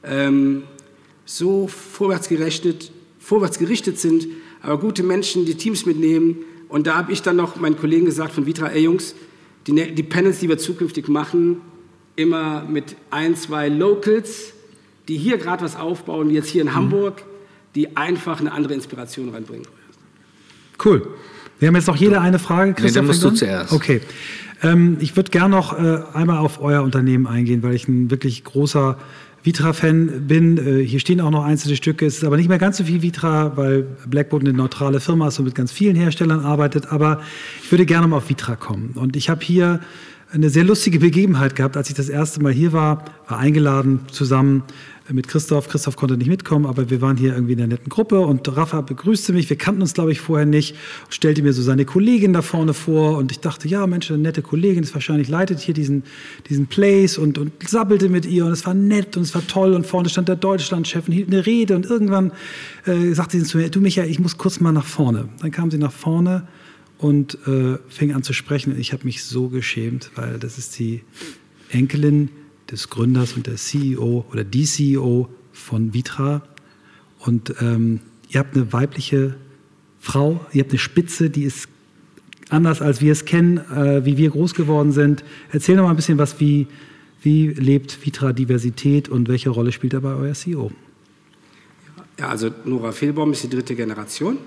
so vorwärts gerichtet sind, aber gute Menschen, die Teams mitnehmen. Und da habe ich dann noch meinen Kollegen gesagt von Vitra, ey Jungs, die Panels, die wir zukünftig machen, immer mit 1, 2 Locals, die hier gerade was aufbauen, wie jetzt hier in Hamburg, die einfach eine andere Inspiration reinbringen. Cool. Wir haben jetzt noch jeder eine Frage. Nee, dann musst du zuerst. Okay. Ich würde gerne noch einmal auf euer Unternehmen eingehen, weil ich ein wirklich großer Vitra-Fan bin. Hier stehen auch noch einzelne Stücke. Es ist aber nicht mehr ganz so viel Vitra, weil Blackboard eine neutrale Firma ist und mit ganz vielen Herstellern arbeitet. Aber ich würde gerne mal auf Vitra kommen. Und ich habe hier eine sehr lustige Begebenheit gehabt, als ich das erste Mal hier war eingeladen zusammen mit Christoph. Christoph konnte nicht mitkommen, aber wir waren hier irgendwie in einer netten Gruppe und Rafa begrüßte mich. Wir kannten uns, glaube ich, vorher nicht. Stellte mir so seine Kollegin da vorne vor und ich dachte, ja, Mensch, eine nette Kollegin ist wahrscheinlich, leitet hier diesen Place und sabbelte mit ihr und es war nett und es war toll und vorne stand der Deutschlandchef und hielt eine Rede und irgendwann sagte sie zu mir, du Michael, ich muss kurz mal nach vorne. Dann kam sie nach vorne und fing an zu sprechen und ich habe mich so geschämt, weil das ist die Enkelin des Gründers und der CEO oder die CEO von Vitra. Und ihr habt eine weibliche Frau, ihr habt eine Spitze, die ist anders, als wir es kennen, wie wir groß geworden sind. Erzähl noch mal ein bisschen was, wie lebt Vitra Diversität und welche Rolle spielt dabei euer CEO? Ja, also Nora Fehlbaum ist die 3. Generation.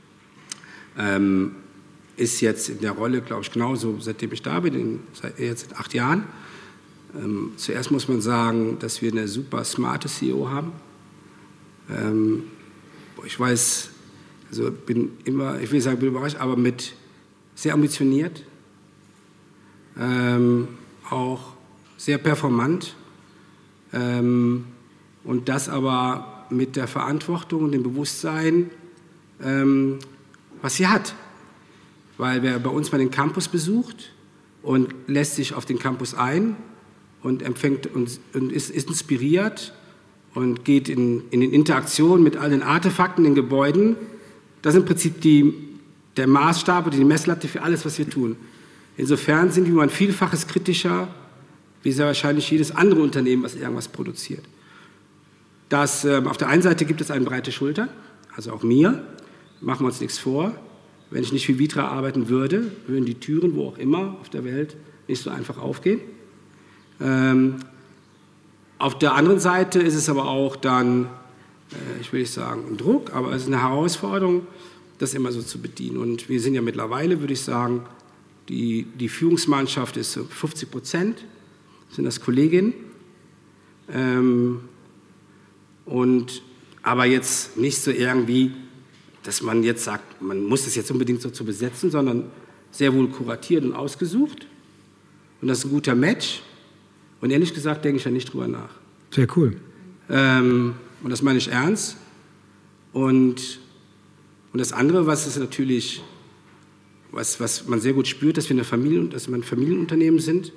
Ist jetzt in der Rolle, glaube ich, genauso, seitdem ich da bin, jetzt seit 8 Jahren. Zuerst muss man sagen, dass wir eine super smarte CEO haben. Ich weiß, also bin überrascht, aber mit sehr ambitioniert, auch sehr performant und das aber mit der Verantwortung und dem Bewusstsein, was sie hat. Weil wer bei uns mal den Campus besucht und lässt sich auf den Campus ein, und empfängt und ist inspiriert und geht in Interaktion mit all den Artefakten, den Gebäuden. Das ist im Prinzip der Maßstab oder die Messlatte für alles, was wir tun. Insofern sind wir um ein Vielfaches kritischer, wie sehr wahrscheinlich jedes andere Unternehmen, was irgendwas produziert. Auf der einen Seite gibt es eine breite Schulter, also auch mir, machen wir uns nichts vor. Wenn ich nicht für Vitra arbeiten würde, würden die Türen, wo auch immer auf der Welt, nicht so einfach aufgehen. Auf der anderen Seite ist es aber auch dann, ich will nicht sagen ein Druck, aber es ist eine Herausforderung, das immer so zu bedienen. Und wir sind ja mittlerweile, würde ich sagen, die Führungsmannschaft ist so 50%, sind das Kolleginnen. Aber jetzt nicht so irgendwie, dass man jetzt sagt, man muss das jetzt unbedingt so zu besetzen, sondern sehr wohl kuratiert und ausgesucht. Und das ist ein guter Match. Und ehrlich gesagt denke ich ja nicht drüber nach. Sehr cool. Und das meine ich ernst. Und das andere, was ist natürlich, was man sehr gut spürt, dass wir ein Familienunternehmen sind.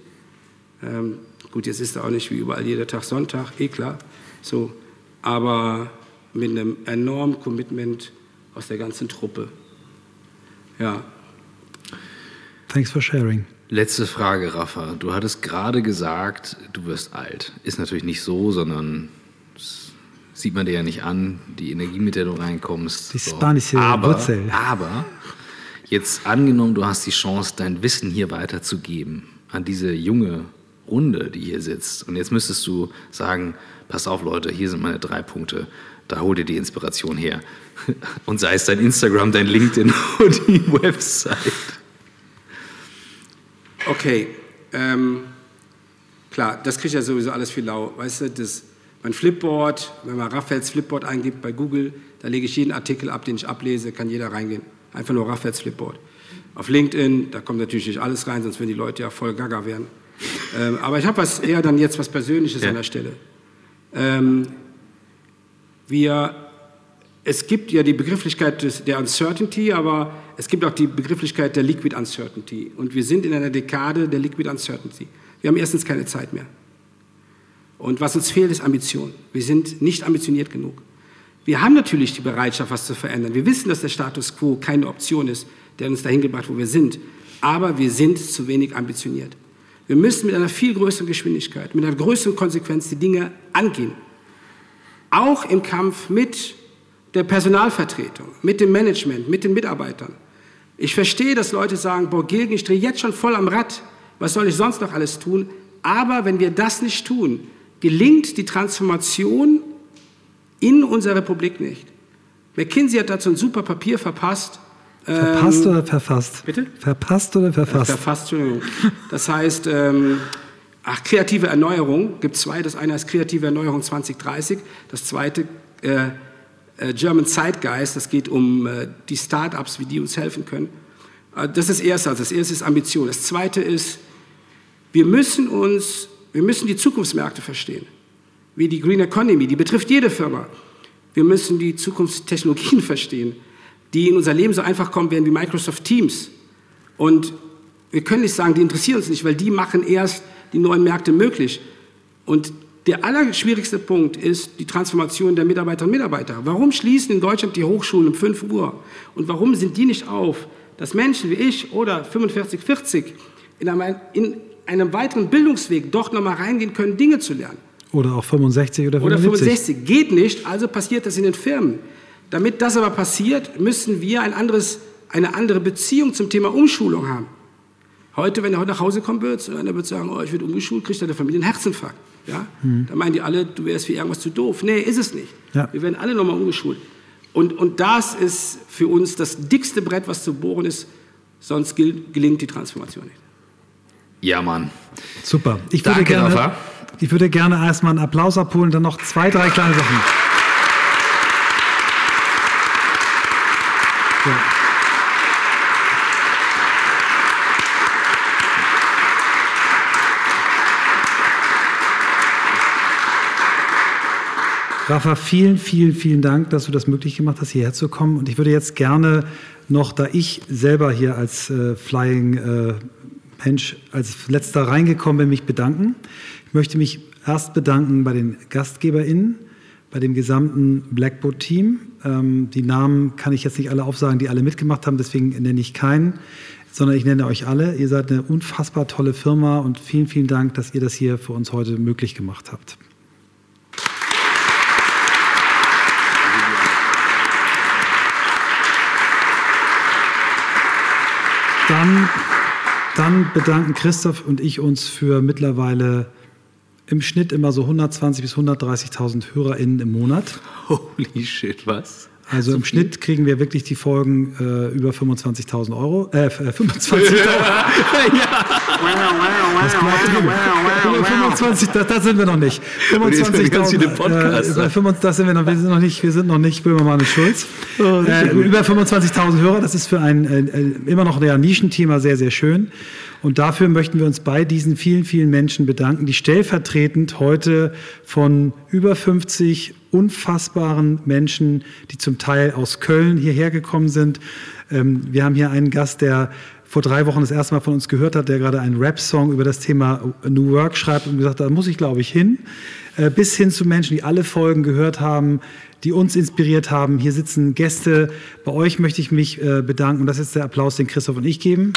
Gut, jetzt ist da auch nicht wie überall jeder Tag Sonntag, klar. So. Aber mit einem enormen Commitment aus der ganzen Truppe. Ja. Thanks for sharing. Letzte Frage, Rafa. Du hattest gerade gesagt, du wirst alt. Ist natürlich nicht so, sondern das sieht man dir ja nicht an, die Energie, mit der du reinkommst. Die spanische Wurzel. Aber jetzt angenommen, du hast die Chance, dein Wissen hier weiterzugeben an diese junge Runde, die hier sitzt. Und jetzt müsstest du sagen, pass auf Leute, hier sind meine 3 Punkte. Da hol dir die Inspiration her. Und sei es dein Instagram, dein LinkedIn und die Website. Okay, klar, das kriegt ja sowieso alles viel lau. Weißt du, mein Flipboard, wenn man Raphaels Flipboard eingibt bei Google, da lege ich jeden Artikel ab, den ich ablese, kann jeder reingehen. Einfach nur Raphaels Flipboard. Auf LinkedIn, da kommt natürlich nicht alles rein, sonst würden die Leute ja voll gaga werden. Aber ich habe was Persönliches an der Stelle. Es gibt ja die Begrifflichkeit der Uncertainty, aber es gibt auch die Begrifflichkeit der Liquid Uncertainty. Und wir sind in einer Dekade der Liquid Uncertainty. Wir haben erstens keine Zeit mehr. Und was uns fehlt, ist Ambition. Wir sind nicht ambitioniert genug. Wir haben natürlich die Bereitschaft, was zu verändern. Wir wissen, dass der Status quo keine Option ist, der uns dahin gebracht, wo wir sind. Aber wir sind zu wenig ambitioniert. Wir müssen mit einer viel größeren Geschwindigkeit, mit einer größeren Konsequenz die Dinge angehen. Auch im Kampf mit der Personalvertretung, mit dem Management, mit den Mitarbeitern. Ich verstehe, dass Leute sagen, boah, Gilgen, ich drehe jetzt schon voll am Rad, was soll ich sonst noch alles tun? Aber wenn wir das nicht tun, gelingt die Transformation in unserer Republik nicht. McKinsey hat dazu ein super Papier verpasst. Verpasst oder verfasst? Bitte? Verpasst oder verfasst? Verfasst, Entschuldigung. Das heißt, kreative Erneuerung, gibt 2. Das eine heißt kreative Erneuerung 2030, das zweite German Zeitgeist, das geht um die Start-ups, wie die uns helfen können. Das ist das Erste. Also das Erste ist Ambition. Das Zweite ist, wir müssen die Zukunftsmärkte verstehen. Wie die Green Economy, die betrifft jede Firma. Wir müssen die Zukunftstechnologien verstehen, die in unser Leben so einfach kommen werden wie Microsoft Teams. Und wir können nicht sagen, die interessieren uns nicht, weil die machen erst die neuen Märkte möglich. Und der allerschwierigste Punkt ist die Transformation der Mitarbeiterinnen und Mitarbeiter. Warum schließen in Deutschland die Hochschulen um 5 Uhr? Und warum sind die nicht auf, dass Menschen wie ich oder 45, 40 in einem weiteren Bildungsweg doch nochmal reingehen können, Dinge zu lernen? Oder auch 65 oder 75. Oder 65. Geht nicht, also passiert das in den Firmen. Damit das aber passiert, müssen wir eine andere Beziehung zum Thema Umschulung haben. Heute, wenn er heute nach Hause kommen wird, und einer wird sagen, oh, ich werde umgeschult, kriegt deine Familie einen Herzinfarkt. Ja? Dann meinen die alle, du wärst für irgendwas zu doof. Nee, ist es nicht. Ja. Wir werden alle nochmal umgeschult. Und das ist für uns das dickste Brett, was zu bohren ist, sonst gelingt die Transformation nicht. Ja, Mann. Super. Ich Danke, würde gerne erstmal einen Applaus abholen, dann noch 2, 3 kleine Sachen. Ja. Rafa, vielen, vielen, vielen Dank, dass du das möglich gemacht hast, hierher zu kommen. Und ich würde jetzt gerne noch, da ich selber hier als Flying Mensch als letzter reingekommen bin, mich bedanken. Ich möchte mich erst bedanken bei den GastgeberInnen, bei dem gesamten Blackboard-Team. Die Namen kann ich jetzt nicht alle aufsagen, die alle mitgemacht haben, deswegen nenne ich keinen, sondern ich nenne euch alle. Ihr seid eine unfassbar tolle Firma und vielen, vielen Dank, dass ihr das hier für uns heute möglich gemacht habt. Dann bedanken Christoph und ich uns für mittlerweile im Schnitt immer so 120.000 bis 130.000 HörerInnen im Monat. Holy shit, was? Also im Schnitt kriegen wir wirklich die Folgen über 25.000 Euro. 25.000. Über 25, da sind wir noch nicht. 25.000. Wir sind noch nicht Böhmermann und Schulz. Über 25.000 Hörer, das ist für ein immer noch ein Nischenthema sehr, sehr schön. Und dafür möchten wir uns bei diesen vielen, vielen Menschen bedanken, die stellvertretend heute von über 50 unfassbaren Menschen, die zum Teil aus Köln hierher gekommen sind. Wir haben hier einen Gast, der vor 3 Wochen das erste Mal von uns gehört hat, der gerade einen Rap-Song über das Thema New Work schreibt und gesagt hat, da muss ich, glaube ich, hin. Bis hin zu Menschen, die alle Folgen gehört haben, die uns inspiriert haben. Hier sitzen Gäste. Bei euch möchte ich mich bedanken. Und das ist jetzt der Applaus, den Christoph und ich geben.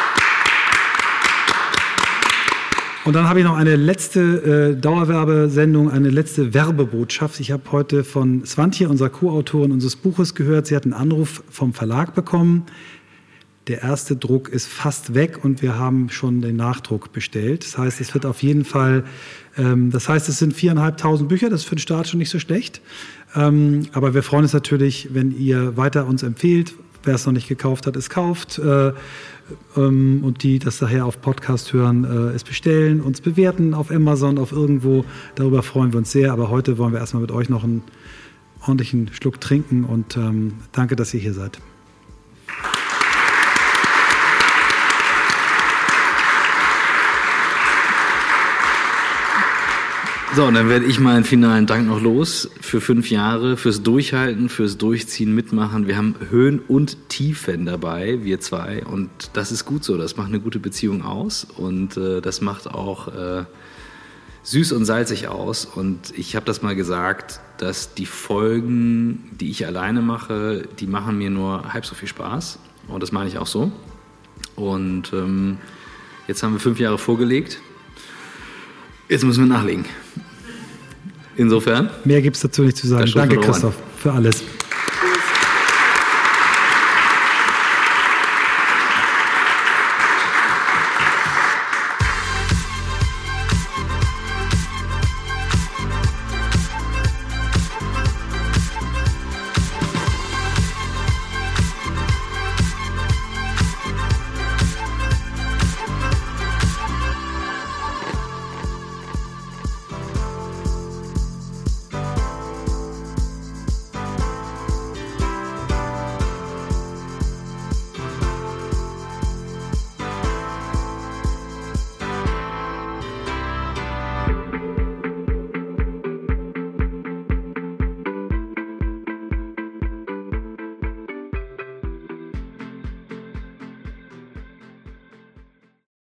Und dann habe ich noch eine letzte Dauerwerbesendung, eine letzte Werbebotschaft. Ich habe heute von Svantje, unserer Co-Autorin unseres Buches, gehört. Sie hat einen Anruf vom Verlag bekommen. Der erste Druck ist fast weg und wir haben schon den Nachdruck bestellt. Das heißt, es wird auf jeden Fall, es sind 4.500 Bücher, das ist für den Start schon nicht so schlecht. Aber wir freuen uns natürlich, wenn ihr weiter uns empfehlt. Wer es noch nicht gekauft hat, es kauft. Und die das daher auf Podcast hören, es bestellen, uns bewerten auf Amazon, auf irgendwo. Darüber freuen wir uns sehr. Aber heute wollen wir erstmal mit euch noch einen ordentlichen Schluck trinken und danke, dass ihr hier seid. So, und dann werde ich meinen finalen Dank noch los für 5 Jahre, fürs Durchhalten, fürs Durchziehen, Mitmachen. Wir haben Höhen und Tiefen dabei, wir zwei. Und das ist gut so, das macht eine gute Beziehung aus. Und das macht auch süß und salzig aus. Und ich habe das mal gesagt, dass die Folgen, die ich alleine mache, die machen mir nur halb so viel Spaß. Und das meine ich auch so. Und jetzt haben wir 5 Jahre vorgelegt. Jetzt müssen wir nachlegen. Insofern. Mehr gibt es dazu nicht zu sagen. Danke, Christoph, für alles.